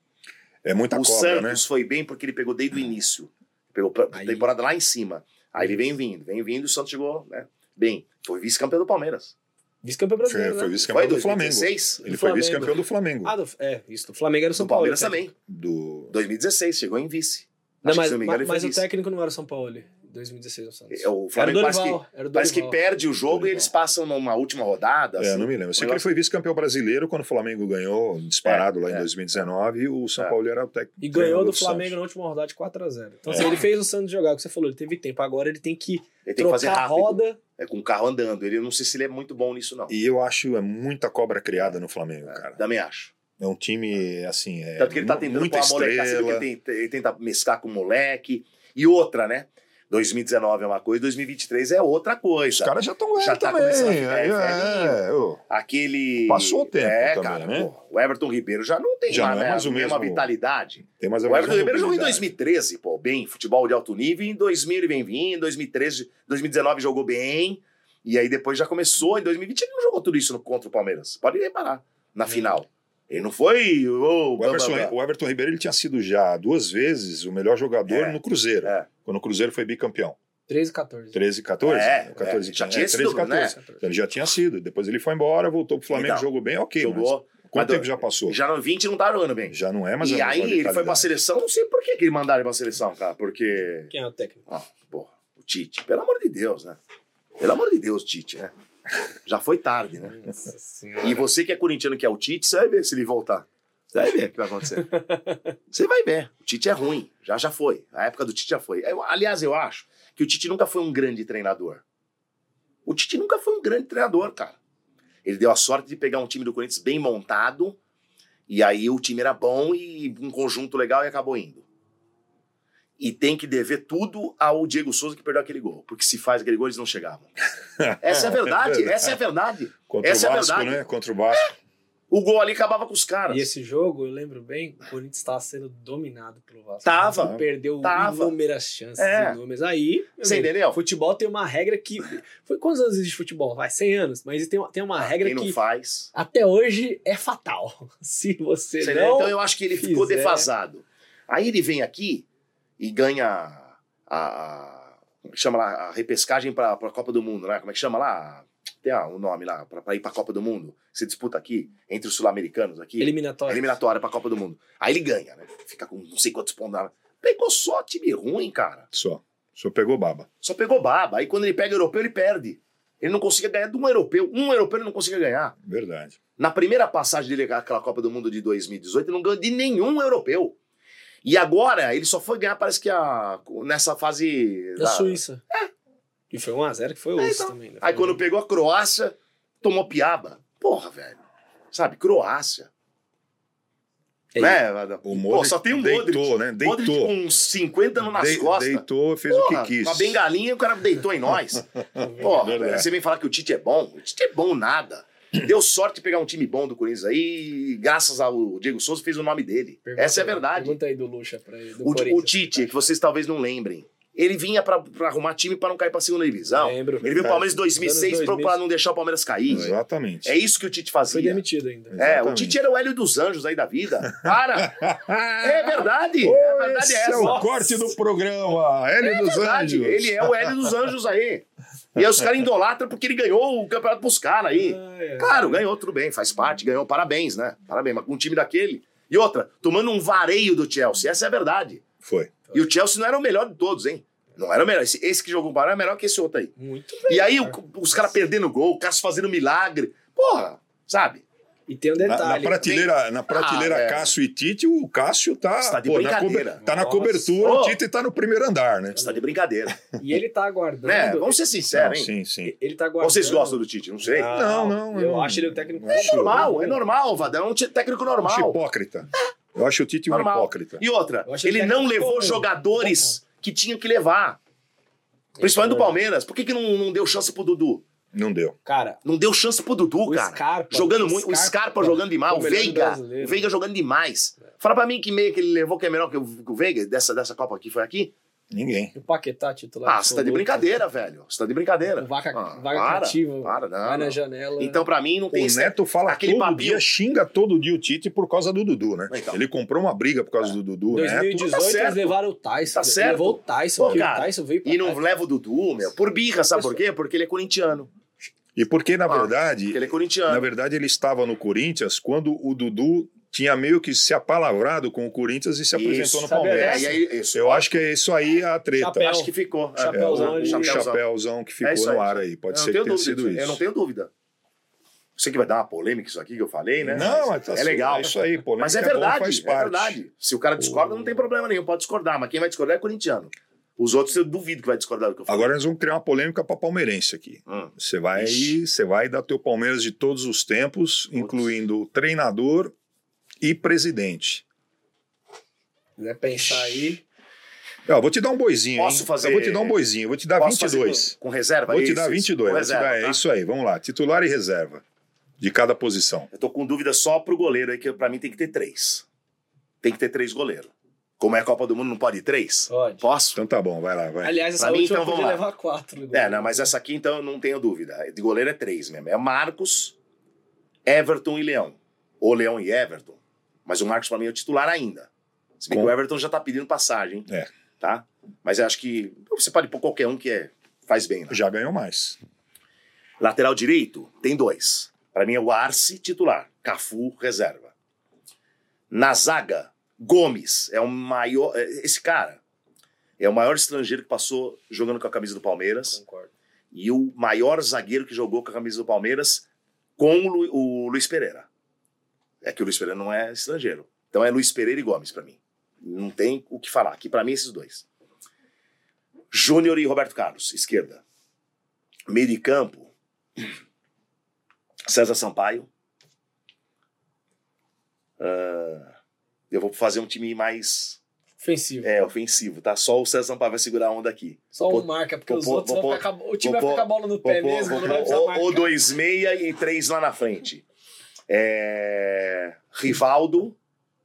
É muita
o
cobra, né?
Santos foi bem porque ele pegou desde o início. Pegou pra,
Aí-
temporada lá em cima. Aí ele vem vindo, vem vindo e o Santos chegou, né, bem. Foi vice-campeão do Palmeiras.
Vice-campeão
Foi,
brasileiro,
foi
né?
vice-campeão
Foi
do Flamengo.
dois mil e dezesseis?
Ele
Do
foi
Flamengo.
vice-campeão do Flamengo.
Ah, do, é, isso. Do Flamengo era o São
Do
Paulo.
Palmeiras
né?
também.
Do...
dois mil e dezesseis, chegou em vice.
Não,
Acho que,
mas,
se não me engano,
mas,
ele foi
mas o
vice.
técnico não era o São Paulo. dois mil e dezesseis no Santos.
É, O
Era o
Flamengo parece que,
Dorival. Era o
parece que
Dorival.
perde o jogo e eles passam numa última rodada.
É,
assim.
não me lembro. Eu sei que ele
negócio-
foi vice-campeão brasileiro quando o Flamengo ganhou, disparado lá em
é,
dois mil e dezenove, e o São
é.
Paulo era o técnico.
E ganhou do
Santos.
Flamengo na última rodada de quatro a zero. Então,
É.
assim, ele fez o Santos jogar, o que você falou, ele teve tempo. Agora ele tem que
Ele tem que fazer
trocar a
rápido.
roda.
É com o carro andando. Ele, eu não sei se ele é muito bom nisso, não.
E eu acho é muita cobra criada no Flamengo,
É,
cara.
também acho.
É um time, assim, é
Tanto que ele tá
mu-
tentando
muita
pôr a molecada, você viu que
estrela.
ele, tenta, ele tenta mesclar com o moleque. E outra, né? dois mil e dezenove é uma coisa, dois mil e vinte e três é outra
Os
coisa.
caras já estão
Já
velhos
tá
também.
começando a ficar
Aí,
velhinho.
é, ô.
Aquele.
Passou o tempo
é,
também,
cara,
né?
pô, o Everton Ribeiro já não tem
Já
mais,
não é
né,
mais o
a mesma
mesmo-
vitalidade.
Tem mais a
O
mesma
Everton Ribeiro jogou em
mobilidade.
dois mil e treze, pô, bem, futebol de alto nível. Em dois mil ele vem vindo, em dois mil e treze, dois mil e dezenove jogou bem. E aí depois já começou, em dois mil e vinte ele não jogou tudo isso no, contra o Palmeiras. Pode reparar, na final. Ele não foi... oh,
O Everton, o Everton Ribeiro ele tinha sido já duas vezes o melhor jogador
É.
no Cruzeiro,
É.
quando o Cruzeiro foi bicampeão.
treze e quatorze.
treze e quatorze?
É,
quatorze,
é, já
é,
tinha
treze,
sido,
quatorze.
né?
Então, ele já tinha sido. Depois ele foi embora, voltou pro Flamengo,
Então,
jogou bem, ok.
jogou.
Mas quanto
Mas
tempo já passou?
Já no vinte não tá jogando bem.
Já não é mais
E
a
aí
mesma
ele foi pra
vitalidade.
seleção, não sei por que, que ele mandaram ele pra seleção, cara. Porque...
Quem é o técnico?
Ah, porra, o Tite. Pelo amor de Deus, né? Pelo amor de Deus, Tite, né? Já foi tarde, né?
Nossa senhora.
E você que é corintiano, que é o Tite, você vai ver se ele voltar. Você vai ver o que vai acontecer. Você vai ver. O Tite é ruim. Já já foi. A época do Tite já foi. Eu, aliás, eu acho que o Tite nunca foi um grande treinador. O Tite nunca foi um grande treinador, cara. Ele deu a sorte de pegar um time do Corinthians bem montado, e aí o time era bom e um conjunto legal e acabou indo. E tem que dever tudo ao Diego Souza que perdeu aquele gol. Porque se faz aquele gol, eles não chegavam. Essa é a verdade, essa é a verdade.
Contra
Essa é
o
a
Vasco,
verdade.
né? Contra o Vasco.
O gol ali acabava com os caras.
E esse jogo, eu lembro bem, o Corinthians estava sendo dominado pelo Vasco.
Tava.
Ele perdeu
Tava.
inúmeras chances,
É.
inúmeras. Aí, meu
Você
amigo,
entendeu?
futebol tem uma regra que... Foi, quantos anos existe futebol? Vai, cem anos. Mas tem, uma- tem uma regra
Quem não
que
faz.
até hoje é fatal. Se você,
Você
não...
entendeu? Então eu acho que ele ficou
fizer-
defasado. Aí ele vem aqui e ganha a... a como é que chama lá? A repescagem pra, pra Copa do Mundo, né? Como é que chama lá? Tem ah, um nome lá, pra, pra ir pra Copa do Mundo. Você disputa aqui, entre os sul-americanos aqui.
Eliminatório.
Eliminatória pra Copa do Mundo. Aí ele ganha, né? Fica com não sei quantos pontos. lá. Pegou só time ruim, cara.
Só. Só pegou baba.
Só pegou baba. Aí quando ele pega europeu, ele perde. Ele não conseguia ganhar de um europeu. Um europeu ele não conseguia ganhar.
Verdade.
Na primeira passagem dele, aquela Copa do Mundo de dois mil e dezoito, ele não ganhou de nenhum europeu. E agora, ele só foi ganhar, parece que a, nessa fase...
Da, da Suíça. É. E foi um a zero que foi osso é, então. também. Né?
Aí quando pegou a Croácia, tomou piaba. Porra, velho. Sabe, Croácia. É, né,
o Modric Pô,
só tem um
deitou,
Modric.
né? Deitou.
Modric com uns cinquenta anos nas
De,
costas.
Deitou, fez
Porra,
o que quis.
Com a bengalinha, o cara deitou em nós. Porra, velho, você vem falar que o Tite é bom. O Tite é bom nada. Deu sorte de pegar um time bom do Corinthians aí, e graças ao Diego Souza fez o nome dele.
Pergunta,
Essa é a verdade.
Pergunta aí do Lucha pra ele, do
o, o Tite, que vocês talvez não lembrem, ele vinha pra, pra arrumar time pra não cair pra segunda divisão.
Lembro.
Ele veio pro Palmeiras em dois mil e seis pra, pra não deixar o Palmeiras cair.
Exatamente.
É isso que o Tite fazia.
Foi demitido ainda.
É,
Exatamente.
o Tite era o Hélio dos Anjos aí da vida. Para! É verdade.
Oh,
é verdade
esse
é essa.
é o corte do programa. Hélio
é
dos
verdade.
Anjos.
Ele é o Hélio dos Anjos aí. E aí os caras idolatram porque ele ganhou o campeonato pros caras aí. Ah, é. Claro, ganhou, tudo bem, faz parte, ganhou, parabéns, né? Parabéns, mas com um time daquele. E outra, tomando um vareio do Chelsea, essa é a verdade.
Foi.
E o Chelsea não era o melhor de todos, hein? Não era o melhor. Esse, esse que jogou o Pará é melhor que esse outro aí.
Muito bem.
E aí o, os caras perdendo gol, o Cássio fazendo milagre. Porra, sabe?
E tem um detalhe.
Na, na prateleira,
tem...
na prateleira
ah, é.
Cássio e Tite, o Cássio tá,
Você tá de
pô,
brincadeira.
Na, co tá na cobertura,
oh.
o Tite tá no primeiro andar, né?
Você tá de brincadeira.
E ele tá aguardando.
Né? Vamos ser sinceros, hein?
Sim, sim.
Ele tá aguardando.
Ou vocês gostam do Tite? Não sei.
Não, não.
Eu
não,
acho ele o técnico.
É normal, é normal, Vadão. É um técnico normal.
Eu acho hipócrita. Eu acho o Tite um
normal.
hipócrita.
E outra, ele não levou jogadores que tinham que levar. Principalmente do Palmeiras. Por que, que não, não deu chance pro Dudu?
Não deu.
Cara,
não deu chance pro Dudu,
o
cara.
Scarpa,
jogando
o
muito.
Scarpa,
o Scarpa jogando demais. O Veiga. O Veiga jogando demais. É. Fala pra mim que meia que ele levou que é melhor que o, que o Veiga dessa, dessa Copa aqui foi aqui?
Ninguém.
O Paquetá titular.
Ah, você tá de brincadeira, velho. Você tá de brincadeira.
Vaca,
ah,
vaca
para,
cativa.
Para, não.
Vai na janela.
Então, pra mim, não tem...
O Neto fala
aquele
todo
papinho.
dia, xinga todo dia o Tite por causa do Dudu, né? Então. Ele comprou uma briga por causa é. do Dudu,
Em dois mil e dezoito,
Neto.
eles levaram o Tyson.
Tá certo.
Levou o Tyson.
Pô, cara,
o Tyson veio pra
e não
cá.
leva o Dudu, meu. Por birra, sabe por quê? Porque ele é corintiano.
E porque, na
ah,
verdade...
Porque ele é corintiano.
Na verdade, ele estava no Corinthians quando o Dudu tinha meio que se apalavrado com o Corinthians e se apresentou isso, no Palmeiras.
É, aí, isso,
eu acho que é isso aí a treta.
Chapéu. Acho que ficou.
Chapéuzão,
é, o, o chapéuzão que ficou é no ar aí. Pode ser que tenha sido isso.
Eu não tenho dúvida. Sei que vai dar uma polêmica isso aqui que eu falei, né?
Não, mas tá
é legal.
É isso aí, polêmica.
Mas é verdade, é, bom, faz parte. é verdade. Se o cara discorda, não tem problema nenhum, pode discordar. Mas quem vai discordar é corintiano. Os outros eu duvido que vai discordar do que eu falo.
Agora nós vamos criar uma polêmica para palmeirense aqui.
Hum.
Você vai aí, você vai dar teu Palmeiras de todos os tempos, Putz. incluindo treinador e presidente.
Se quiser pensar aí...
Eu vou te dar um boizinho,
Posso
hein?
fazer...
Eu vou te dar um boizinho, vou te dar
Posso
vinte e dois.
Com, com reserva?
Vou
isso,
te dar vinte e dois.
Com reserva,
te dar,
tá?
É isso aí, vamos lá. Titular e reserva de cada posição.
Eu tô com dúvida só pro goleiro aí, que pra mim tem que ter três. Tem que ter três goleiros. Como é a Copa do Mundo, não pode ir três?
Pode.
Posso?
Então tá bom, vai lá, vai.
Aliás, essa
pra
última
mim, então,
podia
vamos lá.
levar quatro.
É, não, mas essa aqui, então, eu não tenho dúvida. De goleiro é três mesmo. É Marcos, Everton e Leão. Ou Leão e Everton. Mas o Marcos, pra mim, é o titular ainda. Se bem Com... que o Everton já tá pedindo passagem.
É.
Tá? Mas eu acho que você pode pôr qualquer um que é, faz bem. Né?
Já ganhou mais.
Lateral direito, tem dois. Pra mim é o Arce, titular. Cafu, reserva. Na zaga, Gomes. É o maior... Esse cara é o maior estrangeiro que passou jogando com a camisa do Palmeiras.
Concordo.
E o maior zagueiro que jogou com a camisa do Palmeiras com o, Lu, o Luiz Pereira. É que o Luiz Pereira não é estrangeiro. Então é Luiz Pereira e Gomes pra mim. Não tem o que falar. Aqui pra mim esses dois. Júnior e Roberto Carlos, esquerda. Meio de campo, César Sampaio. Uh, eu vou fazer um time mais...
Ofensivo.
É, ofensivo, tá? Só o César Sampaio vai segurar a onda aqui.
Só
um
Pô, marca, porque
vou,
os
vou,
outros
vou,
vão ficar... O time
vou,
vai ficar a bola no pé
vou,
mesmo,
vou,
não vai precisar
ou,
marcar.
ou dois meia e três lá na frente. É, Rivaldo.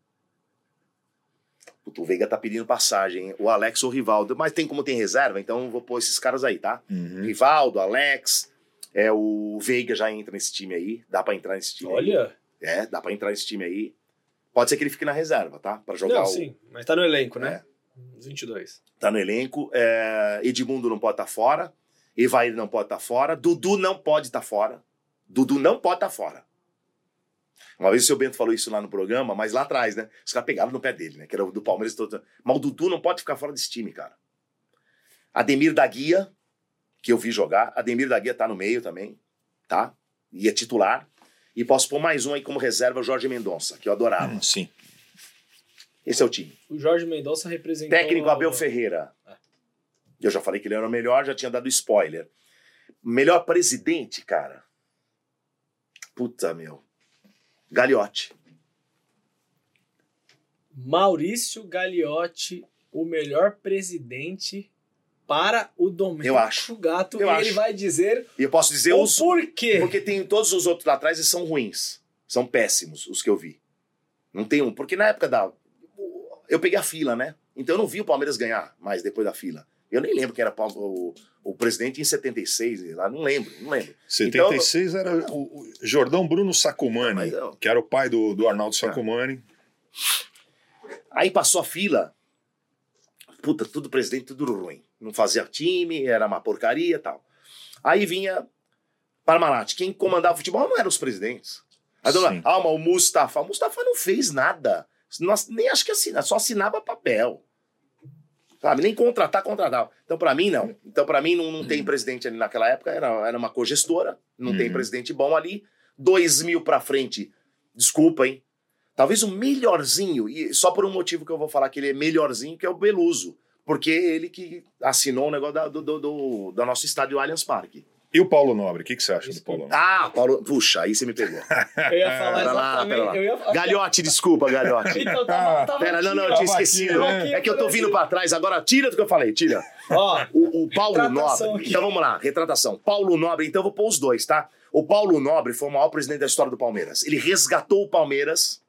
O Veiga tá pedindo passagem, o Alex ou o Rivaldo, mas tem como tem reserva, então eu vou pôr esses caras aí, tá?
Uhum.
Rivaldo, Alex, é, o Veiga já entra nesse time aí, dá pra entrar nesse time
Olha.
aí. É, dá pra entrar nesse time aí. Pode ser que ele fique na reserva, tá? Pra jogar
não,
o...
sim, mas tá no elenco, né?
É.
Os vinte e dois.
Tá no elenco, é, Edmundo não pode estar tá fora, Evair não pode estar tá fora, Dudu não pode estar tá fora, Dudu não pode estar tá fora. Uma vez o seu Bento falou isso lá no programa, mas lá atrás, né? Os caras pegaram no pé dele, né? Que era o do Palmeiras. Todo... Mas o Dudu não pode ficar fora desse time, cara. Ademir da Guia, que eu vi jogar. Ademir da Guia tá no meio também, tá? E é titular. E posso pôr mais um aí como reserva, o Jorge Mendonça, que eu adorava.
Hum, sim.
Esse é o time.
O Jorge Mendonça representou...
Técnico Abel Ferreira.
É.
Eu já falei que ele era o melhor, já tinha dado spoiler. Melhor presidente, cara. Puta, meu. Gagliotti.
Maurício Gagliotti, o melhor presidente para o Domênico
Eu acho.
Gato.
Eu
e
acho.
ele vai dizer
E eu posso dizer
o
os...
porquê.
Porque tem todos os outros lá atrás e são ruins. São péssimos, os que eu vi. Não tem um. Porque na época da... Eu peguei a fila, né? Então eu não vi o Palmeiras ganhar mais depois da fila. Eu nem lembro quem era o, o presidente em setenta e seis, lá, não lembro, não lembro.
setenta e seis então, era o, o Jordão Bruno Sacomani,
eu...
que era o pai do, do Arnaldo Sacomani.
Aí passou a fila, puta, tudo presidente, tudo ruim. Não fazia time, era uma porcaria e tal. Aí vinha Parmalat, quem comandava o futebol não eram os presidentes. Aí dona, ah, mas o Mustafa, o Mustafa não fez nada. Nós, nem acho que assina, só assinava papel. Sabe, nem contratar, contratava. Então, pra mim, não. Então, pra mim, não, não tem presidente ali naquela época. Era, era uma cogestora. Não uhum. tem presidente bom ali. dois mil pra frente. Desculpa, hein? Talvez o melhorzinho, e só por um motivo que eu vou falar que ele é melhorzinho, que é o Beluso. Porque ele que assinou o negócio da, do, do, do, do nosso estádio Allianz Parque.
E o Paulo Nobre? O que, que você acha Isso do Paulo Nobre?
Ah, Paulo... Puxa, aí você me pegou.
Eu ia falar
pera lá,
exatamente...
pera lá.
Eu ia...
Gagliotti, desculpa, Gagliotti.
Então, tava, tava
Pera, não, não, eu
aqui,
tinha esquecido.
Aqui,
é que eu tô vindo pra trás agora. Tira do que eu falei, tira.
Ó,
o, o Paulo Nobre...
aqui.
Então vamos lá, retratação. Paulo Nobre, então eu vou pôr os dois, tá? O Paulo Nobre foi o maior presidente da história do Palmeiras. Ele resgatou o Palmeiras,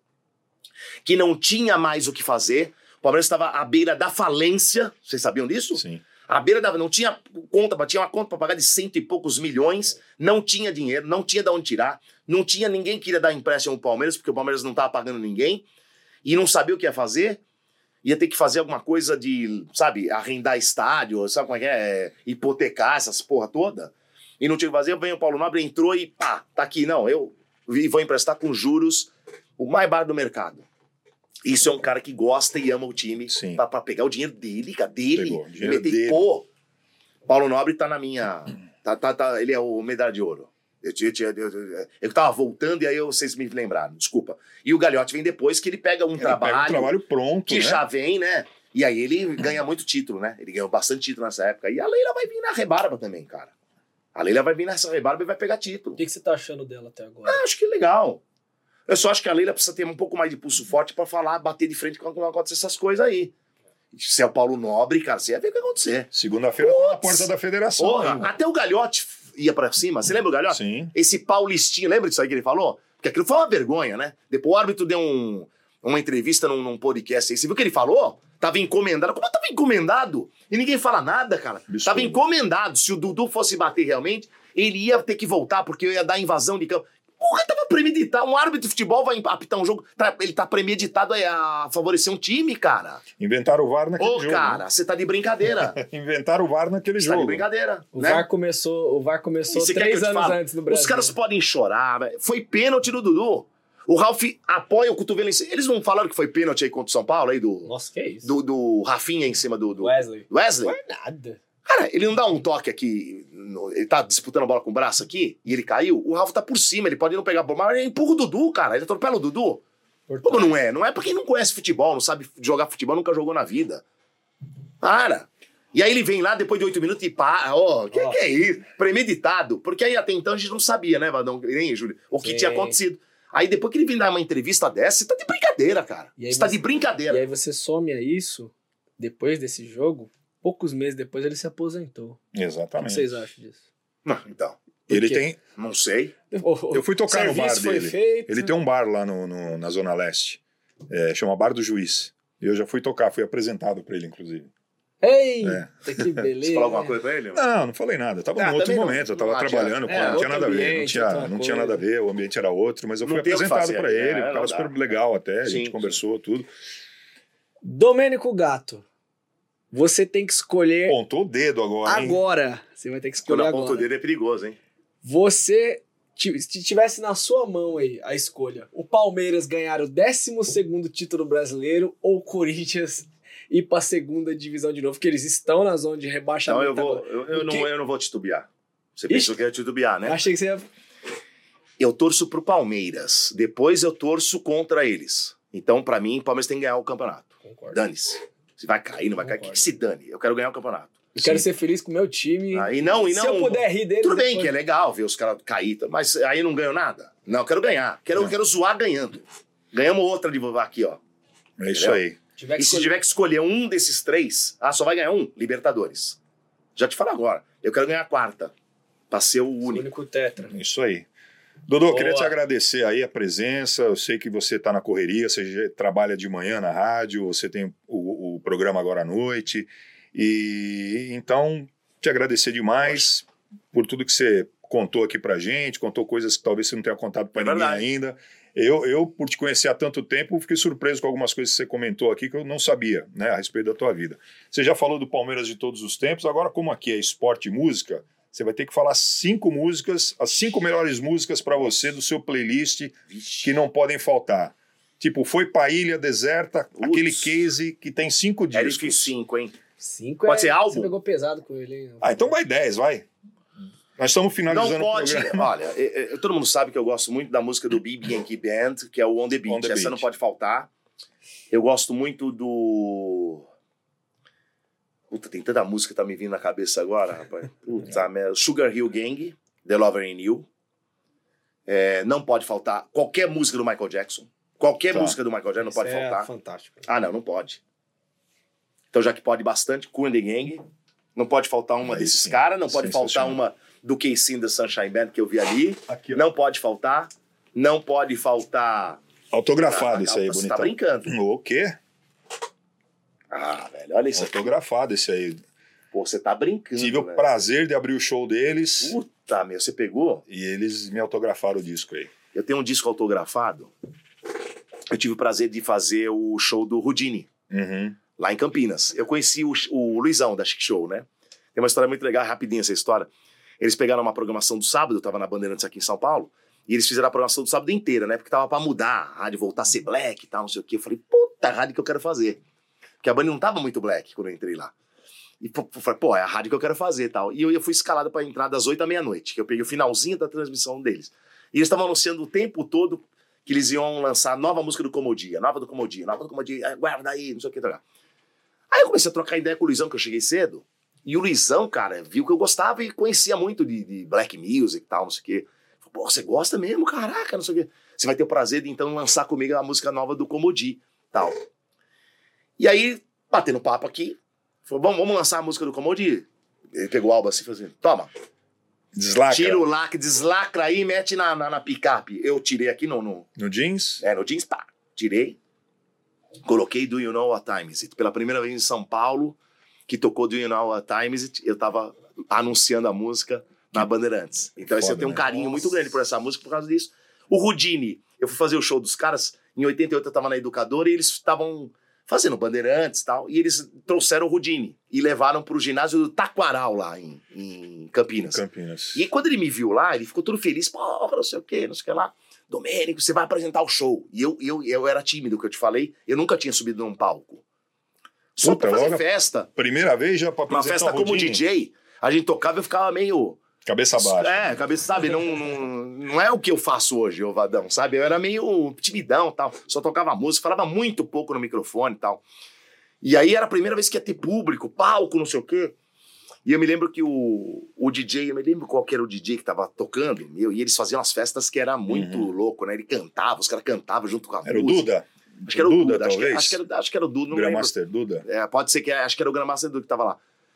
que não tinha mais o que fazer. O Palmeiras estava à beira da falência. Vocês sabiam disso?
Sim.
À beira da... Não tinha conta, tinha uma conta para pagar de cento e poucos milhões, não tinha dinheiro, não tinha de onde tirar, não tinha ninguém que queria dar empréstimo ao Palmeiras, porque o Palmeiras não estava pagando ninguém, e não sabia o que ia fazer, ia ter que fazer alguma coisa de, sabe, arrendar estádio, sabe como é que é? é hipotecar essas porra toda, e não tinha o que fazer, vem o Paulo Nobre, entrou e pá, tá aqui, não, eu vou emprestar com juros o mais barato do mercado. Isso é um cara que gosta e ama o time pra, pra pegar o dinheiro dele, cara, dele.
Pegou,
e
dinheiro
meter,
dele.
pô, Paulo Nobre tá na minha... Tá, tá, tá, ele é o medalha de ouro. Eu, eu, eu, eu, eu tava voltando e aí vocês me lembraram, desculpa. E o Gagliotti vem depois que ele pega um
ele
trabalho...
Pega um trabalho pronto,
Que
né?
já vem, né? E aí ele ganha muito título, né? Ele ganhou bastante título nessa época. E a Leila vai vir na rebarba também, cara. A Leila vai vir nessa rebarba e vai pegar título.
O que, que você tá achando dela até agora?
Ah, acho que é legal. Eu só acho que a Leila precisa ter um pouco mais de pulso forte pra falar, bater de frente quando acontecer essas coisas aí. Se é o Paulo Nobre, cara, você ia ver o que vai acontecer.
Segunda-feira tá na porta da federação.
Porra,
hein,
até o Gagliotti ia pra cima. Você lembra o Gagliotti?
Sim.
Esse Paulistinho, lembra disso aí que ele falou? Porque aquilo foi uma vergonha, né? Depois o árbitro deu um, uma entrevista num, num podcast aí. Você viu o que ele falou? Tava encomendado. Como tava encomendado? E ninguém fala nada, cara.
Absurdo.
Tava encomendado. Se o Dudu fosse bater realmente, ele ia ter que voltar porque ia dar invasão de campo. Porra, tava premeditado. Um árbitro de futebol vai apitar um jogo. Tá, ele tá premeditado a favorecer um time, cara.
Inventaram o V A R naquele
Ô,
jogo.
Ô, cara, você né? tá de brincadeira.
Inventaram o V A R naquele
Você
jogo.
tá de brincadeira.
O,
né?
V A R começou, o V A R começou três anos falo? antes no Brasil.
Os caras podem chorar. Véio. Foi pênalti do Dudu. O Ralf apoia o cotovelo em cima. Eles não falaram que foi pênalti aí contra o São Paulo? Aí do,
Nossa, que é isso?
Do, do Rafinha em cima do... do
Wesley.
Wesley?
Não foi nada.
Cara, ele não dá um toque aqui, no, ele tá disputando a bola com o braço aqui, e ele caiu, o Ralf tá por cima, ele pode não pegar a bola, mas ele empurra o Dudu, cara, ele atropela o Dudu. Como não é? Não é pra quem não conhece futebol, não sabe jogar futebol, nunca jogou na vida. Para. E aí ele vem lá, depois de oito minutos, e pá, ó, oh, que oh. que é isso? Premeditado. Porque aí até então a gente não sabia, né, Vadão, nem Júlio, o que Sim. tinha acontecido. Aí depois que ele vem dar uma entrevista dessa, você tá de brincadeira, cara. Você, você tá de brincadeira.
E aí você some a isso, depois desse jogo... Poucos meses depois ele se aposentou.
Exatamente.
O que vocês acham disso?
Não, então.
Ele tem...
Não sei.
Eu fui tocar no bar
foi
dele.
Feito.
Ele tem um bar lá no, no, na Zona Leste. É, chama Bar do Juiz. E eu já fui tocar, fui apresentado pra ele, inclusive.
Eita,
é.
que beleza.
Você falou alguma coisa pra ele?
Não, não falei nada. Eu tava ah, em outro momento, não, eu tava não trabalhando, é, não tinha nada
ambiente,
a ver. Não, tinha, não tinha nada a ver, o ambiente era outro, mas eu fui apresentado pra ele. É, um cara super legal até, a gente sim, conversou, sim. tudo.
Domênico Gato. Você tem que escolher...
Pontou o dedo agora, hein?
Agora. Você vai ter que escolher agora.
Quando aponta o dedo é perigoso, hein?
Você... Se tivesse na sua mão aí a escolha, o Palmeiras ganhar o décimo segundo título brasileiro ou o Corinthians ir pra segunda divisão de novo, porque eles estão na zona de rebaixamento.
Não, eu, vou, eu, eu, não, eu não vou titubear. Você Ixi, pensou que ia titubear, né?
Achei que você ia...
Eu torço pro Palmeiras. Depois eu torço contra eles. Então, pra mim, o Palmeiras tem que ganhar o campeonato.
Concordo.
Dane-se. Se vai cair, não vai cair, o que, que se dane? Eu quero ganhar o campeonato.
Eu quero ser feliz com o meu time.
Ah, e não, e não,
se eu puder rir deles...
Tudo bem
depois...
que é legal ver os caras cair, mas aí não ganho nada. Não, eu quero ganhar. Quero, eu quero zoar ganhando. Ganhamos outra de aqui, ó.
É isso aí.
Tiver
e se
escolher...
tiver que escolher um desses três, ah, só vai ganhar um? Libertadores. Já te falo agora. Eu quero ganhar a quarta. Pra ser o único. O
único tetra.
Isso aí. Dodô, Boa. Queria te agradecer aí a presença. Eu sei que você está na correria, você trabalha de manhã na rádio, você tem o, o programa agora à noite. E então, te agradecer demais por tudo que você contou aqui pra gente, contou coisas que talvez você não tenha contado para é ninguém ainda. Eu, eu, por te conhecer há tanto tempo, fiquei surpreso com algumas coisas que você comentou aqui que eu não sabia, né, a respeito da tua vida. Você já falou do Palmeiras de todos os tempos, agora como aqui é esporte e música, você vai ter que falar cinco músicas, as cinco melhores músicas para você do seu playlist que não podem faltar. Tipo, Foi pra Ilha Deserta, Uts. Aquele case que tem cinco discos.
É difícil cinco, hein?
Cinco
Pode
é...
ser álbum?
Você pegou pesado com ele, hein?
Ah, então vai dez, vai. Nós estamos finalizando
não pode,
o programa.
Olha, eu, eu, todo mundo sabe que eu gosto muito da música do B B and Q Band, que é o On The Beat. On the Essa beat. Não pode faltar. Eu gosto muito do... Puta, tem tanta música que tá me vindo na cabeça agora, rapaz. Puta, merda. Sugar Hill Gang, The Lover in You. É, não pode faltar qualquer música do Michael Jackson. Qualquer tá. música do Michael Jackson não pode
é
faltar.
Fantástico.
Ah, não, não pode. Então, já que pode bastante, Kool and the Gang. Não pode faltar uma Aí, desses caras. Não pode faltar uma do K C and the Sunshine Band que eu vi ali. Aqui, não pode faltar. Não pode faltar...
Autografado ah, isso aí, bonito.
Você tá brincando.
O quê?
Ah, velho, olha isso
Autografado
aqui.
esse aí.
Pô, você tá brincando,
Tive o
velho.
prazer de abrir o show deles.
Puta, meu, você pegou?
E eles me autografaram o disco aí.
Eu tenho um disco autografado. Eu tive o prazer de fazer o show do Houdini,
uhum.
lá em Campinas. Eu conheci o, o Luizão da Chic Show, né? Tem uma história muito legal, rapidinha essa história. Eles pegaram uma programação do sábado, eu tava na Bandeirantes aqui em São Paulo, e eles fizeram a programação do sábado inteira, né? Porque tava pra mudar, a rádio voltar a ser black e tal, não sei o quê. Eu falei, puta, a rádio que eu quero fazer. Porque a banda não tava muito black quando eu entrei lá. E eu falei, pô, é a rádio que eu quero fazer e tal. E eu, eu fui escalado pra entrar das oito à meia-noite, que eu peguei o finalzinho da transmissão deles. E eles estavam anunciando o tempo todo que eles iam lançar a nova música do Comodia, nova do Comodia, nova do Comodia, guarda aí, não sei o que. Tá. Aí eu comecei a trocar ideia com o Luizão, que eu cheguei cedo. E o Luizão, cara, viu que eu gostava e conhecia muito de, de black music e tal, não sei o quê. Falei, pô, você gosta mesmo? Caraca, não sei o quê. Você vai ter o prazer de, então, lançar comigo a música nova do Comodia e tal. E aí, batendo papo aqui, falou, vamos, vamos lançar a música do Comodia. Ele pegou o álbum assim e falou assim, toma.
Deslacra.
Tira o lacre, deslacra aí e mete na, na, na picape. Eu tirei aqui no, no...
No jeans?
É, no jeans, pá. Tirei. Coloquei Do You Know What Time Is It? Pela primeira vez em São Paulo, que tocou Do You Know What Time Is It, eu tava anunciando a música na Bandeirantes. Então Foda, eu tenho um carinho né? muito grande por essa música por causa disso. O Houdini, eu fui fazer o show dos caras, em oitenta e oito eu tava na Educadora e eles estavam fazendo Bandeirantes e tal, e eles trouxeram o Houdini e levaram pro ginásio do Taquaral lá em, em Campinas.
Campinas.
E quando ele me viu lá, ele ficou todo feliz, pô, não sei o que, não sei o que lá. Domênico, você vai apresentar o show. E eu, eu, eu era tímido, que eu te falei, eu nunca tinha subido num palco. Só Puta, pra fazer festa.
Primeira vez já pra apresentar
uma festa como D J, a gente tocava e eu ficava meio...
Cabeça baixa.
É, cabeça, sabe, não, não, não é o que eu faço hoje, ô Vadão, sabe? Eu era meio timidão e tal, só tocava música, falava muito pouco no microfone e tal. E aí era a primeira vez que ia ter público, palco, não sei o quê. E eu me lembro que o, o D J, eu me lembro qual que era o D J que tava tocando, meu, e eles faziam as festas que era muito uhum. louco, né? Ele cantava, os caras cantavam junto com a
era
música.
Era o Duda?
Acho que era o
Duda,
Duda,
talvez?
Acho que, acho, que era, acho que era o Duda, não lembro.
Grandmaster Duda?
É, pode ser que, acho que era o Grandmaster Duda que tava lá.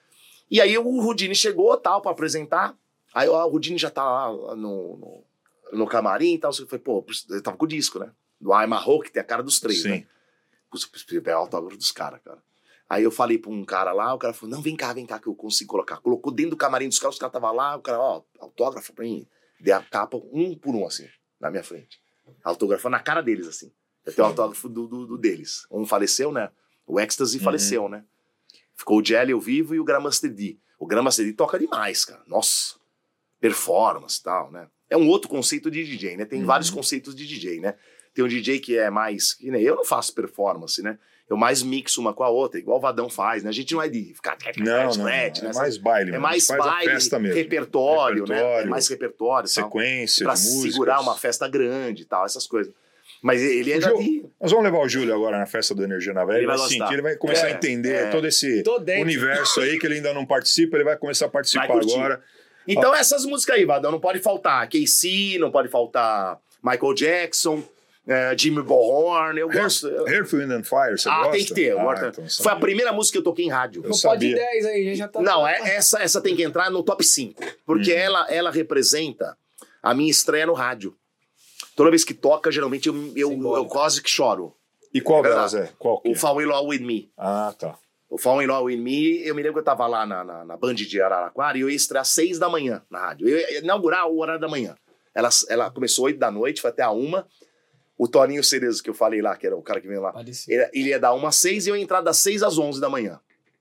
E aí o Houdini chegou, tal, pra apresentar. Aí ó, o Houdini já tá lá no, no, no camarim e tal. Eu falei, pô, eu tava com o disco, né? Do I'm a Rock, que tem a cara dos três,
Sim.
né? Pus, pegar o autógrafo dos caras, cara. Aí eu falei pra um cara lá, o cara falou, não, vem cá, vem cá que eu consigo colocar. Colocou dentro do camarim dos caras, os caras estavam lá, o cara, ó, autógrafo pra mim. Dei a capa um por um, assim, na minha frente. Autografou na cara deles, assim. Eu tenho o autógrafo do, do, do deles. Um faleceu, né? O Ecstasy uhum. faleceu, né? Ficou o Jelly, o Vivo e o Grandmaster D. O Grandmaster D toca demais, cara. Nossa. Performance e tal, né? É um outro conceito de D J, né? Tem uhum. vários conceitos de D J, né? Tem um D J que é mais... Que, né? Eu não faço performance, né? Eu mais mixo uma com a outra, igual o Vadão faz, né? A gente não é de ficar...
Não, não, scratch, não. Né? É mais baile.
É mais baile,
festa mesmo.
Repertório,
repertório,
né? É mais repertório.
Sequência
Pra
de músicas.
segurar uma festa grande e tal, essas coisas. Mas ele é
Ju,
de...
Nós vamos levar o Júlio agora na festa do Energia na Velha.
Ele vai
vai sentir,
gostar.
ele vai começar
É,
a entender
é.
todo esse universo aí que ele ainda não participa, ele vai começar a participar
Vai curtir.
agora.
Então Ó. essas músicas aí, Vadão, não pode faltar. K C, não pode faltar Michael Jackson, é, Jimmy Bohorn, eu gosto.
Earth, Wind and Fire, você
ah,
gosta?
tem que ter.
Ah,
gosto.
então,
Foi a primeira música que eu toquei em rádio.
Não pode
sabia.
dez aí, a gente já tá...
Não, é, essa, essa tem que entrar no top cinco. Porque
Hum.
ela, ela representa a minha estreia no rádio. Toda vez que toca, geralmente eu, eu, eu quase que choro.
E qual
É
delas é? Qual que é?
O Fall in Love With Me.
Ah, tá.
O Fall in Love With Me, eu me lembro que eu tava lá na, na, na Band de Araraquara e eu ia estrear às seis da manhã na rádio. Eu ia inaugurar o horário da manhã. Ela, ela começou oito da noite, foi até a uma. O Toninho Cerezo, que eu falei lá, que era o cara que veio lá, ele, ele ia dar uma às seis e eu ia entrar das seis às onze da manhã.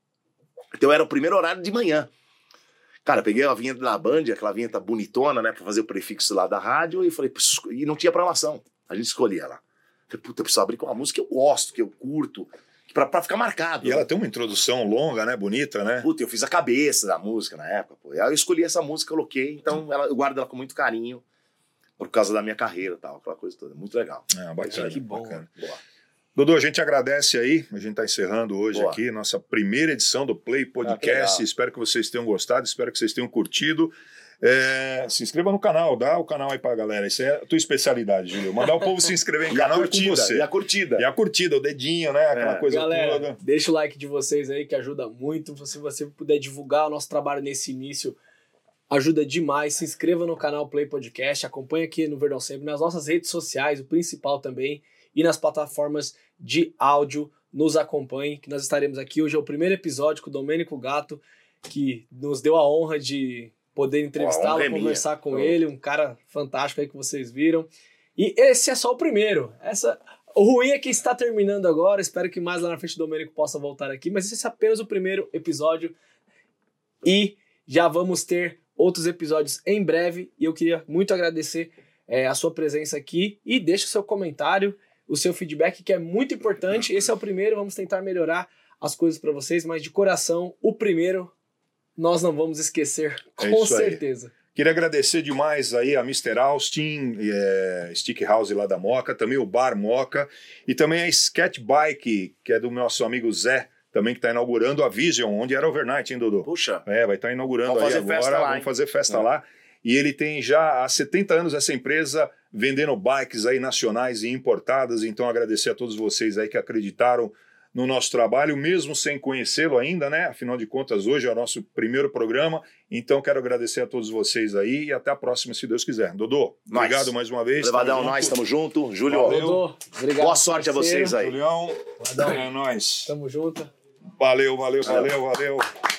Então era o primeiro horário de manhã. Cara, eu peguei a vinheta da Band, aquela vinheta bonitona, né, pra fazer o prefixo lá da rádio, e falei, e não tinha programação. A gente escolhia lá. Falei, puta, eu preciso abrir com uma música que eu gosto, que eu curto, pra, pra ficar marcado.
E
né?
ela tem uma introdução longa, né? Bonita, né?
Puta, eu fiz a cabeça da música na época, pô. Aí eu escolhi essa música, coloquei, então ela, eu guardo ela com muito carinho, por causa da minha carreira e tal, aquela coisa toda. Muito legal.
Ah, bacana.
Que bom.
Bacana.
Boa.
Dodô, a gente agradece aí, a gente está encerrando hoje
Boa.
aqui, nossa primeira edição do Play Podcast,
Ah,
espero que vocês tenham gostado, espero que vocês tenham curtido. É, se inscreva no canal, dá o canal aí pra galera, isso é a tua especialidade, Júlio, mandar o povo se inscrever em
E a
canal é com
curtida,
você.
e a curtida.
E a curtida, o dedinho, né, aquela
É.
coisa
Galera,
toda.
deixa o like de vocês aí, que ajuda muito. Se você puder divulgar o nosso trabalho nesse início, ajuda demais. Se inscreva no canal Play Podcast, acompanhe aqui no Verdão Sempre, nas nossas redes sociais, o principal também, e nas plataformas de áudio. Nos acompanhe, que nós estaremos aqui. Hoje é o primeiro episódio com o Domênico Gatto, que nos deu a honra de poder entrevistá-lo,
honra é
conversar
minha.
com
Oh.
ele, um cara fantástico aí que vocês viram. E esse é só o primeiro. Essa... O ruim é que está terminando agora, espero que mais lá na frente o Domênico possa voltar aqui, mas esse é apenas o primeiro episódio e já vamos ter outros episódios em breve, e eu queria muito agradecer é, a sua presença aqui, e deixa o seu comentário, o seu feedback, que é muito importante. Esse é o primeiro, vamos tentar melhorar as coisas para vocês, mas de coração, o primeiro nós não vamos esquecer,
É
com
isso aí.
certeza.
Queria agradecer demais aí a mister Austin, é, Stick House lá da Moca, também o Bar Moca, e também a Sketch Bike, que é do nosso amigo Zé, também que está inaugurando a Vision, onde era overnight, hein, Dodô?
Puxa.
É, vai estar inaugurando
Vamos
aí
fazer
agora,
festa lá,
vamos
hein?
fazer festa
É.
lá. E ele tem já há setenta anos essa empresa vendendo bikes aí nacionais e importadas, então agradecer a todos vocês aí que acreditaram no nosso trabalho, mesmo sem conhecê-lo ainda, né? Afinal de contas, hoje é o nosso primeiro programa, então quero agradecer a todos vocês aí e até a próxima, se Deus quiser. Dodô,
Nós.
obrigado mais uma vez.
Levadão,
Tamo
nós
junto.
estamos juntos. Júlio,
Valeu.
Dodô, obrigado.
boa sorte a
parceiro.
vocês aí.
Julião,
Vadão.
é nóis.
Tamo junto.
Valeu, valeu, valeu, valeu.